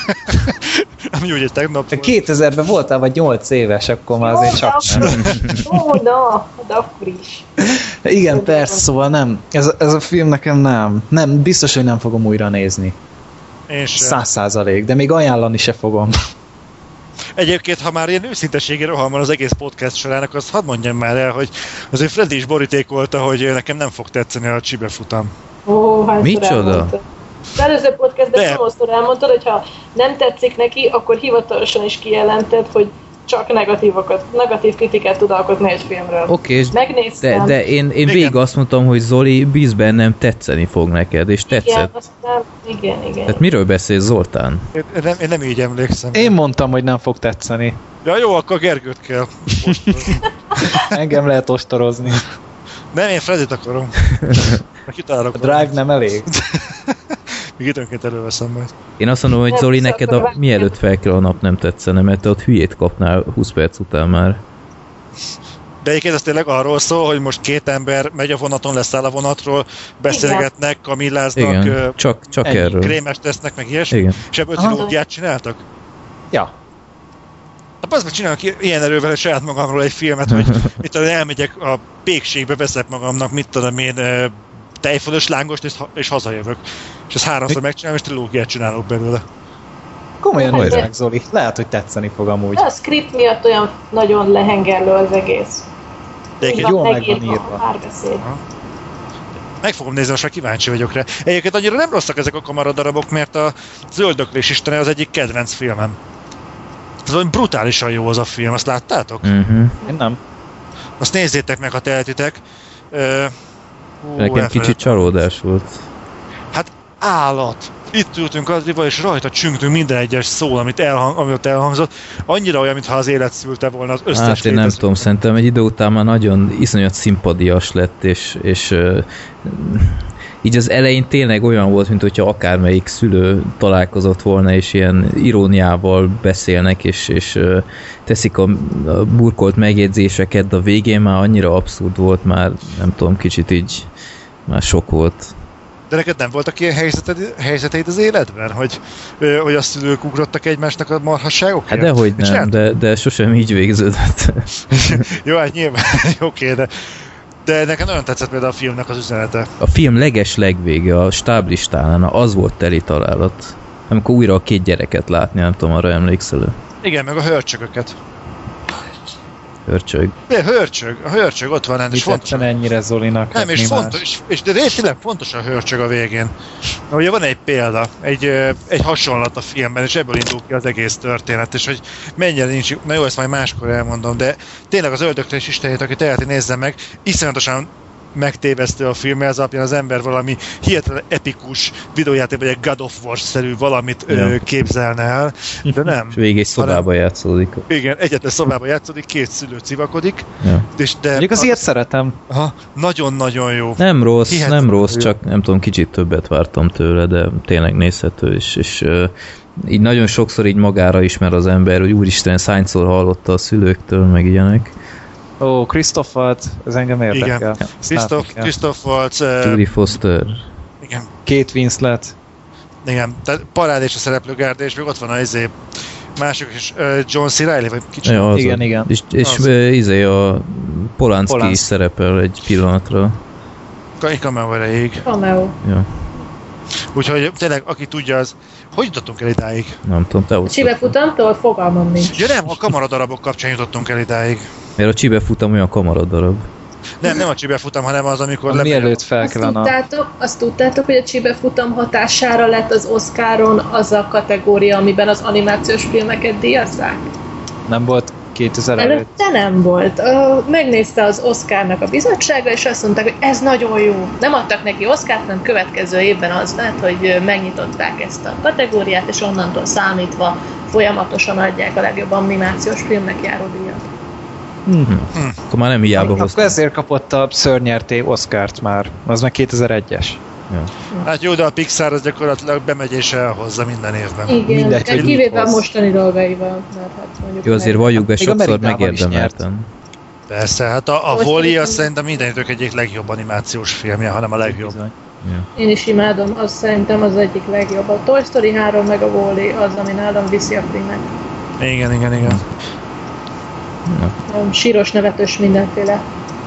Ami ugye tegnap volt. kétezerben voltál, vagy nyolc éves, akkor már azért csak nem. Ó, na, de akkor is. Igen, persze, szóval nem. Ez, ez a film nekem nem. Nem, biztos, hogy nem fogom újra nézni. Száz százalék, de még ajánlani se fogom. Egyébként, ha már ilyen őszinteségi roham van az egész podcast sorának, azt hadd mondjam már el, hogy azért Freddy is borítékolta, hogy nekem nem fog tetszeni a csibefutam. Ó, hát micsoda? Az előző podcastben csomószor elmondtad, hogy ha nem tetszik neki, akkor hivatalosan is kijelented, hogy csak negatívokat, negatív kritikát tud alkotni egy filmről. Oké, megnéztem. De, de én, én végig azt mondtam, hogy Zoli, bíz bennem, tetszeni fog neked, és tetszett. Igen, aztán, igen, igen. Tehát miről beszél Zoltán? Én, én, nem, én nem így emlékszem. Én mondtam, hogy nem fog tetszeni. Ja jó, akkor Gergőt kell ostorozni. Engem lehet ostorozni. Nem, én Freddyt akarom. A drág nem elég. Még időnként előveszem majd. Én azt mondom, hogy Zoli, neked a, mielőtt fel kell a nap nem tetszene, mert te ott hülyét kapnál húsz perc után már. De egyébként ez tényleg arról szól, hogy most két ember megy a vonaton, leszáll a vonatról, beszélgetnek, kamilláznak, igen, csak, csak erről. Krémes tesznek, meg ilyesmi, igen. És ebből trilógiát csináltak? Ja. Hát az meg csinálok ilyen erővel saját magamról egy filmet, hogy mit tudom, elmegyek a pékségbe, veszek magamnak, mit tudom én, tejfölös lángost, és, és hazajövök. És ezt háromszor megcsinálom, és trilógiát csinálok belőle. Komolyan nézzek, Zoli. Lehet, hogy tetszeni fog amúgy. De a script miatt olyan nagyon lehengerlő az egész. De egy jól meg van írva. Meg fogom nézni, most már kíváncsi vagyok rá. Egyébként annyira nem rosszak ezek a kamaradarabok, mert a Zöldöklés istene az egyik kedvenc filmem. Ez olyan brutálisan jó az a film, azt láttátok? Uh-huh. Én nem. Azt nézzétek meg, ha tehetitek. Uh, Nekem kicsit csalódás volt. Hát állat! Itt ültünk Adrival, és rajta csüngtünk minden egyes szó, amit, elhang, amit elhangzott. Annyira olyan, mintha az élet szülte volna az összes. Hát én nem tudom, szerintem egy idő után már nagyon iszonyat szimpadias lett, és, és uh, így az elején tényleg olyan volt, mint hogyha akármelyik szülő találkozott volna, és ilyen iróniával beszélnek, és, és uh, teszik a, a burkolt megjegyzéseket, de a végén már annyira abszurd volt, már nem tudom, kicsit így már sok volt. De neked nem voltak ilyen helyzeted, helyzeteid az életben, hogy, hogy a szülők ugrottak egymásnak a marhasságokért? Hát dehogy nem, de, de sosem így végződött. Jó, hát nyilván, oké, de, de nekem nagyon tetszett például a filmnek az üzenete. A film leges legvége, a stáblistán, az volt teli találat. Amikor újra a két gyereket látni, nem tudom, arra emlékszel. Igen, meg a hörcsögöket. Hörcsög. De hörcsög, a hörcsög ott van, és fontos. ennyire Zolinak. Nem, és fontos, és, és de tényleg fontos a hörcsög a végén. Na, ugye van egy példa, egy, egy hasonlat a filmben, és ebből indul ki az egész történet, és hogy mennyire nincs, na jó, ezt majd máskor elmondom, de tényleg az Öldöklés istenét, aki teheti, nézze meg, iszonyatosan megtévesztő a film, ez alapján az ember valami hihetetlen epikus videójáték, vagy egy God of War-szerű valamit ja. ö, képzelne el, de nem. És végig egy szobában játszódik. Igen, egyetlen szobában játszódik, két szülő civakodik. Ja. És de Mondjuk azért a... szeretem. Aha, nagyon-nagyon jó. Nem rossz, hihetetlen nem rossz, jó. csak nem tudom, kicsit többet vártam tőle, de tényleg nézhető, és, és uh, így nagyon sokszor így magára ismer az ember, hogy úristen, szányszor hallotta a szülőktől, meg ilyenek. Ó, Christoph Waltz, ez engem érdekel. Igen, Christoph, Christoph Waltz, uh, Judy Foster. Igen. Kate Winslet. Igen, tehát parádés a szereplőgárda, és még ott van a izé, mások is, uh, John C. Reilly, vagy kicsit. Ja, igen, igen. És, és Az. izé a Polanski Polanski. is szerepel egy pillanatra. Cameo erejéig. Cameo. Ja, Úgyhogy tényleg, aki tudja, az hogy jutottunk el idáig? nem tudom, te A ott Csibefutamtól fogalmam nincs. Ja nem, a kamaradarabok kapcsán jutottunk el idáig. Mert a Csibefutam olyan kamaradarab. Nem, nem a csibefutam, hanem az, amikor Ami előtt fel Azt kellene. tudtátok, azt tudtátok, hogy a Csibefutam hatására lett az Oscaron az a kategória, amiben az animációs filmeket díjazzák? Nem volt kétezer előtt. Előtte nem volt. Uh, megnézte az Oscarnak a bizottsága, és azt mondták, hogy ez nagyon jó. Nem adtak neki Oscart, hanem következő évben az lett, hogy megnyitották ezt a kategóriát, és onnantól számítva folyamatosan adják a legjobb animációs filmnek járó díjat. Mm-hmm. Hm. Akkor már nem hiába Akkor hoztam. ezért kapott a szörnyerté Oscart már. Az meg kétezer-egyes. Ja. Hát jó, de a Pixar az gyakorlatilag bemegy és elhozza minden évben. Igen, Mindegy, hogy kivéve a hoz. mostani dolgaival. Mert hát mondjuk Jó, azért meg- valljuk be, Még sokszor Amerikában is megérdemelten. Persze, hát a, a Most Wall-E viszont- az szerintem minden idők egyik legjobb animációs filmje, hanem a legjobb. Bizony. Ja. Én is imádom, az szerintem az egyik legjobb. A Toy Story három meg a Wall-E az, ami nálam viszi a primet. Igen, igen, igen. Um, síros, nevetős, mindenféle.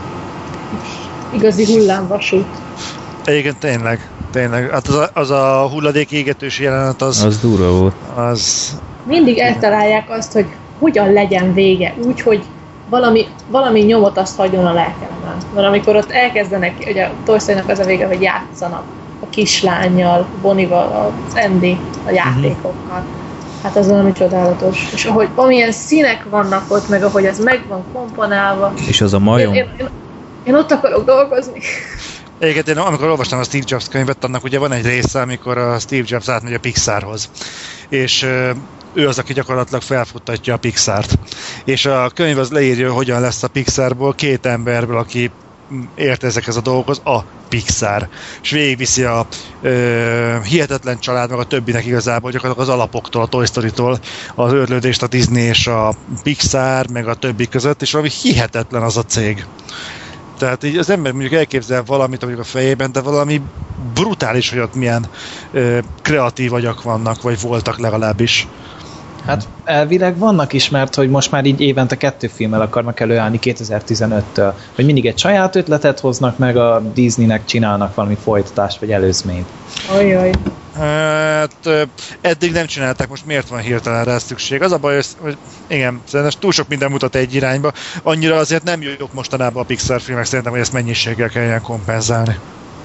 Igazi hullámvasút. Igen, tényleg. Tényleg. Hát az a, az a hulladék égetős jelenet az... Az durva volt. az Mindig eltalálják azt, hogy hogyan legyen vége, úgy, hogy valami, valami nyomot azt hagyjon a lelkemen. Mert amikor ott elkezdenek, ugye a Toy Story-nak az a vége, hogy játszanak a kislánnyal, Bonnie-val, az Andy a játékokkal. Hát az valami csodálatos. És ahogy amilyen színek vannak ott, meg ahogy ez meg van komponálva. És az a Én, majom. én, én, én ott akarok dolgozni. Egyébként én amikor olvastam a Steve Jobs könyvet, annak ugye van egy része, amikor a Steve Jobs átmegy a Pixarhoz. És ő az, aki gyakorlatilag felfuttatja a Pixart. És a könyv az leírja, hogyan lesz a Pixarból két emberből, aki ért ezekhez a dolgokhoz, a Pixar. És végigviszi a ö, hihetetlen család, meg a többinek igazából gyakorlatilag az alapoktól, a Toy Story-tól az őrlődést a Disney és a Pixar, meg a többi között, és valami hihetetlen az a cég. Tehát így az ember mondjuk elképzel valamit mondjuk a fejében, de valami brutális, hogy ott milyen ö, kreatív agyak vannak, vagy voltak legalábbis. Hát elvileg vannak is, mert hogy most már így évente kettő filmmel akarnak előállni kétezer-tizenöttől. Hogy mindig egy saját ötletet hoznak meg, a Disneynek csinálnak valami folytatást vagy előzményt. Ajaj. Hát ö, eddig nem csinálták, most miért van hirtelen rá szükség? Az a baj, hogy igen, szerintem túl sok minden mutat egy irányba. Annyira azért nem jók mostanában a Pixar filmek, szerintem, hogy ezt mennyiséggel kelljen kompenzálni.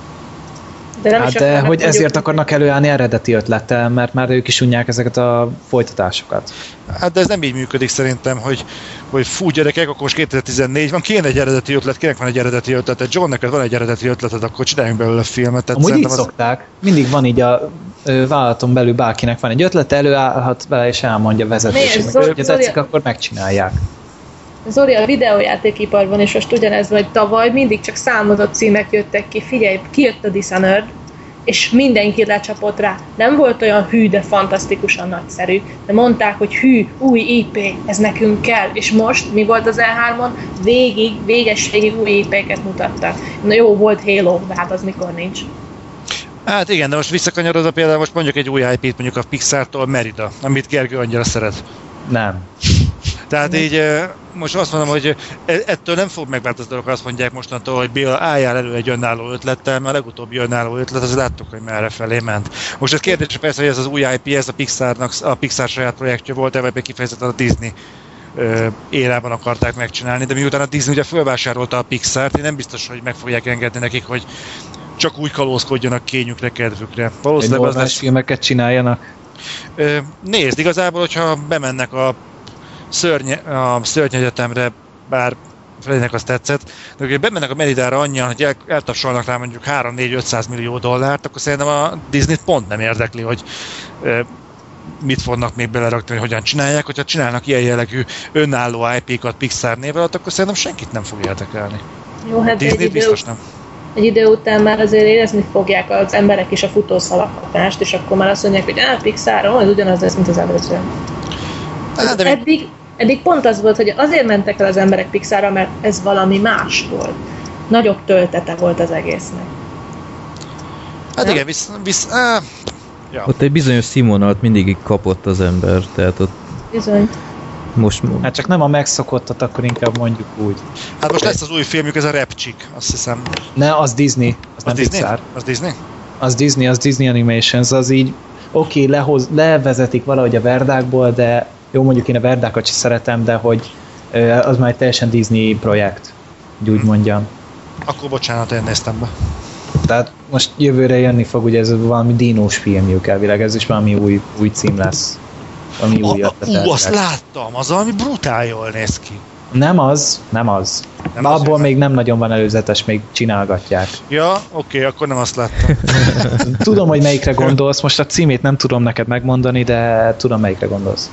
De, nem Hát is de akarnak hogy ezért nagyobb- akarnak előállni eredeti ötlettel, mert már ők is unják ezeket a folytatásokat. Hát de ez nem így működik szerintem, hogy, hogy fú gyerekek, akkor most kétezer-tizennégy van, kéne egy eredeti ötlet, kinek van egy eredeti ötlete? John, neked van egy eredeti ötleted, akkor csináljunk belőle filmet. Tehát Amúgy így szerintem az... szokták. Mindig van így a ö, vállalaton belül bárkinek van egy ötlete, előállhat bele és elmondja a vezetőségnek. Miért? És Zoli- hogyha Zoli- tetszik, akkor megcsinálják. Zoli, a videójátékiparban is most ugyanez, hogy tavaly mindig csak számozott címek jöttek ki. Figyelj, kijött a Dishonored, és mindenki lecsapott rá. Nem volt olyan hű, de fantasztikusan nagyszerű, de mondták, hogy hű, új I P, ez nekünk kell. És most mi volt az E hármon? Végig, végességig új I P-ket mutattak. Na jó, volt Halo, de hát az mikor nincs. Hát igen, de most visszakanyarodva például most mondjuk egy új I P-t mondjuk a Pixar-tól, Merida, amit Gergő annyira szeret. Nem. Tehát így eh, most azt mondom, hogy e- ettől nem fog megváltozni dolog, azt mondják mostantól, hogy Bill, álljál elő egy önálló ötlettel, mert a legutóbbi önálló ötlet, az láttuk, hogy merre felé ment. Most ez kérdés persze, hogy ez az új I P, ez a Pixarnak, a Pixar saját projektje volt, vagy kifejezetten a Disney ö, érában akarták megcsinálni, de miután a Disney ugye fölvásárolta a Pixart, én nem biztos, hogy meg fogják engedni nekik, hogy csak úgy kalózkodjanak kényükre, kedvükre. Egy Valószínűleg az normális lesz. filmeket csináljanak. Ö, nézd, igazából, hogyha bemennek a szörny, a szörnyegyetemre, bár Freddynek az tetszett, de hogyha bemennek a Meridára annyian, hogy el, eltapsolnak rá mondjuk három-négy-ötszáz millió dollárt, akkor szerintem a Disney pont nem érdekli, hogy e, mit fognak még belerakni, hogy hogyan csinálják. Hogyha csinálnak ilyen jellegű önálló I P-kat Pixar név alatt, akkor szerintem senkit nem fog érdekelni. Jó, hát Disney egy biztos idő, nem. egy idő után már azért érezni fogják az emberek is a futószalaghatást, és akkor már azt mondják, hogy á, Pixar, ez ugyanaz lesz, mint az előző. Hát, de Eddig, eddig pont az volt, hogy azért mentek el az emberek Pixarra, mert ez valami más volt. Nagyobb töltete volt az egésznek. Hát nem? igen, visz... visz á, ja. Ott egy bizonyos színvonalat mindig kapott az ember, tehát ott Bizony. most... Hát csak nem a megszokottat, akkor inkább mondjuk úgy. Hát most lesz az új filmjük, ez a Repcsik, azt hiszem. Ne, az Disney, az, Az nem Disney? Pixar. Az Disney? Az Disney, az Disney Animations, az így oké, okay, lehoz, levezetik valahogy a verdákból, de jó, mondjuk én a verdákat is szeretem, de hogy az már egy teljesen Disney projekt, úgy, úgy mondjam. Akkor bocsánat, én néztem be. Tehát most jövőre jönni fog, ugye ez valami dinós filmjük elvileg, ez is valami új, új cím lesz. Valami új ötlet. Ú, azt láttam, az valami brutál jól néz ki. Nem az, nem az. Nem Nem az abból jön. még nem nagyon van előzetes, még csinálgatják. Ja, oké, okay, akkor nem azt láttam. Tudom, hogy melyikre gondolsz, most a címét nem tudom neked megmondani, de tudom, melyikre gondolsz.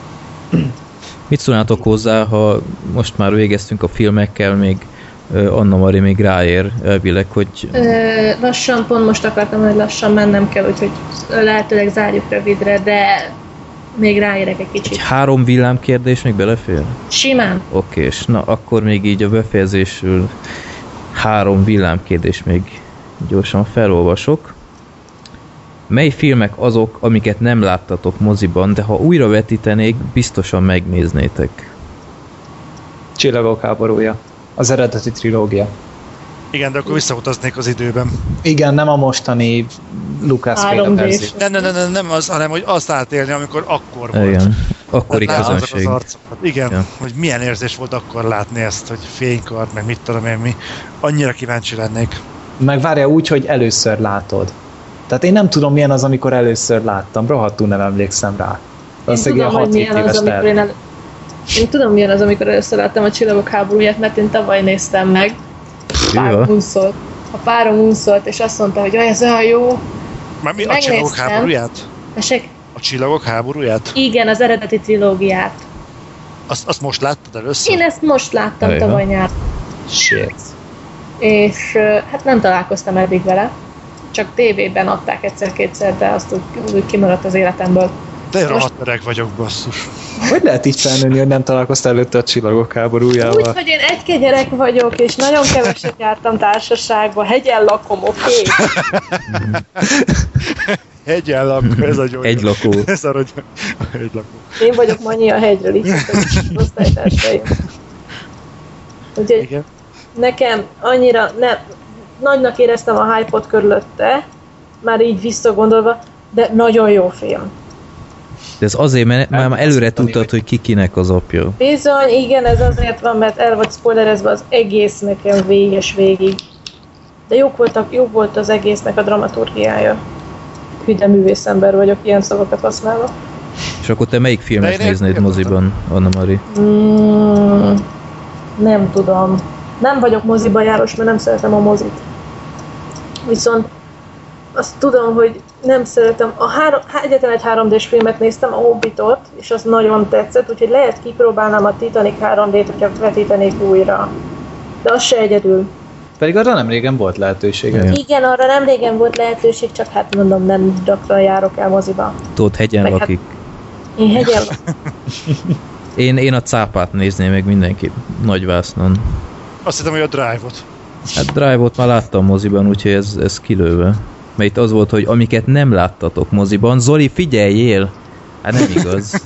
Mit szólnátok hozzá, ha most már végeztünk a filmekkel, még Anna Mari még ráér elvileg, hogy... Ö, lassan, pont most akartam, hogy lassan mennem kell, úgyhogy lehetőleg zárjuk rövidre, de még ráérek egy kicsit. Egy három villámkérdés még belefér? Simán. Oké, és na akkor még így a befejezésül három villámkérdés még gyorsan felolvasok. Mely filmek azok, amiket nem láttatok moziban, de ha újra vetítenék, biztosan megnéznétek? Csillagok háborúja. Az eredeti trilógia. Igen, de akkor visszautaznék az időben. Igen, nem a mostani Lucas-féle három dés. verzió. Nem, nem, nem, nem, nem az, hanem hogy azt átélni, amikor akkor volt. Igen, akkori Tehát látod az közönség. arcokat. Igen, Ja. hogy milyen érzés volt akkor látni ezt, hogy fénykard, meg mit tudom én mi. Annyira kíváncsi lennék. Meg várja úgy, hogy először látod. Tehát én nem tudom, milyen az, amikor először láttam. Rohadtul nem emlékszem rá. Én Valószínűleg tudom, hogy ilyen milyen hat-hét az, éves amikor lehet. én, el... én tudom, milyen az, amikor először láttam a Csillagok háborúját, mert én tavaly néztem meg. Párom Jó. unszolt. A párom unszolt, és azt mondta, hogy olyan, ez olyan jó. Már mi, a Megnéztem. csillagok háborúját? Tessék? A csillagok háborúját? Igen, az eredeti trilógiát. Azt, azt most láttad először? Én ezt most láttam Ajaj. tavaly nyár. Shit. És ö, hát nem találkoztam eddig vele. Csak tévében adták egyszer-kétszer, de azt úgy, úgy kimaradt az életemből. De én Most- rohadt öreg vagyok, basszus. Hogy lehet így felnőni, hogy nem találkoztál előtte a Csillagok háborújával? Úgy, hogy én egyke gyerek vagyok, és nagyon keveset jártam társaságba, hegyen lakom, oké? Okay? Hegyen lakó, ez a gyógy. Egy lakó. Ez a rogy... Egy lakó. Én vagyok Manyi a hegyről, így az osztálytársaim. Úgyhogy Igen. nekem annyira nem, nagynak éreztem a hype-ot körülötte, már így visszagondolva, de nagyon jó film. De ez azért, mert már Nem, előre azt tudtad, mondani, hogy ki kinek az apja. Bizony, igen, ez azért van, mert el volt spoilerezve az egész nekem véges végig. De jók voltak, jó volt az egésznek a dramaturgiája. Hüde művészember vagyok, ilyen szavakat használva. És akkor te melyik De filmet én néznéd értem. moziban, Anna Mari? Mm, nem tudom. Nem vagyok moziba járós, mert nem szeretem a mozit. Viszont azt tudom, hogy nem szeretem. A három, egyetlen egy három dés filmet néztem, a Hobbitot, és az nagyon tetszett, úgyhogy lehet kipróbálnám a Titanic három dét, hogyha vetítenék újra. De az se egyedül. Pedig arra nem régen volt lehetősége. Igen. Igen, arra nem régen volt lehetőség, csak hát mondom, nem gyakran járok el moziba. Tudod, hegyen Meg hát- lakik. Én hegyen lakom. Én, én a cápát nézném meg mindenki nagyvásznon. Azt hittem, hogy a Drive-ot. Hát Drive-ot már láttam moziban, úgyhogy ez, ez kilőve. Mert itt az volt, hogy amiket nem láttatok moziban, Zoli, figyeljél! Hát nem igaz.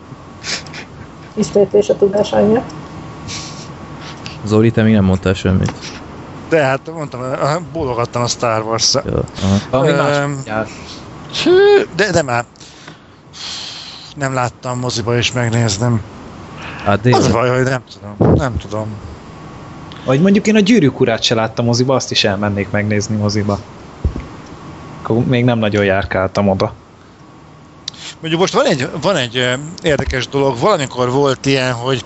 Ismétlés a tudás anyja. Zoli, te még nem mondtál semmit. De hát mondtam, bólogattam a Star Wars-ra. Ja, aha. Valami Öm, más jár. De, de már nem láttam moziba és megnéznem. Hát Az a de, baj, hogy nem tudom. Nem tudom. Vagy mondjuk én a Gyűrűk urát se láttam moziba, azt is elmennék megnézni moziba. Akkor még nem nagyon járkáltam oda. Mondjuk most van egy, van egy ö, érdekes dolog, valamikor volt ilyen, hogy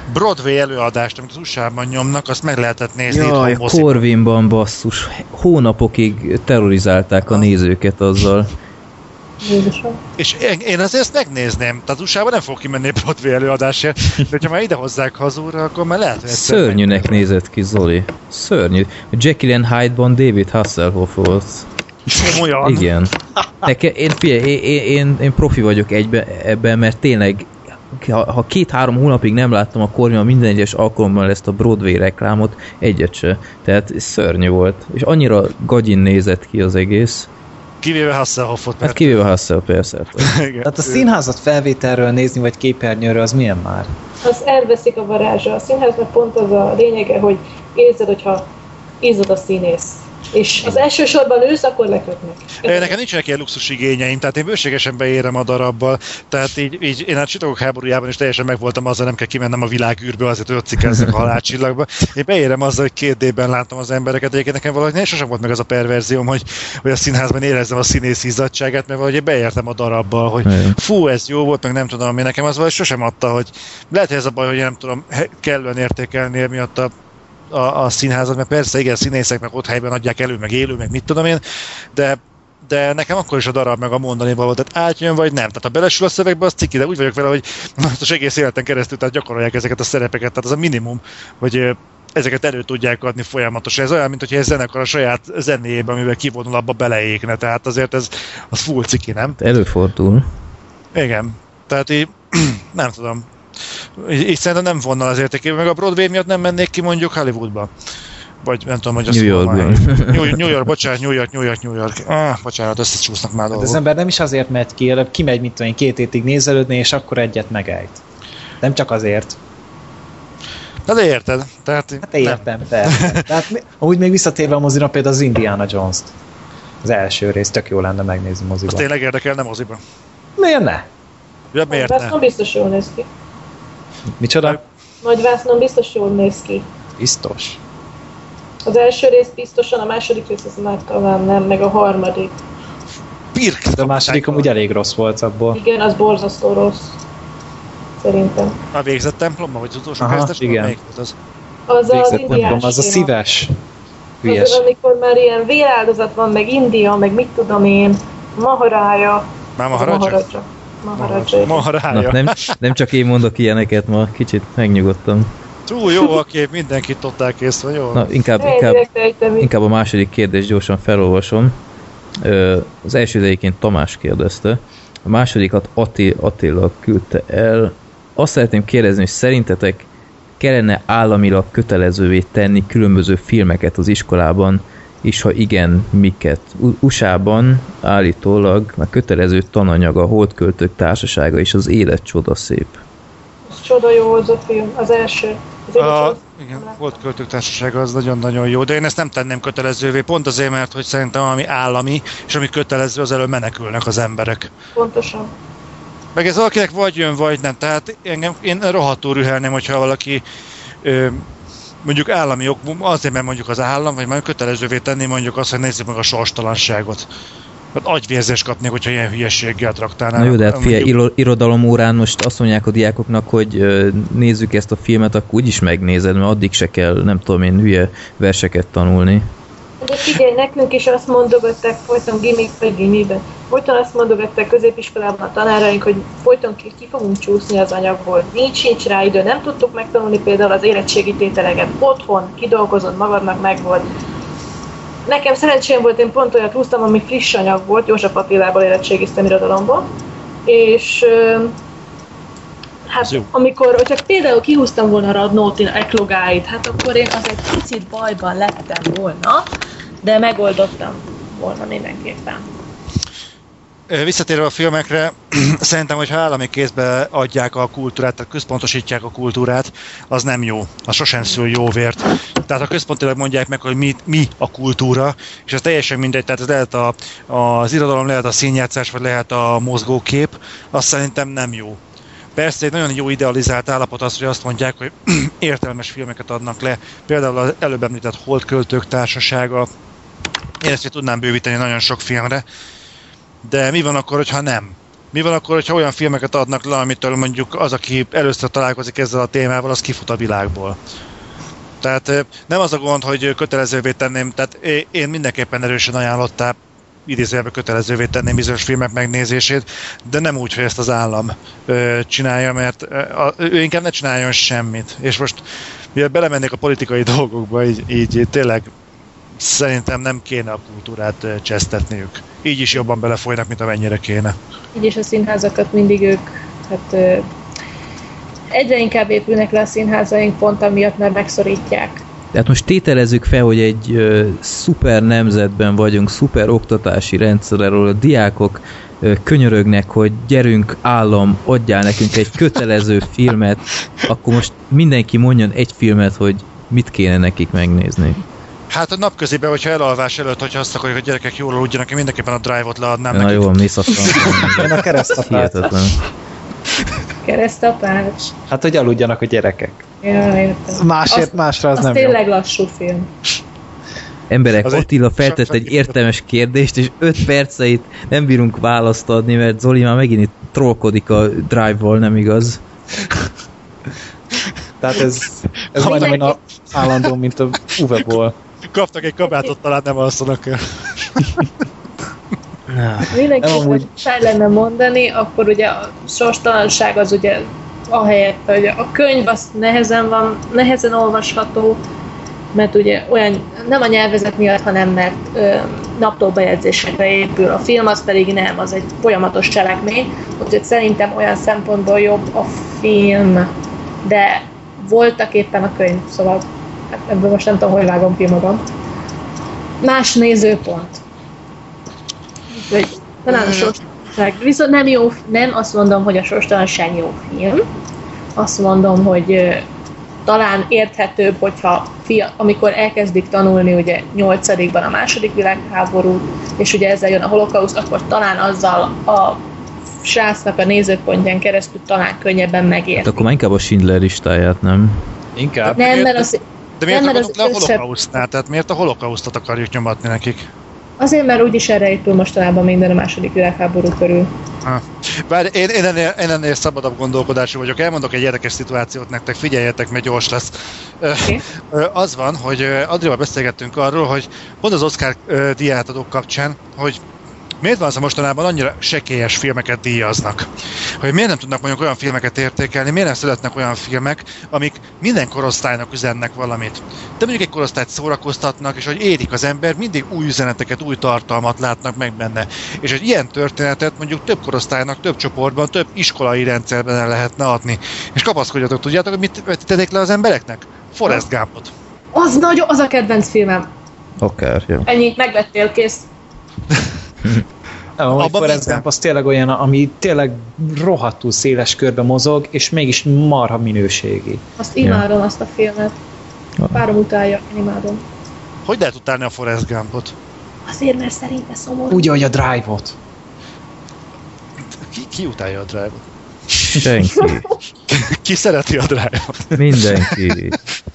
Broadway előadást, amit az u es á-ban nyomnak, azt meg lehetett nézni. Jaj, Corvinban basszus. Hónapokig terrorizálták a nézőket azzal. Jézusom. És én, én azért ezt megnézném. Tehát az u es á-ban nem fog kimenni Broadway előadásért, de hogyha már ide hozzák hazúra, akkor már lehet, hogy Szörnyűnek nézett ki, Zoli. Szörnyű. Jekyll and Hyde-ban David Hasselhoff volt. Olyan. Igen. Neke, én, figyelj, én, én, én, én profi vagyok egybe, ebben, mert tényleg ha, ha két-három hónapig nem láttam a Corvinban minden egyes alkalommal ezt a Broadway reklámot, egyet se. Tehát szörnyű volt. És annyira gagyin nézett ki az egész. Kivéve Hasselhoffot. Hát kivéve Hasselhoff, persze. Tehát a színházat felvételről nézni, vagy képernyőről, az milyen már? Az elveszik a varázsa. A színháznak pont az a lényege, hogy érzed, hogyha izzad a színész. És az elsősorban ősz, akkor lekötnek. Nekem nincsenek ilyen luxus igényeim, tehát én bőségesen beérem a darabbal, tehát így, így én a Csillagok háborújában is teljesen megvoltam azzal, nem kell kimennem a világűrbe, azért, hogy ott cikkezzek a halálcsillagba. Én beérem azzal, hogy két dé-ben láttam az embereket, egyébként nekem valahogy nem sosem volt meg az a perverzióm, hogy, hogy a színházban érezzem a színész izzadtságát, mert valahogy én beértem a darabbal, hogy fú, ez jó volt, meg nem tudom, én nekem az valahogy sosem adta, hogy lehet, hogy ez a baj, hogy én nem tudom kellően értékelni miatt a A, a színházat, mert persze igen, színészek meg ott helyben adják elő, meg élő, meg mit tudom én, de, de nekem akkor is a darab meg a mondani való, tehát átjön vagy nem. Tehát ha belesül a szövegbe, az ciki, de úgy vagyok vele, hogy az egész életen keresztül tehát gyakorolják ezeket a szerepeket, tehát az a minimum, hogy ezeket elő tudják adni folyamatosan. Ez olyan, mint hogyha egy zenekar a saját zenéjében, amivel kivonul, abba beleékne, tehát azért ez az full ciki, nem? Előfordul. Igen, tehát így nem tudom. Így, így szerintem nem vonnal az értékében, meg a Broadway miatt nem mennék ki mondjuk Hollywoodba. Vagy nem tudom, hogy azt New Yorkban. New, New York, bocsánat, New York, New York, New York. Ah, bocsánat, összecsúsznak már dolgok. Hát az ember nem is azért megy ki, előbb kimegy, mit tudom én, két hétig nézelődni, és akkor egyet megejt. Nem csak azért. Na de érted. Tehát, hát értem, persze. Tehát amúgy még visszatérve a mozira, például az Indiana Jones-t. Az első rész tök jó lenne megnézni moziban. Az tényleg érdekel, nem moziban. Miért ne? Ja, miért Nagy ne? vásznon biztos jól néz ki. Micsoda? Nagy vásznon biztos jól néz ki. Biztos. Az első rész biztosan, a második rész az már talán nem, meg a harmadik. Pirk! De a második amúgy elég rossz volt abból. Igen, az borzasztó rossz. Szerintem. A végzett templomban, vagy az utolsó Aha, kezdes? igen. Melyik volt az? Az Végzett az indiás templom, az a téma. szíves. Hülyes. Az, amikor már ilyen véráldozat van, meg India, meg mit tudom én, Maharája. Már Maharaja. Maharaja? Maharaja. Maharaja. Na, nem, nem csak én mondok ilyeneket ma, kicsit megnyugodtam. Túl jó a kép, mindenkit totál kész vagy, jó? Na, inkább, Én inkább, direkt ejtem, inkább a második kérdést gyorsan felolvasom. Ö, Az első idejéként Tamás kérdezte. A másodikat Atti, Attila küldte el. Azt szeretném kérdezni, hogy szerintetek kellene államilag kötelezővé tenni különböző filmeket az iskolában, és ha igen, miket? U es á-ban állítólag a kötelező tananyag a Holdköltők társasága és az Élet csoda szép. az csoda jó az a film, az első. Az A, az igen, volt Költők Társasága, az nagyon-nagyon jó, de én ezt nem tenném kötelezővé, pont azért, mert hogy szerintem ami állami, és ami kötelező, az elől menekülnek az emberek. Pontosan. Meg ez valakinek vagy jön, vagy nem, tehát engem, én rohadtul rühelném, hogyha valaki ö, mondjuk állami ok, azért, mert mondjuk az állam, vagy majd kötelezővé tenni mondjuk azt, hogy nézzük meg a sorstalanságot. Hát agyvérzést kapnék, hogyha ilyen hülyeséggel traktálnál. Na jó, de hát figyelj, irodalom órán most azt mondják a diákoknak, hogy ö, nézzük ezt a filmet, akkor úgyis megnézed, mert addig se kell, nem tudom én, hülye verseket tanulni. De figyelj, nekünk is azt mondogatták folyton gimik, vagy gimiben, folyton azt mondogatták középiskolában a tanáraink, hogy folyton ki, ki fogunk csúszni az anyagból. Nincs, sincs rá idő, nem tudtuk megtanulni például az érettségi tételeket. Otthon kidolgozod magadnak, megvolt. Nekem szerencsém volt, én pont olyat húztam, ami friss anyag volt, József Attilából érettségiztem irodalomból, és hát amikor, hogyha például kihúztam volna Radnóti eklogáit, hát akkor én az egy picit bajban lettem volna, de megoldottam volna mindenképpen. Visszatérve a filmekre, szerintem, hogyha állami kézbe adják a kultúrát, tehát központosítják a kultúrát, az nem jó. Az sosem szül jó vért. Tehát ha központilag mondják meg, hogy mi, mi a kultúra, és ez teljesen mindegy, tehát ez lehet a, az irodalom, lehet a színjátszás, vagy lehet a mozgókép, az szerintem nem jó. Persze egy nagyon jó idealizált állapot az, hogy azt mondják, hogy értelmes filmeket adnak le. Például az előbb említett Holdköltők Társasága. Én ezt tudnám bővíteni nagyon sok filmre. De mi van akkor, hogyha nem? Mi van akkor, hogyha olyan filmeket adnak le, amitől mondjuk az, aki először találkozik ezzel a témával, az kifut a világból? Tehát nem az a gond, hogy kötelezővé tenném, tehát én mindenképpen erősen ajánlottál, idézőjelben kötelezővé tenném bizonyos filmek megnézését, de nem úgy, hogy ezt az állam ö, csinálja, mert ö, ő inkább ne csináljon semmit. És most, mivel belemennék a politikai dolgokba, így, így tényleg szerintem nem kéne a kultúrát ö, csesztetniük. Így is jobban belefolynak, mint amennyire kéne. Így is a színházakat mindig ők, hát ö, egyre inkább épülnek le a színházaink pont amiatt, mert megszorítják. Tehát most tételezzük fel, hogy egy ö, szuper nemzetben vagyunk, szuper oktatási rendszerről, a diákok ö, könyörögnek, hogy gyerünk állam, adjál nekünk egy kötelező filmet, akkor most mindenki mondjon egy filmet, hogy mit kéne nekik megnézni. Hát a napköziben, hogyha elalvás előtt, hogyha azt akarjuk, hogy gyerekek jól aludjanak, én mindenképpen a Drive-ot leadnám Na nekik. jó, mész a francban. Én a keresztapát. Hihetetlen. Keresztapács. Hát, hogy aludjanak a gyerekek. Ja, értem. Másért, Az- másra az, Az nem tényleg lassú film. Emberek, Az egy- Attila feltett csak- egy értelmes kérdést, és öt perceit nem bírunk választ adni, mert Zoli már megint itt trollkodik a Drive-val, nem igaz? jó. Tehát ez, ez majdnem olyan állandó, mint a Uwe-ból. Kaptak egy kabátot, talán nem alszanak el. Mindenképpen amúgy- fel lenne mondani, akkor ugye a sorstalanság az ugye ahelyett, hogy a könyv az nehezen van, nehezen olvasható, mert ugye olyan, nem a nyelvezet miatt, hanem mert ö, naptól bejegyzésekre épül. A film az pedig nem, az egy folyamatos cselekmény, úgyhogy szerintem olyan szempontból jobb a film, de voltak éppen a könyv, szóval hát ebből most nem tudom, hogy vágom ki magam. Más nézőpont. Úgyhogy talán a sorstalanság, viszont nem jó, nem azt mondom, hogy a sorstalanság jó film, azt mondom, hogy ö, talán érthetőbb, hogyha fia, amikor elkezdik tanulni ugye nyolcadikban a második világháborút, és ugye ezzel jön a holokauszt, akkor talán azzal a srácnak a nézőpontján keresztül talán könnyebben megérti. Akkor már inkább a Schindler listáját, nem? Inkább. Nem, mert az, De miért Nem, mert ragadunk le a az össze- holokausztnál? Tehát miért a holokausztot akarjuk nyomatni nekik? azért, mert úgyis erre épül mostanában minden a második világháború körül. Ha. Bár én, én, ennél, én ennél szabadabb gondolkodású vagyok. Elmondok egy érdekes szituációt nektek, figyeljetek, mert gyors lesz. Okay. Ö, Az van, hogy ö, Adrival beszélgettünk arról, hogy pont az Oscar ö, díjátadók kapcsán, hogy miért van az, hogy mostanában annyira sekélyes filmeket díjaznak? Hogy miért nem tudnak mondjuk olyan filmeket értékelni, miért nem születnek olyan filmek, amik minden korosztálynak üzennek valamit. De mondjuk egy korosztályt szórakoztatnak, és hogy érik az ember, mindig új üzeneteket, új tartalmat látnak meg benne. És egy ilyen történetet mondjuk több korosztálynak, több csoportban, több iskolai rendszerben el lehetne adni. És kapaszkodjatok, tudjátok, hogy mit vetítenék le az embereknek? Forrest Gumpot. Az nagyon, az a kedvenc filmem. Akár, jó. Ennyi, megvettél, kész. Nem, a Abban Forrest minden. Gump az tényleg olyan, ami tényleg rohadtul széles körbe mozog, és mégis marha minőségi. Azt imádom, azt a filmet. Párom utálja, én imádom. Hogy lehet utálni a Forrest Gumpot? Azért, mert szerinte szomorú. Úgy, ahogy a Drive-ot. Ki, ki utálja a Drive-ot? Senki. Ki szereti a Drive-ot? Mindenki.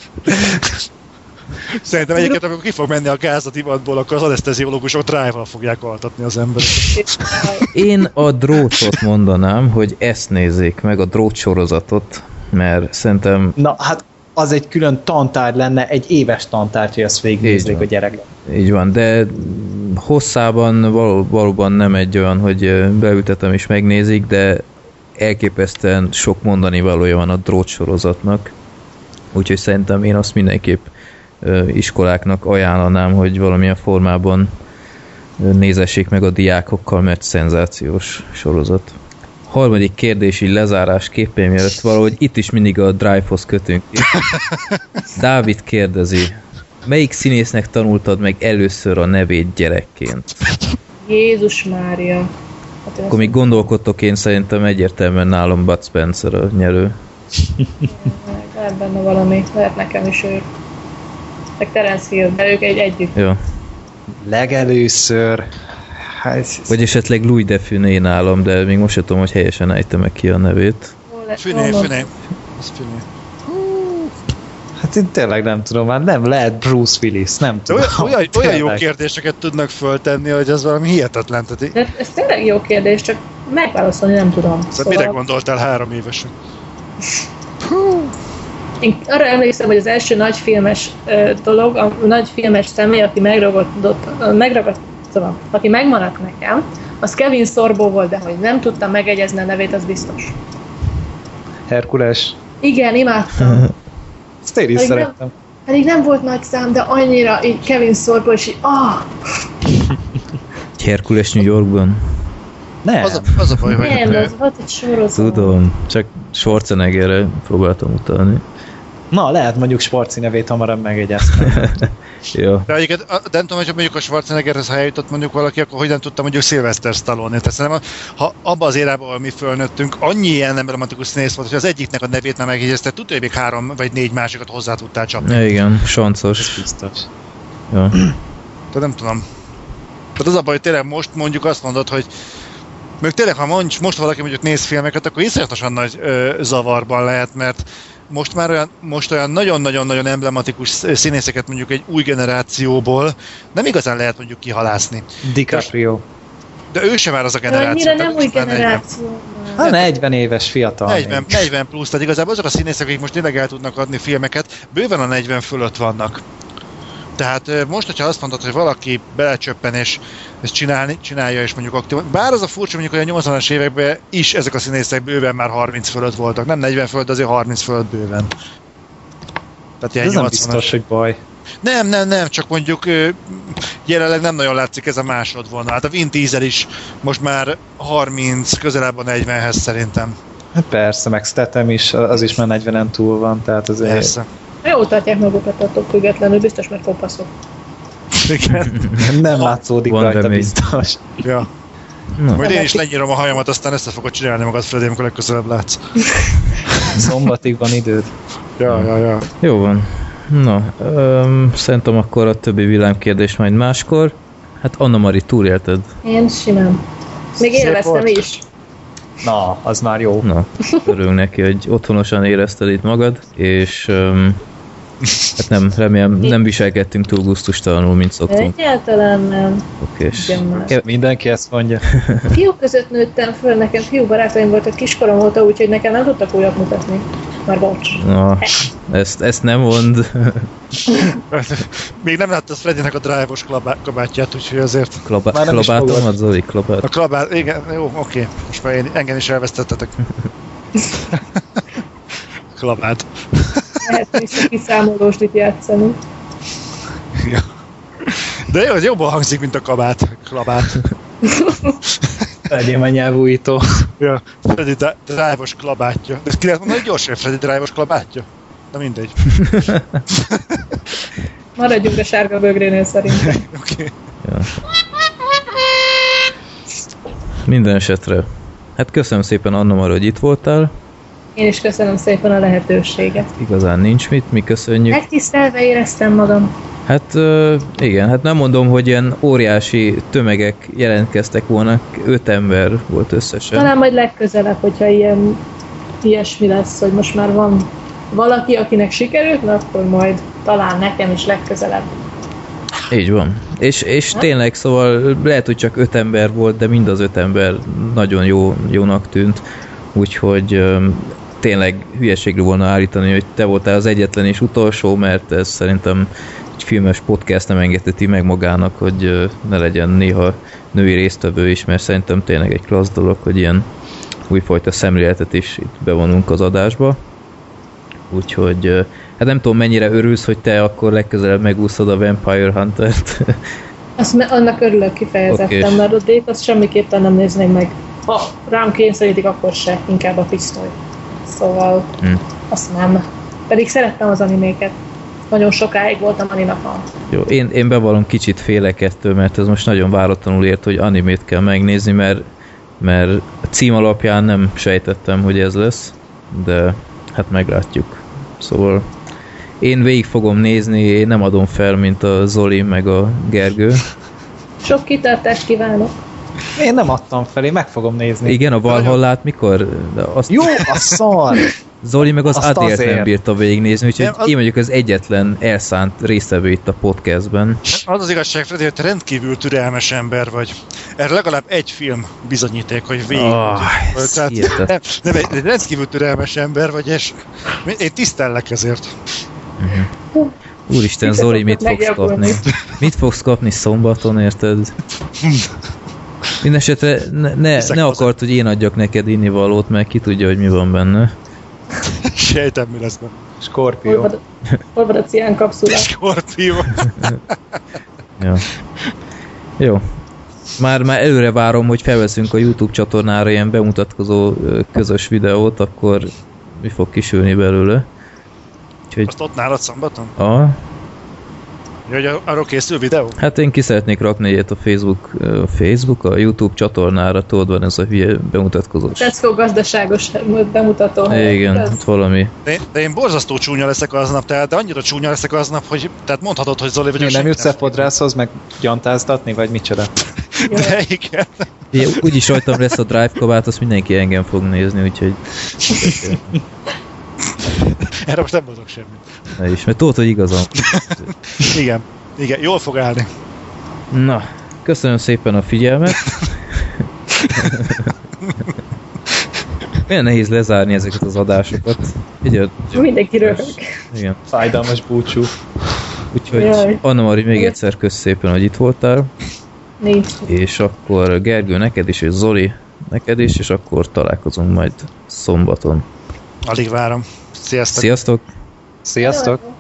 Szerintem egyébként, amikor ki fog menni a gáz a divatból, akkor az aneszteziológusok Drive-val fogják altatni az embereket. Én a drótot mondanám, hogy ezt nézzék meg, a drót sorozatot, mert szerintem Na, hát az egy külön tantár lenne, egy éves tantár, hogy azt végignézzék Így a van. gyerekek. így van, de hosszában való, valóban nem egy olyan, hogy beültetem és megnézik, de elképesztően sok mondani valója van a drót sorozatnak. Úgyhogy szerintem én azt mindenképp ö, iskoláknak ajánlanám, hogy valamilyen formában ö, nézessék meg a diákokkal, mert szenzációs sorozat. Harmadik kérdés így lezárásképpen, mielőtt valahogy itt is mindig a Drive-hoz kötünk. Dávid kérdezi, melyik színésznek tanultad meg először a nevét gyerekként? Jézus Mária. Hát Akkor még gondolkodtok, én szerintem egyértelműen nálam Bud Spencer a nyerő. lehet benne valami, lehet nekem is ő. Meg Terence Hill, de ők egy együtt. Jó. Legelőször... Hát, Vagy esetleg Louis Defune nálam, de még most sem tudom, hogy helyesen ejtem meg ki a nevét. Hol le- Füné, hol van? füné. Az füné. hát én tényleg nem tudom, már nem lehet Bruce Willis, nem De tudom. olyan, olyan, olyan jó Tényleg. kérdéseket tudnak föltenni, hogy ez valami hihetetlen. Tehát De ez tényleg jó kérdés, csak Megválaszolni nem tudom. Szóval, szóval... mire gondoltál három évesen? Én arra emlékszem, hogy az első nagyfilmes uh, dolog, a nagy filmes személy, aki megragadott, uh, megragadt, szóval, aki megmaradt nekem, az Kevin Sorbo volt, de hogy nem tudtam megegyezni a nevét, az biztos. Herkules. Igen, imádtam. Ezt én is pedig szerettem. Nem, pedig nem volt nagy szám, de annyira így Kevin Sorbo, és így, ah! Herkules New Yorkban. Nem. Az a, az a baj, hogy... Nem, de az volt egy sorozat. Tudom, csak Schwarzeneggerre próbáltam utalni. Na, lehet mondjuk Schwarzi nevét hamarabb megegyeztem. Ja. De egyébként, nem tudom, hogy mondjuk a Schwarzeneggerhez, ha eljutott mondjuk valaki, akkor hogy nem tudtam mondjuk Sylvester Stallone-t. Tehát szerintem, ha abba az érában, ahol mi fölnőttünk, annyi ilyen emblematikus színész volt, hogy az egyiknek a nevét már megjegyezte, tudja, hogy még három vagy négy másikat hozzá tudtál csapni. Ja, igen, sancos. Biztos. Ja. Tehát nem tudom. Tehát az a baj, hogy tényleg most mondjuk azt mondod, hogy még tényleg, ha mondj, most valaki mondjuk néz filmeket, akkor iszonyatosan nagy ö, zavarban lehet, mert most már olyan, most olyan nagyon-nagyon-nagyon emblematikus színészeket mondjuk egy új generációból nem igazán lehet mondjuk kihalászni. DiCaprio. De ő sem már az a generáció. Annyira nem új generáció. Hát negyven éves fiatal. negyven, negyven plusz, tehát igazából azok a színészek, akik most tényleg el tudnak adni filmeket, bőven a negyven fölött vannak. Tehát most, hogyha azt mondod, hogy valaki belecsöppen és ezt csinálni, csinálja, és mondjuk aktív. Bár az a furcsa, mondjuk, hogy a nyolcvanas években is ezek a színészek bőven már harminc fölött voltak. Nem negyven fölött, de azért harminc fölött bőven. Tehát ilyen ez nem nyolcvanas. biztos, hogy baj. Nem, nem, nem, csak mondjuk jelenleg nem nagyon látszik ez a másodvonal. Hát a Vin Diesel is most már harminc, közelebb a negyvenhez szerintem. Hát persze, meg Statham is, az is már negyvenen túl van, tehát azért... Persze. Jól tartják magukat attól függetlenül, biztos, mert kopaszok. Igen. Nem látszódik Van rajta remény. biztos. Ja. Na, Majd én is lenyírom a hajamat, aztán össze fogod csinálni magad, Freddy, amikor legközelebb látsz. Szombatig van időd. Ja, ja, ja. jó van. Na, öm, szerintem akkor a többi villámkérdés majd máskor. Hát Anna-Mari, túlélted? Én simán. Még Szép élveztem volt. is. Na, az már jó. Na, örülünk neki, hogy otthonosan érezted itt magad, és öm, hát nem, remélem nem viselkedtünk túl gusztustalanul, mint szoktunk. Egyáltalán nem. Okés. Igen, már. Ke- Mindenki ezt mondja. Fiúk között nőttem föl, nekem fiú barátaim voltak kiskorom óta, úgyhogy nekem nem tudtak újat mutatni. Már bocs. Na, ezt, ezt nem mond. Még nem láttad Freddynek a drive-os klabá- kabátját, úgyhogy azért... Klabá- Már nem is klabátomat, fogod. Zoli, klabát. A klabát, igen, jó, oké. Most már én, engem is elvesztettetek. Klabát. Lehet vissza kiszámolóst itt játszani. Ja. De jó, ez jobban hangzik, mint a kabát. Klabát. Legyél már nyelvújító. Ja, Freddy dri- drive-os klabátja. De ezt ki lehet mondani, hogy gyorsan, Freddy drive-os klabátja? Na mindegy. Maradjunk a sárga bögrénél szerintem. Oké. Okay. Ja. Minden esetre. Hát köszönöm szépen, Anna-Mari, hogy itt voltál. Én is köszönöm szépen a lehetőséget. Igazán nincs mit, mi köszönjük. Megtisztelve éreztem magam. Hát uh, igen, hát nem mondom, hogy ilyen óriási tömegek jelentkeztek volna, öt ember volt összesen. Talán majd legközelebb, hogyha ilyen ilyesmi lesz, hogy most már van valaki, akinek sikerült, na akkor majd talán nekem is legközelebb. Így van. És, és tényleg, szóval lehet, hogy csak öt ember volt, de mind az öt ember nagyon jó, jónak tűnt. Úgyhogy um, tényleg hülyeségre volna állítani, hogy te voltál az egyetlen és utolsó, mert ez szerintem egy filmes podcast nem engedheti meg magának, hogy uh, ne legyen néha női résztvevő is, mert szerintem tényleg egy klassz dolog, hogy ilyen újfajta szemléletet is itt bevonunk az adásba. Úgyhogy uh, hát nem tudom, mennyire örülsz, hogy te akkor legközelebb megúszod a Vampire Huntert. Azt me- annak örülök kifejezetten, Oké. mert a dét azt semmiképpen nem nézném meg. Ha rám kényszerítik, akkor se, inkább a pisztoly. Szóval Hm. azt nem. Pedig szerettem az animéket. Nagyon sokáig voltam animafan. Jó, én, én bevallom, kicsit félek ettől, mert ez most nagyon váratlanul ért, hogy animét kell megnézni, mert, mert a cím alapján nem sejtettem, hogy ez lesz, de hát meglátjuk. Szóval én végig fogom nézni, én nem adom fel, mint a Zoli meg a Gergő. Sok kitartást kívánok. Én nem adtam fel, én meg fogom nézni. Igen, a Valhallát mikor? De azt... Jó, a szar! Zoli meg az Azt Adélt nem azért. bírta végignézni, úgyhogy Nem, az- én vagyok az egyetlen elszánt résztvevő itt a podcastben. Az az igazság, Freddy, hogy te rendkívül türelmes ember vagy. Erre legalább egy film bizonyíték, hogy végig. Ah, vagy. Tehát, hihetetlen. nem, nem, egy egy rendkívül türelmes ember vagy, és én tisztellek ezért. Úristen, Itt Zoli, mit szokott fogsz kapni? megjavulni. Mit fogsz kapni szombaton, érted? Mindenesetre ne, ne, Hiszek ne hozzá. akart, hogy én adjak neked innivalót, mert ki tudja, hogy mi van benne. Sejtem, mi lesz benne. Skorpió. Hol van a- hol van a cián kapszula? Skorpió. Ja. Jó. Már, már előre várom, hogy felveszünk a YouTube csatornára ilyen bemutatkozó ö, közös videót, akkor mi fog kisülni belőle. Úgyhogy, Azt ott nálad szombaton? a, Hogy arról készül videó? hát én ki szeretnék rakni egyet a Facebook, ö, Facebook, a YouTube csatornára, tudod, van ez a hülye bemutatkozós. Tetszó gazdaságos bemutató. Igen, Ez- ott valami. De én, de én borzasztó csúnya leszek aznap, tehát de annyira csúnya leszek aznap, hogy tehát mondhatod, hogy Zoli vagyok. Még nem senki jutsz el fodrászhoz, meg gyantáztatni, vagy micsoda? De igen. Ugye, úgyis rajtam lesz a Drive kabát, azt mindenki engem fog nézni, úgyhogy Erre most nem mondok semmit. ne is, mert tudod, hogy igazam. Igen. Igen, jól fog állni. Na, köszönöm szépen a figyelmet. Milyen nehéz lezárni ezeket az adásokat. Ugye, Mindenki röhög. igen. Fájdalmas búcsú. Úgyhogy Jaj. Anna-Mari, még egyszer kösz szépen, hogy itt voltál. Nincs. És akkor Gergő neked is, és Zoli neked is, és akkor találkozunk majd szombaton. Alig várom. Sziasztok. Sziasztok! Sziasztok!